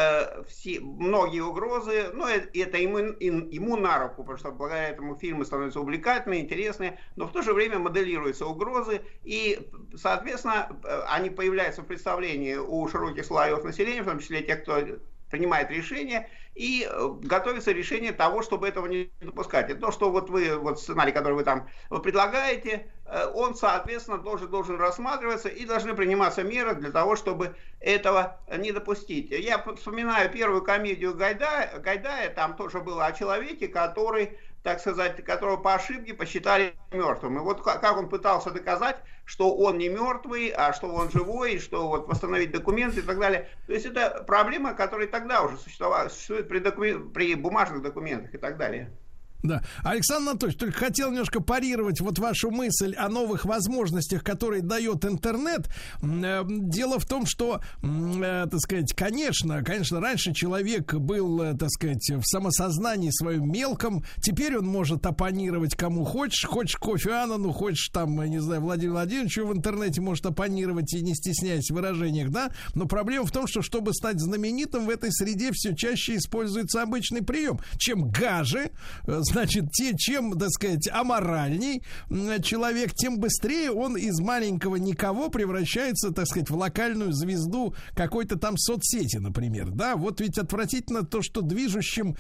многие угрозы. Но это ему на руку, потому что благодаря этому фильмы становятся увлекательными, интересные, но в то же время моделируются угрозы, и, соответственно, они появляются в представлении у широких слоев населения, в том числе тех, кто принимает решения, и готовится решение того, чтобы этого не допускать. И то, что вот вы, вот сценарий, который вы там предлагаете, он, соответственно, должен рассматриваться, и должны приниматься меры для того, чтобы этого не допустить. Я вспоминаю первую комедию Гайдая, там тоже было о человеке, который, так сказать, которого по ошибке посчитали мертвым. И вот как он пытался доказать, что он не мертвый, а что он живой, что вот восстановить документы и так далее. То есть это проблема, которая тогда уже существует при бумажных документах и так далее. Да. Александр Анатольевич, только хотел немножко парировать вот вашу мысль о новых возможностях, которые дает интернет. Дело в том, что, так сказать, конечно, раньше человек был, так сказать, в самосознании своем мелком. Теперь он может оппонировать кому хочешь. Хочешь Кофи Аннану, хочешь там, не знаю, Владимиру Владимировичу в интернете может оппонировать, и не стесняясь в выражениях, да. Но проблема в том, что чтобы стать знаменитым, в этой среде все чаще используется обычный прием. Чем гаже, значит, чем, так сказать, аморальней человек, тем быстрее он из маленького никого превращается, так сказать, в локальную звезду какой-то там соцсети, например. Да, вот ведь отвратительно то, что движущим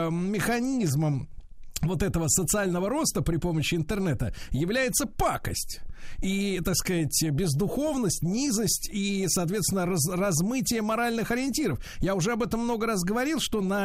механизмом вот этого социального роста при помощи интернета является пакость и, так сказать, бездуховность, низость и, соответственно, размытие моральных ориентиров. Я уже об этом много раз говорил, что на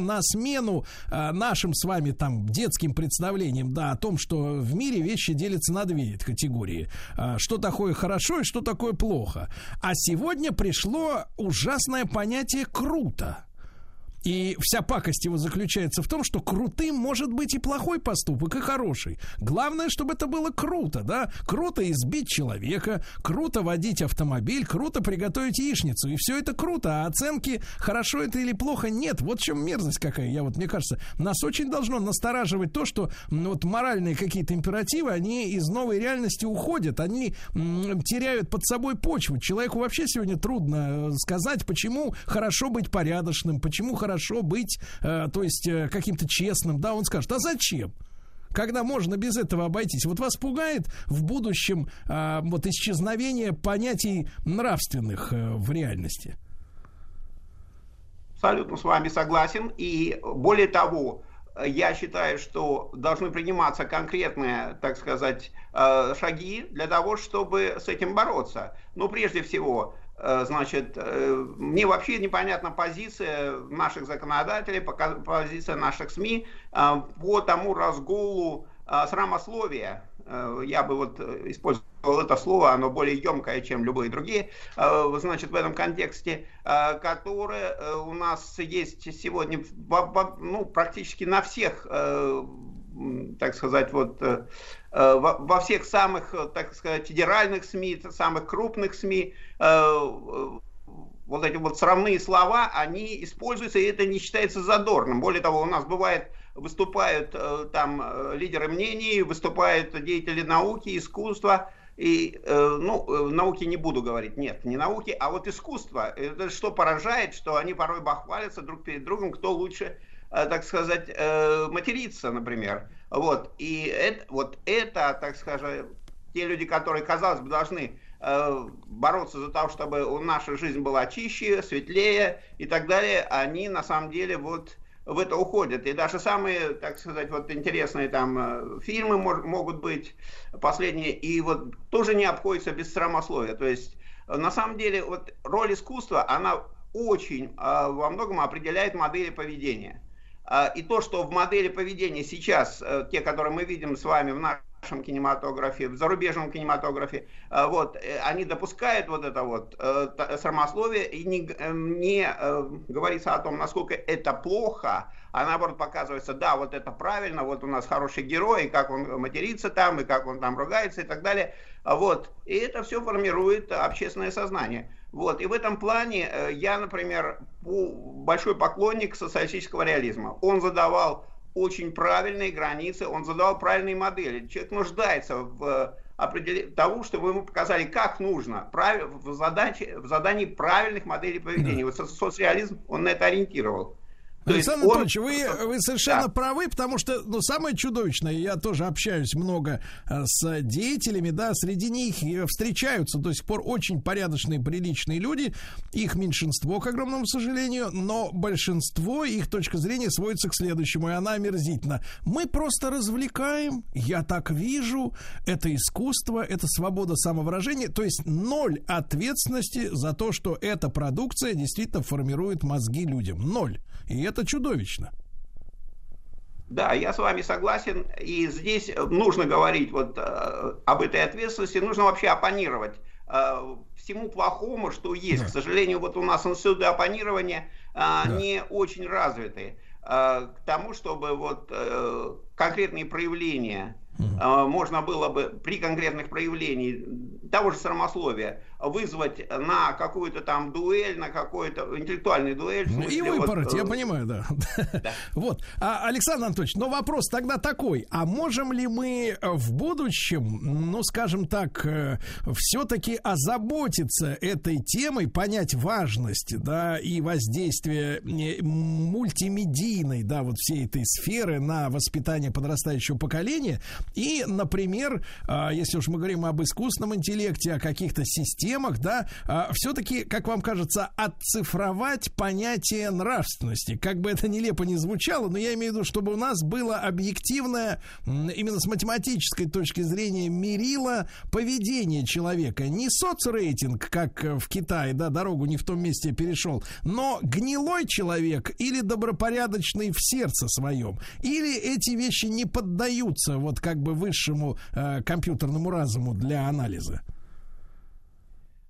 смену нашим с вами там детским представлениям, да, о том, что в мире вещи делятся на две категории. Что такое хорошо и что такое плохо. А сегодня пришло ужасное понятие «круто». И вся пакость его заключается в том, что крутым может быть и плохой поступок, и хороший. Главное, чтобы это было круто, да? Круто избить человека, круто водить автомобиль, круто приготовить яичницу. И все это круто, а оценки, хорошо это или плохо, нет. Вот в чем мерзость какая. Мне кажется, нас очень должно настораживать то, что вот моральные какие-то императивы, они из новой реальности уходят, они теряют под собой почву. Человеку вообще сегодня трудно сказать, почему хорошо быть порядочным, почему хорошо быть, каким-то честным. Да, он скажет, а зачем? Когда можно без этого обойтись. Вот вас пугает в будущем исчезновение понятий нравственных в реальности? Абсолютно с вами согласен. И более того, я считаю, что должны приниматься конкретные, так сказать, шаги для того, чтобы с этим бороться. Но прежде всего, мне вообще непонятна позиция наших законодателей, позиция наших СМИ по тому разгулу срамословия. Я бы использовал это слово, оно более емкое, чем любые другие, в этом контексте, которое у нас есть сегодня практически на всех, так сказать, во всех самых, так сказать, федеральных СМИ, самых крупных СМИ, эти срамные слова, они используются, и это не считается задорным. Более того, у нас выступают там лидеры мнений, выступают деятели науки, искусства, и, науки не буду говорить, нет, не науки, а искусство. Это что поражает, что они порой бахвалятся друг перед другом, кто лучше, так сказать, материться, например. И это, так сказать, те люди, которые, казалось бы, должны бороться за то, чтобы наша жизнь была чище, светлее и так далее, они на самом деле в это уходят. И даже самые, так сказать, интересные там фильмы могут быть последние, и тоже не обходится без срамословия. То есть, на самом деле, роль искусства, она очень во многом определяет модели поведения. И то, что в модели поведения сейчас, те, которые мы видим с вами в нашем кинематографе, в зарубежном кинематографе, они допускают это срамословие и не говорится о том, насколько это плохо, а наоборот показывается, да, это правильно, у нас хороший герой, и как он матерится там, и как он там ругается и так далее. И это все формирует общественное сознание. И в этом плане я, например, большой поклонник социалистического реализма. Он задавал очень правильные границы, он задавал правильные модели. Человек нуждается в определении того, чтобы ему показали, как нужно, в задании правильных моделей поведения. Соцреализм, он на это ориентировал. Александр Анатольевич, вы совершенно правы, потому что, самое чудовищное, я тоже общаюсь много с деятелями, да, среди них встречаются до сих пор очень порядочные, приличные люди, их меньшинство, к огромному сожалению, но большинство, их точка зрения сводится к следующему, и она омерзительна. Мы просто развлекаем, я так вижу, это искусство, это свобода самовыражения, то есть 0 ответственности за то, что эта продукция действительно формирует мозги людям. 0. И это чудовищно. Да, я с вами согласен. И здесь нужно говорить об этой ответственности. Нужно вообще оппонировать всему плохому, что есть. К сожалению, у нас институты оппонирования не очень развиты. К тому, чтобы конкретные проявления можно было бы при конкретных проявлениях того же срамословия вызвать на какую-то там дуэль, на какую-то интеллектуальную дуэль. И выпороть, я понимаю, да. Александр Анатольевич, но вопрос тогда такой, а можем ли мы в будущем, скажем так, все-таки озаботиться этой темой, понять важность, да, и воздействие мультимедийной, да, всей этой сферы на воспитание подрастающего поколения, и, например, если уж мы говорим об искусственном интеллекте, о каких-то системах, да, все-таки, как вам кажется, отцифровать понятие нравственности. Как бы это нелепо ни звучало, но я имею в виду, чтобы у нас было объективное, именно с математической точки зрения, мерило поведение человека. Не соцрейтинг, как в Китае, да, дорогу не в том месте перешел, но гнилой человек или добропорядочный в сердце своем. Или эти вещи не поддаются высшему компьютерному разуму для анализа?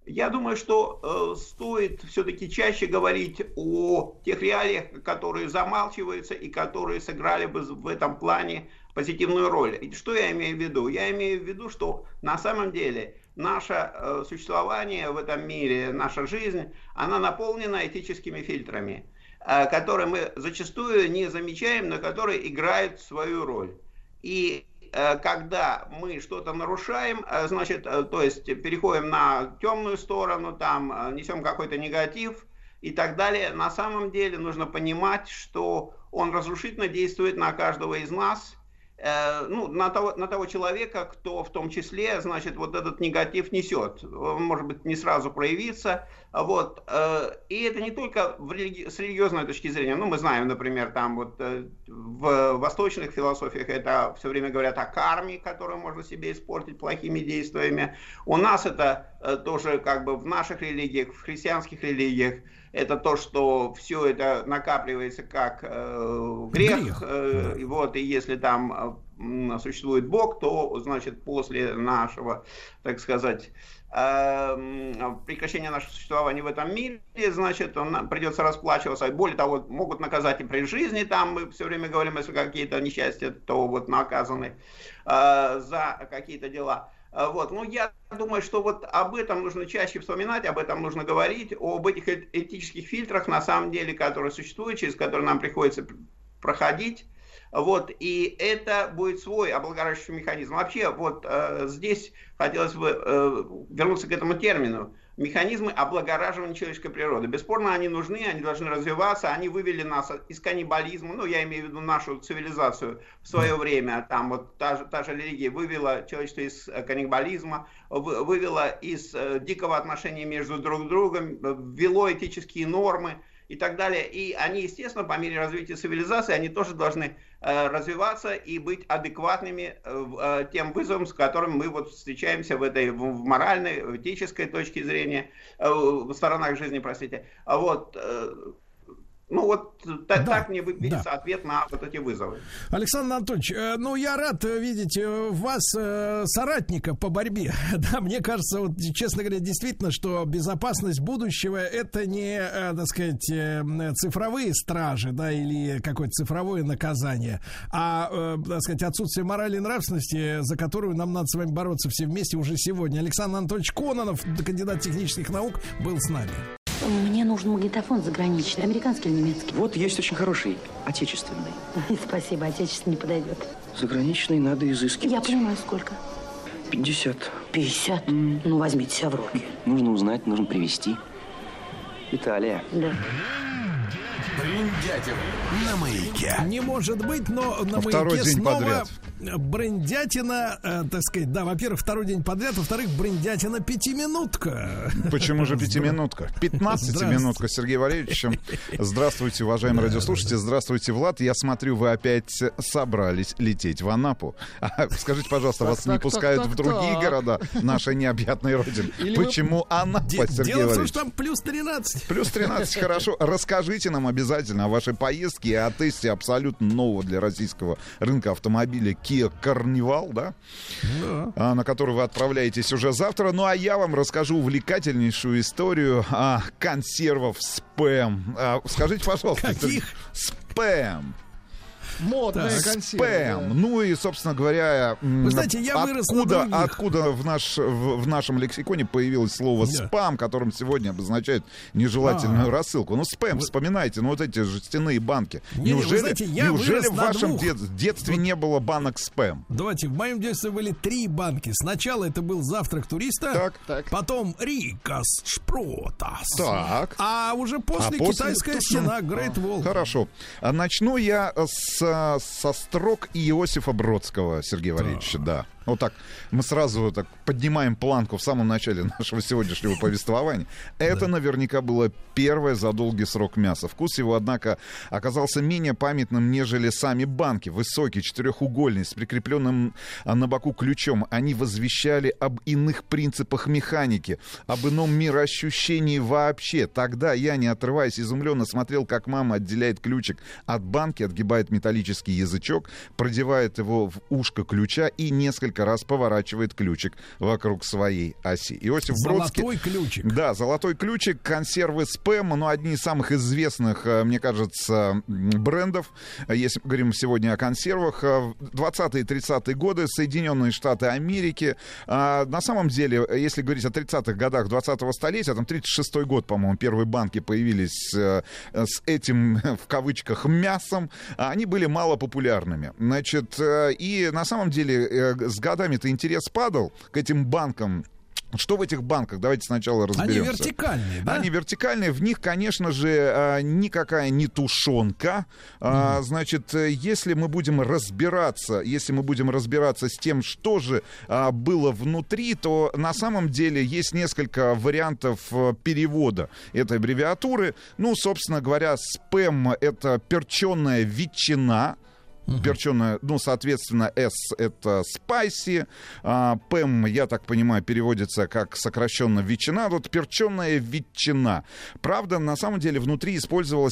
Я думаю, что стоит все-таки чаще говорить о тех реалиях, которые замалчиваются и которые сыграли бы в этом плане позитивную роль. И что я имею в виду? Я имею в виду, что на самом деле наше существование в этом мире, наша жизнь, она наполнена этическими фильтрами, которые мы зачастую не замечаем, но которые играют свою роль. И когда мы что-то нарушаем, значит, то есть переходим на темную сторону, там несем какой-то негатив и так далее, на самом деле нужно понимать, что он разрушительно действует на каждого из нас, ну, на того человека, кто в том числе, значит, вот этот негатив несет. Он, может быть, не сразу проявится. Вот. И это не только с религиозной точки зрения. Ну, мы знаем, например, там вот в восточных философиях это все время говорят о карме, которую можно себе испортить плохими действиями. У нас это тоже как бы в наших религиях, в христианских религиях, это то, что все это накапливается как грех. И вот, и если там существует Бог, то, значит, после нашего, так сказать, прекращения нашего существования в этом мире, значит, придется расплачиваться. Более того, могут наказать и при жизни, там мы все время говорим, если какие-то несчастья, то вот наказаны за какие-то дела. Вот. Ну, я думаю, что вот об этом нужно чаще вспоминать, об этом нужно говорить, об этих этических фильтрах, на самом деле, которые существуют, через которые нам приходится проходить. Вот. И это будет свой облагораживающий механизм. Вообще, вот здесь хотелось бы вернуться к этому термину. Механизмы облагораживания человеческой природы. Бесспорно, они нужны, они должны развиваться, они вывели нас из каннибализма, ну, я имею в виду нашу цивилизацию в свое время, там вот та же религия вывела человечество из каннибализма, вывела из дикого отношения между друг другом, ввело этические нормы и так далее. И они, естественно, по мере развития цивилизации, они тоже должны развиваться и быть адекватными тем вызовам, с которыми мы вот встречаемся в моральной, в этической точке зрения, в сторонах жизни, простите. Вот. Ну вот так мне видится ответ на вот эти вызовы. Александр Анатольевич, ну я рад видеть вас соратника по борьбе. Да, мне кажется, вот, честно говоря, действительно, что безопасность будущего — это не, так сказать, цифровые стражи, да, или какое-то цифровое наказание, а, так сказать, отсутствие морали и нравственности, за которую нам надо с вами бороться все вместе уже сегодня. Александр Анатольевич Кононов, кандидат технических наук, был с нами. Мне нужен магнитофон заграничный, американский или немецкий? Вот есть очень хороший, отечественный. Спасибо, отечественный не подойдет. Заграничный надо изыскивать. Я понимаю, сколько? 50. 50? Ну, возьмите себя в руки. Нужно узнать, нужно привезти. Италия. Да. Бриндятин на маяке. Не может быть, но на маяке снова бриндятина, так сказать, да, во-первых, второй день подряд, во-вторых, бриндятина пятиминутка. Почему же пятиминутка? 15-минутка, Сергей Валерьевич. Здравствуйте, уважаемые радиослушатели. Здравствуйте, Влад. Я смотрю, вы опять собрались лететь в Анапу. Скажите, пожалуйста, вас не пускают в другие города нашей необъятной родины? Почему Анапа, Сергей Валерьевич? Дело в том, что там плюс 13. Плюс 13, хорошо. Расскажите нам обязательно о вашей поездке и о тесте абсолютно нового для российского рынка автомобиля Kia Carnival, да? Да. На который вы отправляетесь уже завтра. Ну, а я вам расскажу увлекательнейшую историю о консервах спэм. Скажите, пожалуйста. Каких? Спэм. Модные консервы. Спэм. Ну и, собственно говоря, вы знаете, я откуда в нашем лексиконе появилось слово спам, которым сегодня обозначают нежелательную рассылку. Ну, спэм, вспоминайте, ну вот эти жестяные банки. Неужели в вашем детстве не было банок спэм? Давайте, в моем детстве были 3 банки. Сначала это был завтрак туриста, потом Рикас Шпротас. Так. А уже после китайская стена Great Wall. Хорошо. Начну я со строк Иосифа Бродского, Сергей Валерьевич, да. Вот так, мы сразу так поднимаем планку в самом начале нашего сегодняшнего повествования. Это наверняка было первое за долгий срок мясо. Вкус его, однако, оказался менее памятным, нежели сами банки. Высокий, четырехугольный, с прикрепленным на боку ключом. Они возвещали об иных принципах механики, об ином мироощущении вообще. Тогда я, не отрываясь, изумленно смотрел, как мама отделяет ключик от банки, отгибает металлический язычок, продевает его в ушко ключа и несколько несколько раз поворачивает ключик вокруг своей оси. Иосиф Бродский... Золотой ключик. Да, золотой ключик, консервы «Спэм», ну, одни из самых известных, мне кажется, брендов, если мы говорим сегодня о консервах. 20-е и 30-е годы, Соединенные Штаты Америки. На самом деле, если говорить о 30-х годах 20-го столетия, там 36-й год, по-моему, первые банки появились с этим, в кавычках, мясом, они были мало популярными. Значит, и на самом деле с годами-то интерес падал к этим банкам. Что в этих банках? Давайте сначала разберемся. Они вертикальные, да? Они вертикальные. В них, конечно же, никакая не тушенка. Значит, если мы будем разбираться с тем, что же было внутри, то на самом деле есть несколько вариантов перевода этой аббревиатуры. Ну, собственно говоря, спэм — это перченая ветчина. Перченая, ну, соответственно, S — это spicy, ПЭМ, я так понимаю, переводится как сокращенно ветчина, вот перченая ветчина. Правда, на самом деле внутри использовалась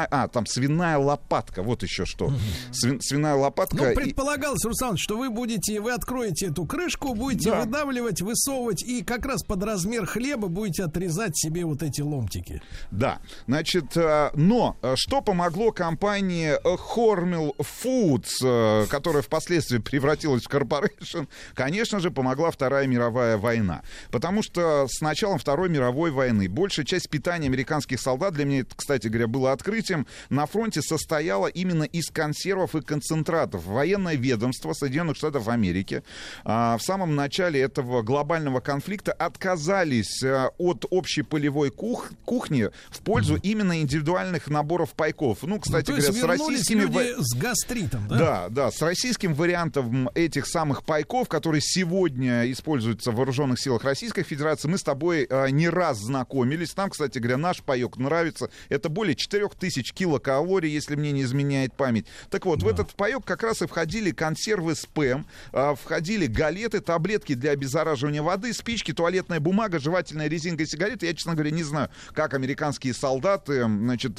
свиная лопатка, вот еще что. Свиная лопатка. Ну, предполагалось, Руслан, что вы откроете эту крышку, будете выдавливать, высовывать, и как раз под размер хлеба будете отрезать себе вот эти ломтики. Да, значит, но что помогло компании Hormel Foods, которая впоследствии превратилась в корпорейшн, конечно же, помогла Вторая мировая война. Потому что с началом Второй мировой войны большая часть питания американских солдат, для меня это, кстати говоря, было открытием, на фронте состояла именно из консервов и концентратов. Военное ведомство Соединенных Штатов Америки в самом начале этого глобального конфликта отказались от общей полевой кухни в пользу именно индивидуальных наборов пайков. Ну, кстати говоря, с российскими... с гастритом. Да, с российским вариантом этих самых пайков, которые сегодня используются в вооруженных силах Российской Федерации, мы с тобой не раз знакомились. Нам, кстати говоря, наш паек нравится. Это более 4000 килокалорий, если мне не изменяет память. Так вот, в этот паек как раз и входили консервы спэм, входили галеты, таблетки для обеззараживания воды, спички, туалетная бумага, жевательная резинка и сигареты. Я, честно говоря, не знаю, как американские солдаты, значит,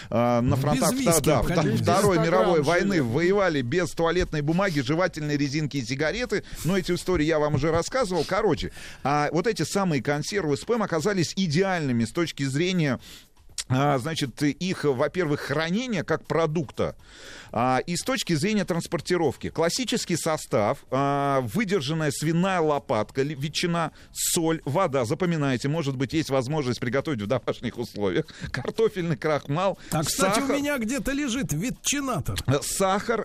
на фронтах Второй мировой войны воевали без туалетной бумаги, жевательной резинки и сигареты. Но эти истории я вам уже рассказывал. Короче, вот эти самые консервы спэм оказались идеальными с точки зрения, значит, их, во-первых, хранения как продукта, и с точки зрения транспортировки. Классический состав: выдержанная свиная лопатка, ветчина, соль, вода. Запоминайте, может быть, есть возможность приготовить в домашних условиях. Картофельный крахмал, кстати, сахар, у меня где-то лежит ветчинатор. Сахар,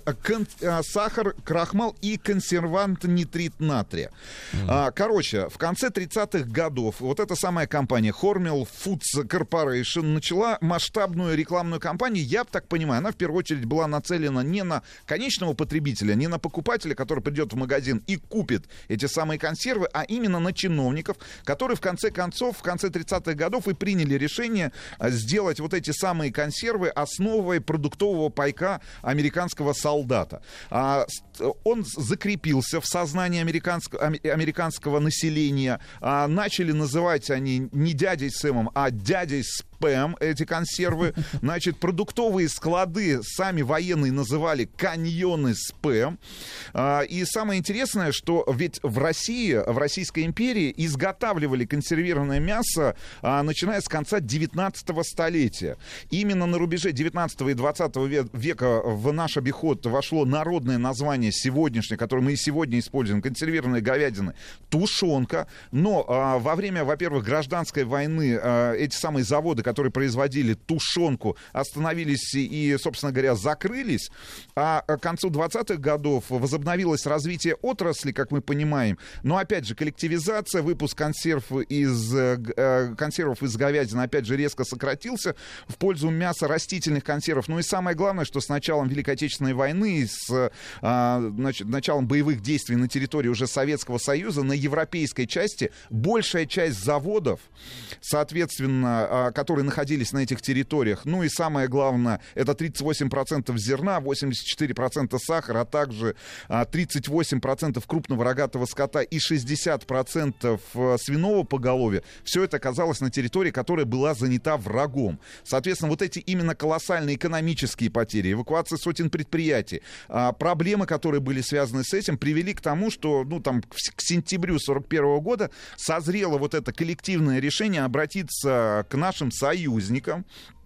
крахмал и консервант нитрит натрия. Короче, в конце 30-х годов вот эта самая компания Hormel Foods Corporation начала масштабную рекламную кампанию. Я так понимаю, она в первую очередь была нацелена не на конечного потребителя, не на покупателя, который придет в магазин и купит эти самые консервы, а именно на чиновников, которые в конце концов, в конце 30-х годов и приняли решение сделать вот эти самые консервы основой продуктового пайка американского солдата. Он закрепился в сознании американского населения. Начали называть они не дядей Сэмом, а дядей спэм, эти консервы. Значит, продуктовые склады сами военные называли каньоны спэм. И самое интересное, что ведь в России, в Российской империи изготавливали консервированное мясо, начиная с конца 19 столетия. Именно на рубеже 19 и 20 века в наш обиход вошло народное название сегодняшнее, которое мы и сегодня используем: консервированная говядина, тушенка. Но во время, во-первых, гражданской войны эти самые заводы, которые производили тушенку, остановились и, собственно говоря, закрылись. А к концу 20-х годов возобновилось развитие отрасли, как мы понимаем. Но, опять же, коллективизация, выпуск консервов из говядины, опять же, резко сократился в пользу мяса растительных консервов. Ну и самое главное, что с началом Великой Отечественной войны, с началом боевых действий на территории уже Советского Союза, на европейской части большая часть заводов, соответственно, которые находились находились на этих территориях. Ну и самое главное, это 38% зерна, 84% сахара, а также 38% крупного рогатого скота и 60% свиного поголовья. Все это оказалось на территории, которая была занята врагом. Соответственно, вот эти именно колоссальные экономические потери, эвакуация сотен предприятий, проблемы, которые были связаны с этим, привели к тому, что к сентябрю 1941 года созрело вот это коллективное решение обратиться к нашим союзникам.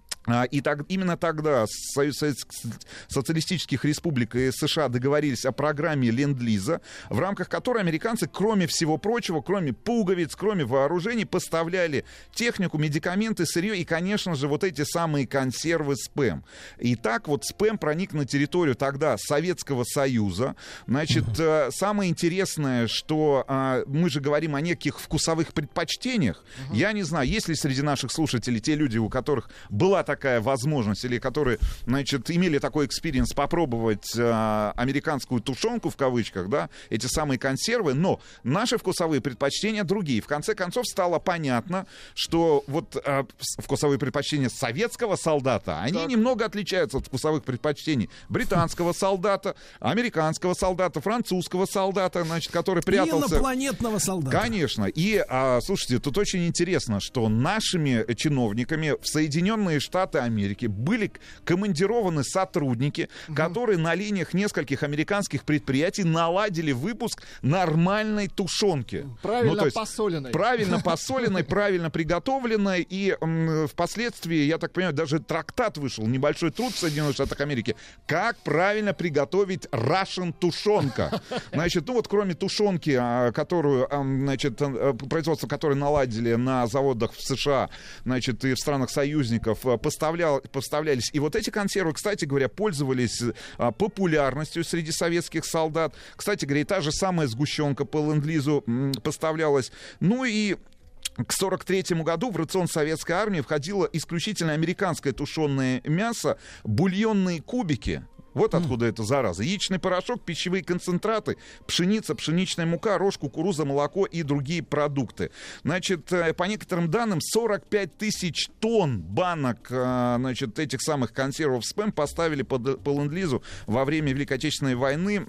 И именно тогда Союз социалистических республик и США договорились о программе Ленд-Лиза, в рамках которой американцы, кроме всего прочего, кроме пуговиц, кроме вооружений, поставляли технику, медикаменты, сырье и, конечно же, вот эти самые консервы СПЭМ. И так вот СПЭМ проник на территорию тогда Советского Союза. Значит, самое интересное, что мы же говорим о неких вкусовых предпочтениях. Я не знаю, есть ли среди наших слушателей те люди, у которых была такая возможность, или которые, значит, имели такой экспириенс попробовать американскую тушенку, в кавычках, да, эти самые консервы, но наши вкусовые предпочтения другие. В конце концов стало понятно, что вот вкусовые предпочтения советского солдата, они немного отличаются от вкусовых предпочтений британского солдата, американского солдата, французского солдата, значит, который прятался... Инопланетного солдата. Конечно. И, слушайте, тут очень интересно, что нашими чиновниками в Соединенные Штаты Америки были командированы сотрудники, которые на линиях нескольких американских предприятий наладили выпуск нормальной тушенки. Правильно посоленной. Правильно посоленной, правильно приготовленной. И впоследствии, я так понимаю, даже трактат вышел, небольшой труд в Соединенных Штатах Америки, как правильно приготовить Russian тушенка. Значит, ну вот кроме тушенки, которую, значит, производство которой наладили на заводах в США, значит, и в странах-союзников, поставлялись. И вот эти консервы, кстати говоря, пользовались популярностью среди советских солдат. Кстати говоря, и та же самая сгущенка по ленд-лизу поставлялась. Ну и к 1943 году в рацион советской армии входило исключительно американское тушеное мясо, бульонные кубики. Вот откуда эта зараза. Яичный порошок, пищевые концентраты, пшеница, пшеничная мука, рожь, кукуруза, молоко и другие продукты. Значит, по некоторым данным, 45 тысяч тонн банок, значит, этих самых консервов СПЭМ поставили по ленд-лизу во время Великой Отечественной войны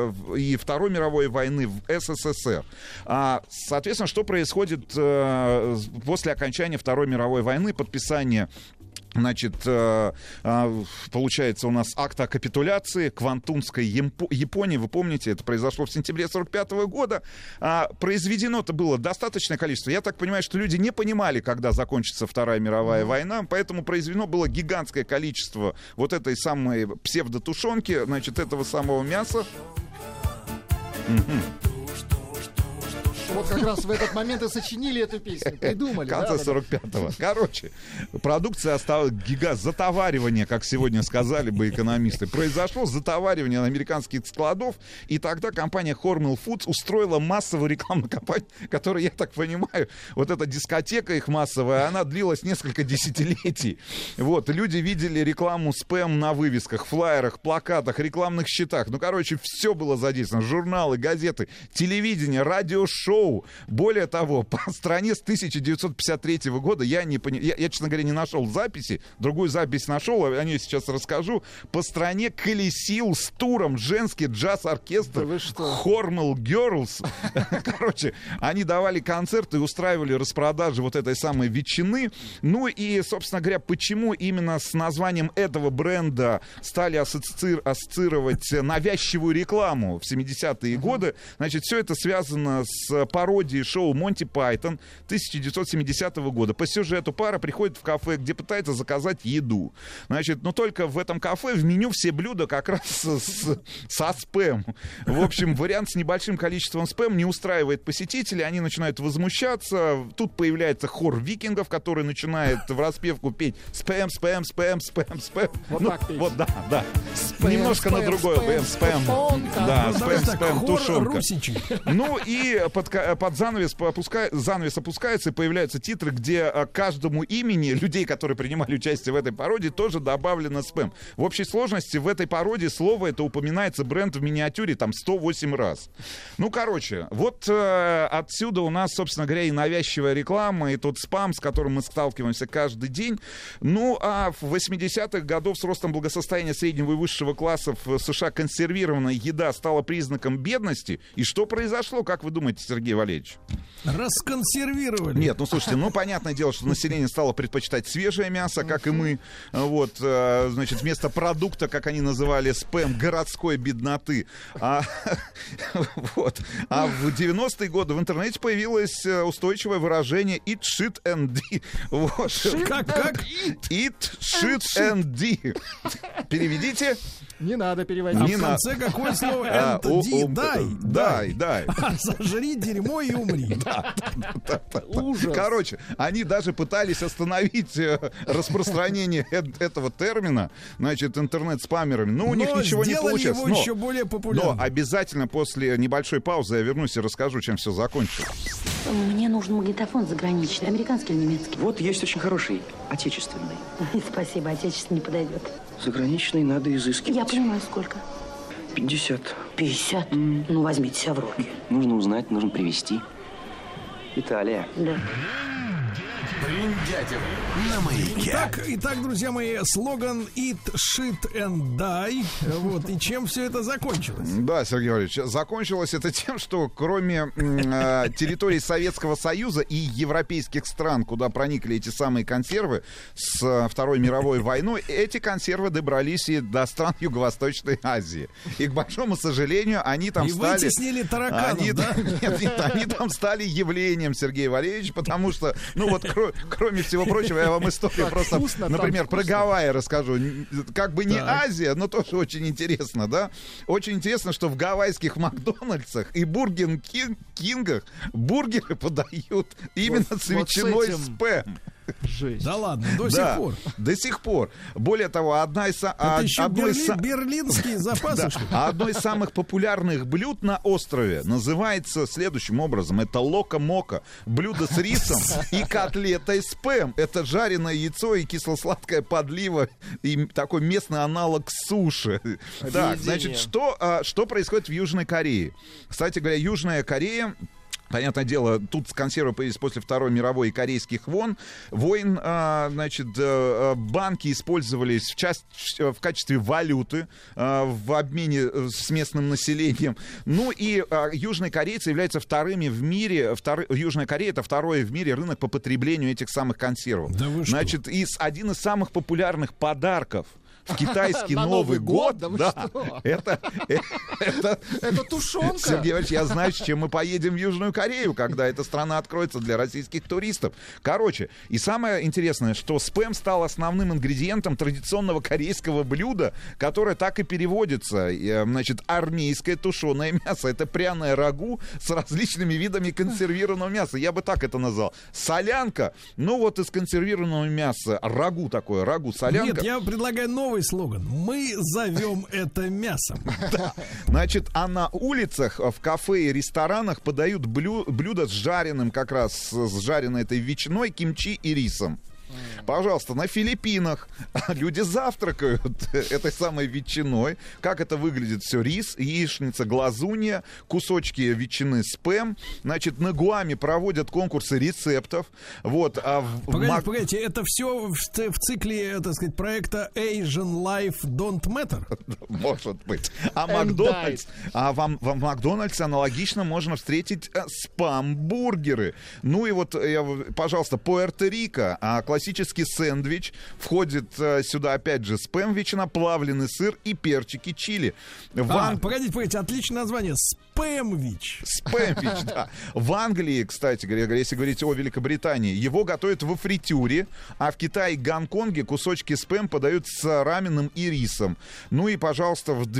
и Второй мировой войны в СССР. Соответственно, что происходит после окончания Второй мировой войны, подписания, значит, получается у нас акт о капитуляции Квантунской Японии. Вы помните, это произошло в сентябре 1945 года. Произведено-то было достаточное количество. Я так понимаю, что люди не понимали, когда закончится Вторая мировая война, поэтому произведено было гигантское количество вот этой самой псевдотушенки, значит, этого самого мяса. Вот как раз в этот момент и сочинили эту песню, придумали. В конце 45-го. Короче, продукция осталась затоваривание, как сегодня сказали бы экономисты. Произошло затоваривание американских складов, и тогда компания Hormel Foods устроила массовую рекламную кампанию, которая, я так понимаю, вот эта дискотека их массовая, она длилась несколько десятилетий. Вот, люди видели рекламу СПЭМ на вывесках, флаерах, плакатах, рекламных щитах. Ну, короче, все было задействовано. Журналы, газеты, телевидение, радиошоу. Более того, по стране с 1953 года, я, честно говоря, не нашел записи, другую запись нашел, о ней сейчас расскажу. По стране колесил с туром женский джаз-оркестр Hormel Girls. Короче, они давали концерты и устраивали распродажи вот этой самой ветчины. Ну и, собственно говоря, почему именно с названием этого бренда стали ассоциировать навязчивую рекламу в 70-е годы? Значит, все это связано с пародии шоу «Монти Пайтон» 1970 года. По сюжету пара приходит в кафе, где пытается заказать еду. Значит, но только в этом кафе в меню все блюда как раз со СПЭМ. В общем, вариант с небольшим количеством СПЭМ не устраивает посетителей, они начинают возмущаться. Тут появляется хор викингов, который начинает в распевку петь «СПЭМ, СПЭМ, СПЭМ, СПЭМ, СПЭМ». Вот так петь. Вот, да. Немножко на другое. СПЭМ. Да, СПЭМ, СПЭМ, тушенка. Ну и под занавес опускается, и появляются титры, где каждому имени людей, которые принимали участие в этой пародии, тоже добавлено спэм. В общей сложности в этой пародии слово это упоминается бренд в миниатюре там 108 раз. Ну, короче, вот отсюда у нас, собственно говоря, и навязчивая реклама, и тот спам, с которым мы сталкиваемся каждый день. Ну, а в 80-х годах с ростом благосостояния среднего и высшего классов в США консервированная еда стала признаком бедности. И что произошло, как вы думаете, Сергей Валерьевич? Расконсервировали. Нет, ну, слушайте, ну, понятное дело, что население стало предпочитать свежее мясо, как и мы. Вот, значит, вместо продукта, как они называли, спэм городской бедноты. Вот. А в 90-е годы в интернете появилось устойчивое выражение eat shit and d. Вот. Как? Eat shit and d. Переведите. Не надо переводить. А в конце какое слово? Дай. Сожри дерьмо и умри. Ужас. Короче, они даже пытались остановить распространение этого термина, значит, интернет-спамерами. Но у них ничего не получилось. Его еще более популярным. Но обязательно после небольшой паузы я вернусь и расскажу, чем все закончилось. Мне нужен магнитофон заграничный, американский или немецкий? Вот есть очень хороший, отечественный. Спасибо, отечественный не подойдет. Заграничный надо изыскивать. Я понимаю, сколько? 50. 50? Ну, возьмите себя в руки. Нужно узнать, нужно привезти. Италия. Да. Бриндятин на Маяке. Итак, друзья мои, слоган Eat, shit and die. Вот, и чем все это закончилось? Да, Сергей Валерьевич, закончилось это тем, что кроме территорий Советского Союза и европейских стран, куда проникли эти самые консервы с Второй мировой войной, эти консервы добрались и до стран Юго-Восточной Азии. И, к большому сожалению, они там стали... И вытеснили тараканов, да? Нет, они там стали явлением, Сергей Валерьевич, потому что, ну вот, кроме всего прочего, я вам историю просто, например, про Гавайи расскажу. Как бы не Азия, но тоже очень интересно, да? Очень интересно, что в гавайских Макдональдсах и Бургер Кингах бургеры подают именно с ветчиной спэм. Жесть. Да ладно, до сих пор. До сих пор. Более того, одна из... Это еще берлинские запасы, что ли? Одно из самых популярных блюд на острове называется следующим образом. Это лока-мока. Блюдо с рисом и котлетой спэм. Это жареное яйцо и кисло-сладкая подлива. И такой местный аналог суши. Так, значит, что происходит в Южной Корее? Кстати говоря, Южная Корея... Понятное дело, тут консервы появились после Второй мировой и корейских войн. Значит, банки использовались в качестве валюты в обмене с местным населением. Ну и южные корейцы являются вторыми в мире. Южная Корея — это второй в мире рынок по потреблению этих самых консервов. Да вы что? Значит, один из самых популярных подарков в китайский Новый год, да, это тушенка. Сергей Иванович, я знаю, с чем мы поедем в Южную Корею, когда эта страна откроется для российских туристов. Короче, и самое интересное, что спэм стал основным ингредиентом традиционного корейского блюда, которое так и переводится, значит, армейское тушеное мясо. Это пряное рагу с различными видами консервированного мяса. Я бы так это назвал. Солянка, ну вот из консервированного мяса, рагу такое, рагу-солянка. Нет, я предлагаю новый слоган. Мы зовем это мясом. Да. Значит, а на улицах, в кафе и ресторанах подают блюда с жареным, как раз с жареной этой ветчиной, кимчи и рисом. Пожалуйста, на Филиппинах люди завтракают этой самой ветчиной. Как это выглядит все? Рис, яичница, глазунья, кусочки ветчины спэм. Значит, на Гуаме проводят конкурсы рецептов. Вот, Погодите, это все в цикле, так сказать, проекта Asian Life Don't Matter? Может быть. А в Макдональдсе аналогично можно встретить спам-бургеры. Ну и вот, пожалуйста, Пуэрто-Рико, классический сэндвич, входит сюда опять же спэм-ветчина, плавленый сыр и перчики чили. Погодите, отличное название. Спэмвич. Спэмвич, да. В Англии, кстати говоря, если говорить о Великобритании, его готовят во фритюре, а в Китае и Гонконге кусочки спэм подают с раменом и рисом. Ну и, пожалуйста, в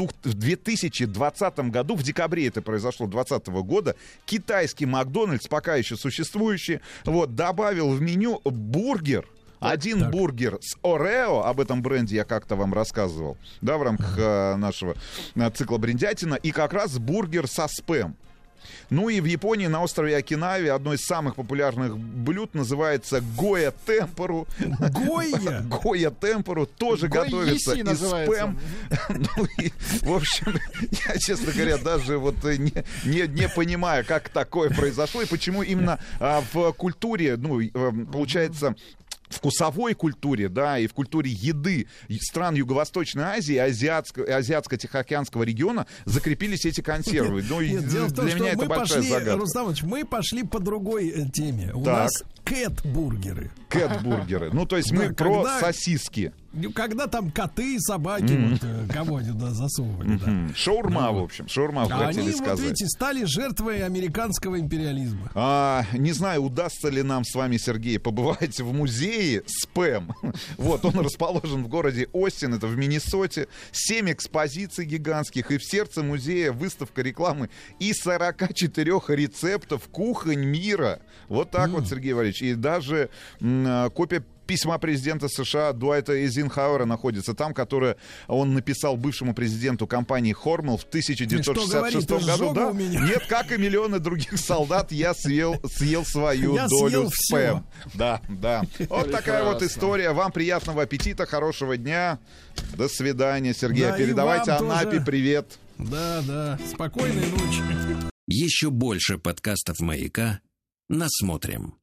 2020 году, в декабре это произошло, 2020 года, китайский Макдональдс, пока еще существующий, вот, добавил в меню бургер. Один бургер с Орео, об этом бренде я как-то вам рассказывал, да, в рамках нашего цикла «Бриндятина», и как раз бургер со спэм. Ну и в Японии на острове Окинаве одно из самых популярных блюд называется гоя темпуру. Гоя? Гоя темпуру тоже готовится из спэм. Ну и, в общем, я, честно говоря, даже вот не понимаю, как такое произошло и почему именно в культуре, ну, получается, вкусовой культуре, да, и в культуре еды стран Юго-Восточной Азии, Азиатско-Тихоокеанского региона закрепились эти консервы. Ну, и дело в том, для что меня это большая загадка. Рустам Иванович, мы пошли по другой теме. У нас кэт-бургеры. Кэт-бургеры. Ну, то есть мы про сосиски. Когда там коты и собаки вот, кого туда засовывали. Да. Шаурма, в общем. Шаурма вы хотели сказать. Они, вот видите, стали жертвой американского империализма. Не знаю, удастся ли нам с вами, Сергей, побывать в музее спэм. Вот, он расположен в городе Остин, это в Миннесоте. 7 экспозиций гигантских, и в сердце музея выставка рекламы и 44 рецептов кухонь мира. Вот так вот, Сергей Валерьевич. И даже копия письма президента США Дуайта Эйзенхауэра находится там, которое он написал бывшему президенту компании Хормел в 1966 году. Да? Нет, как и миллионы других солдат, я съел свою долю спэм. Да. Вот такая вот история. Вам приятного аппетита, хорошего дня. До свидания, Сергей. Передавайте Анапе привет. Да. Спокойной ночи. Еще больше подкастов «Маяка» насмотрим.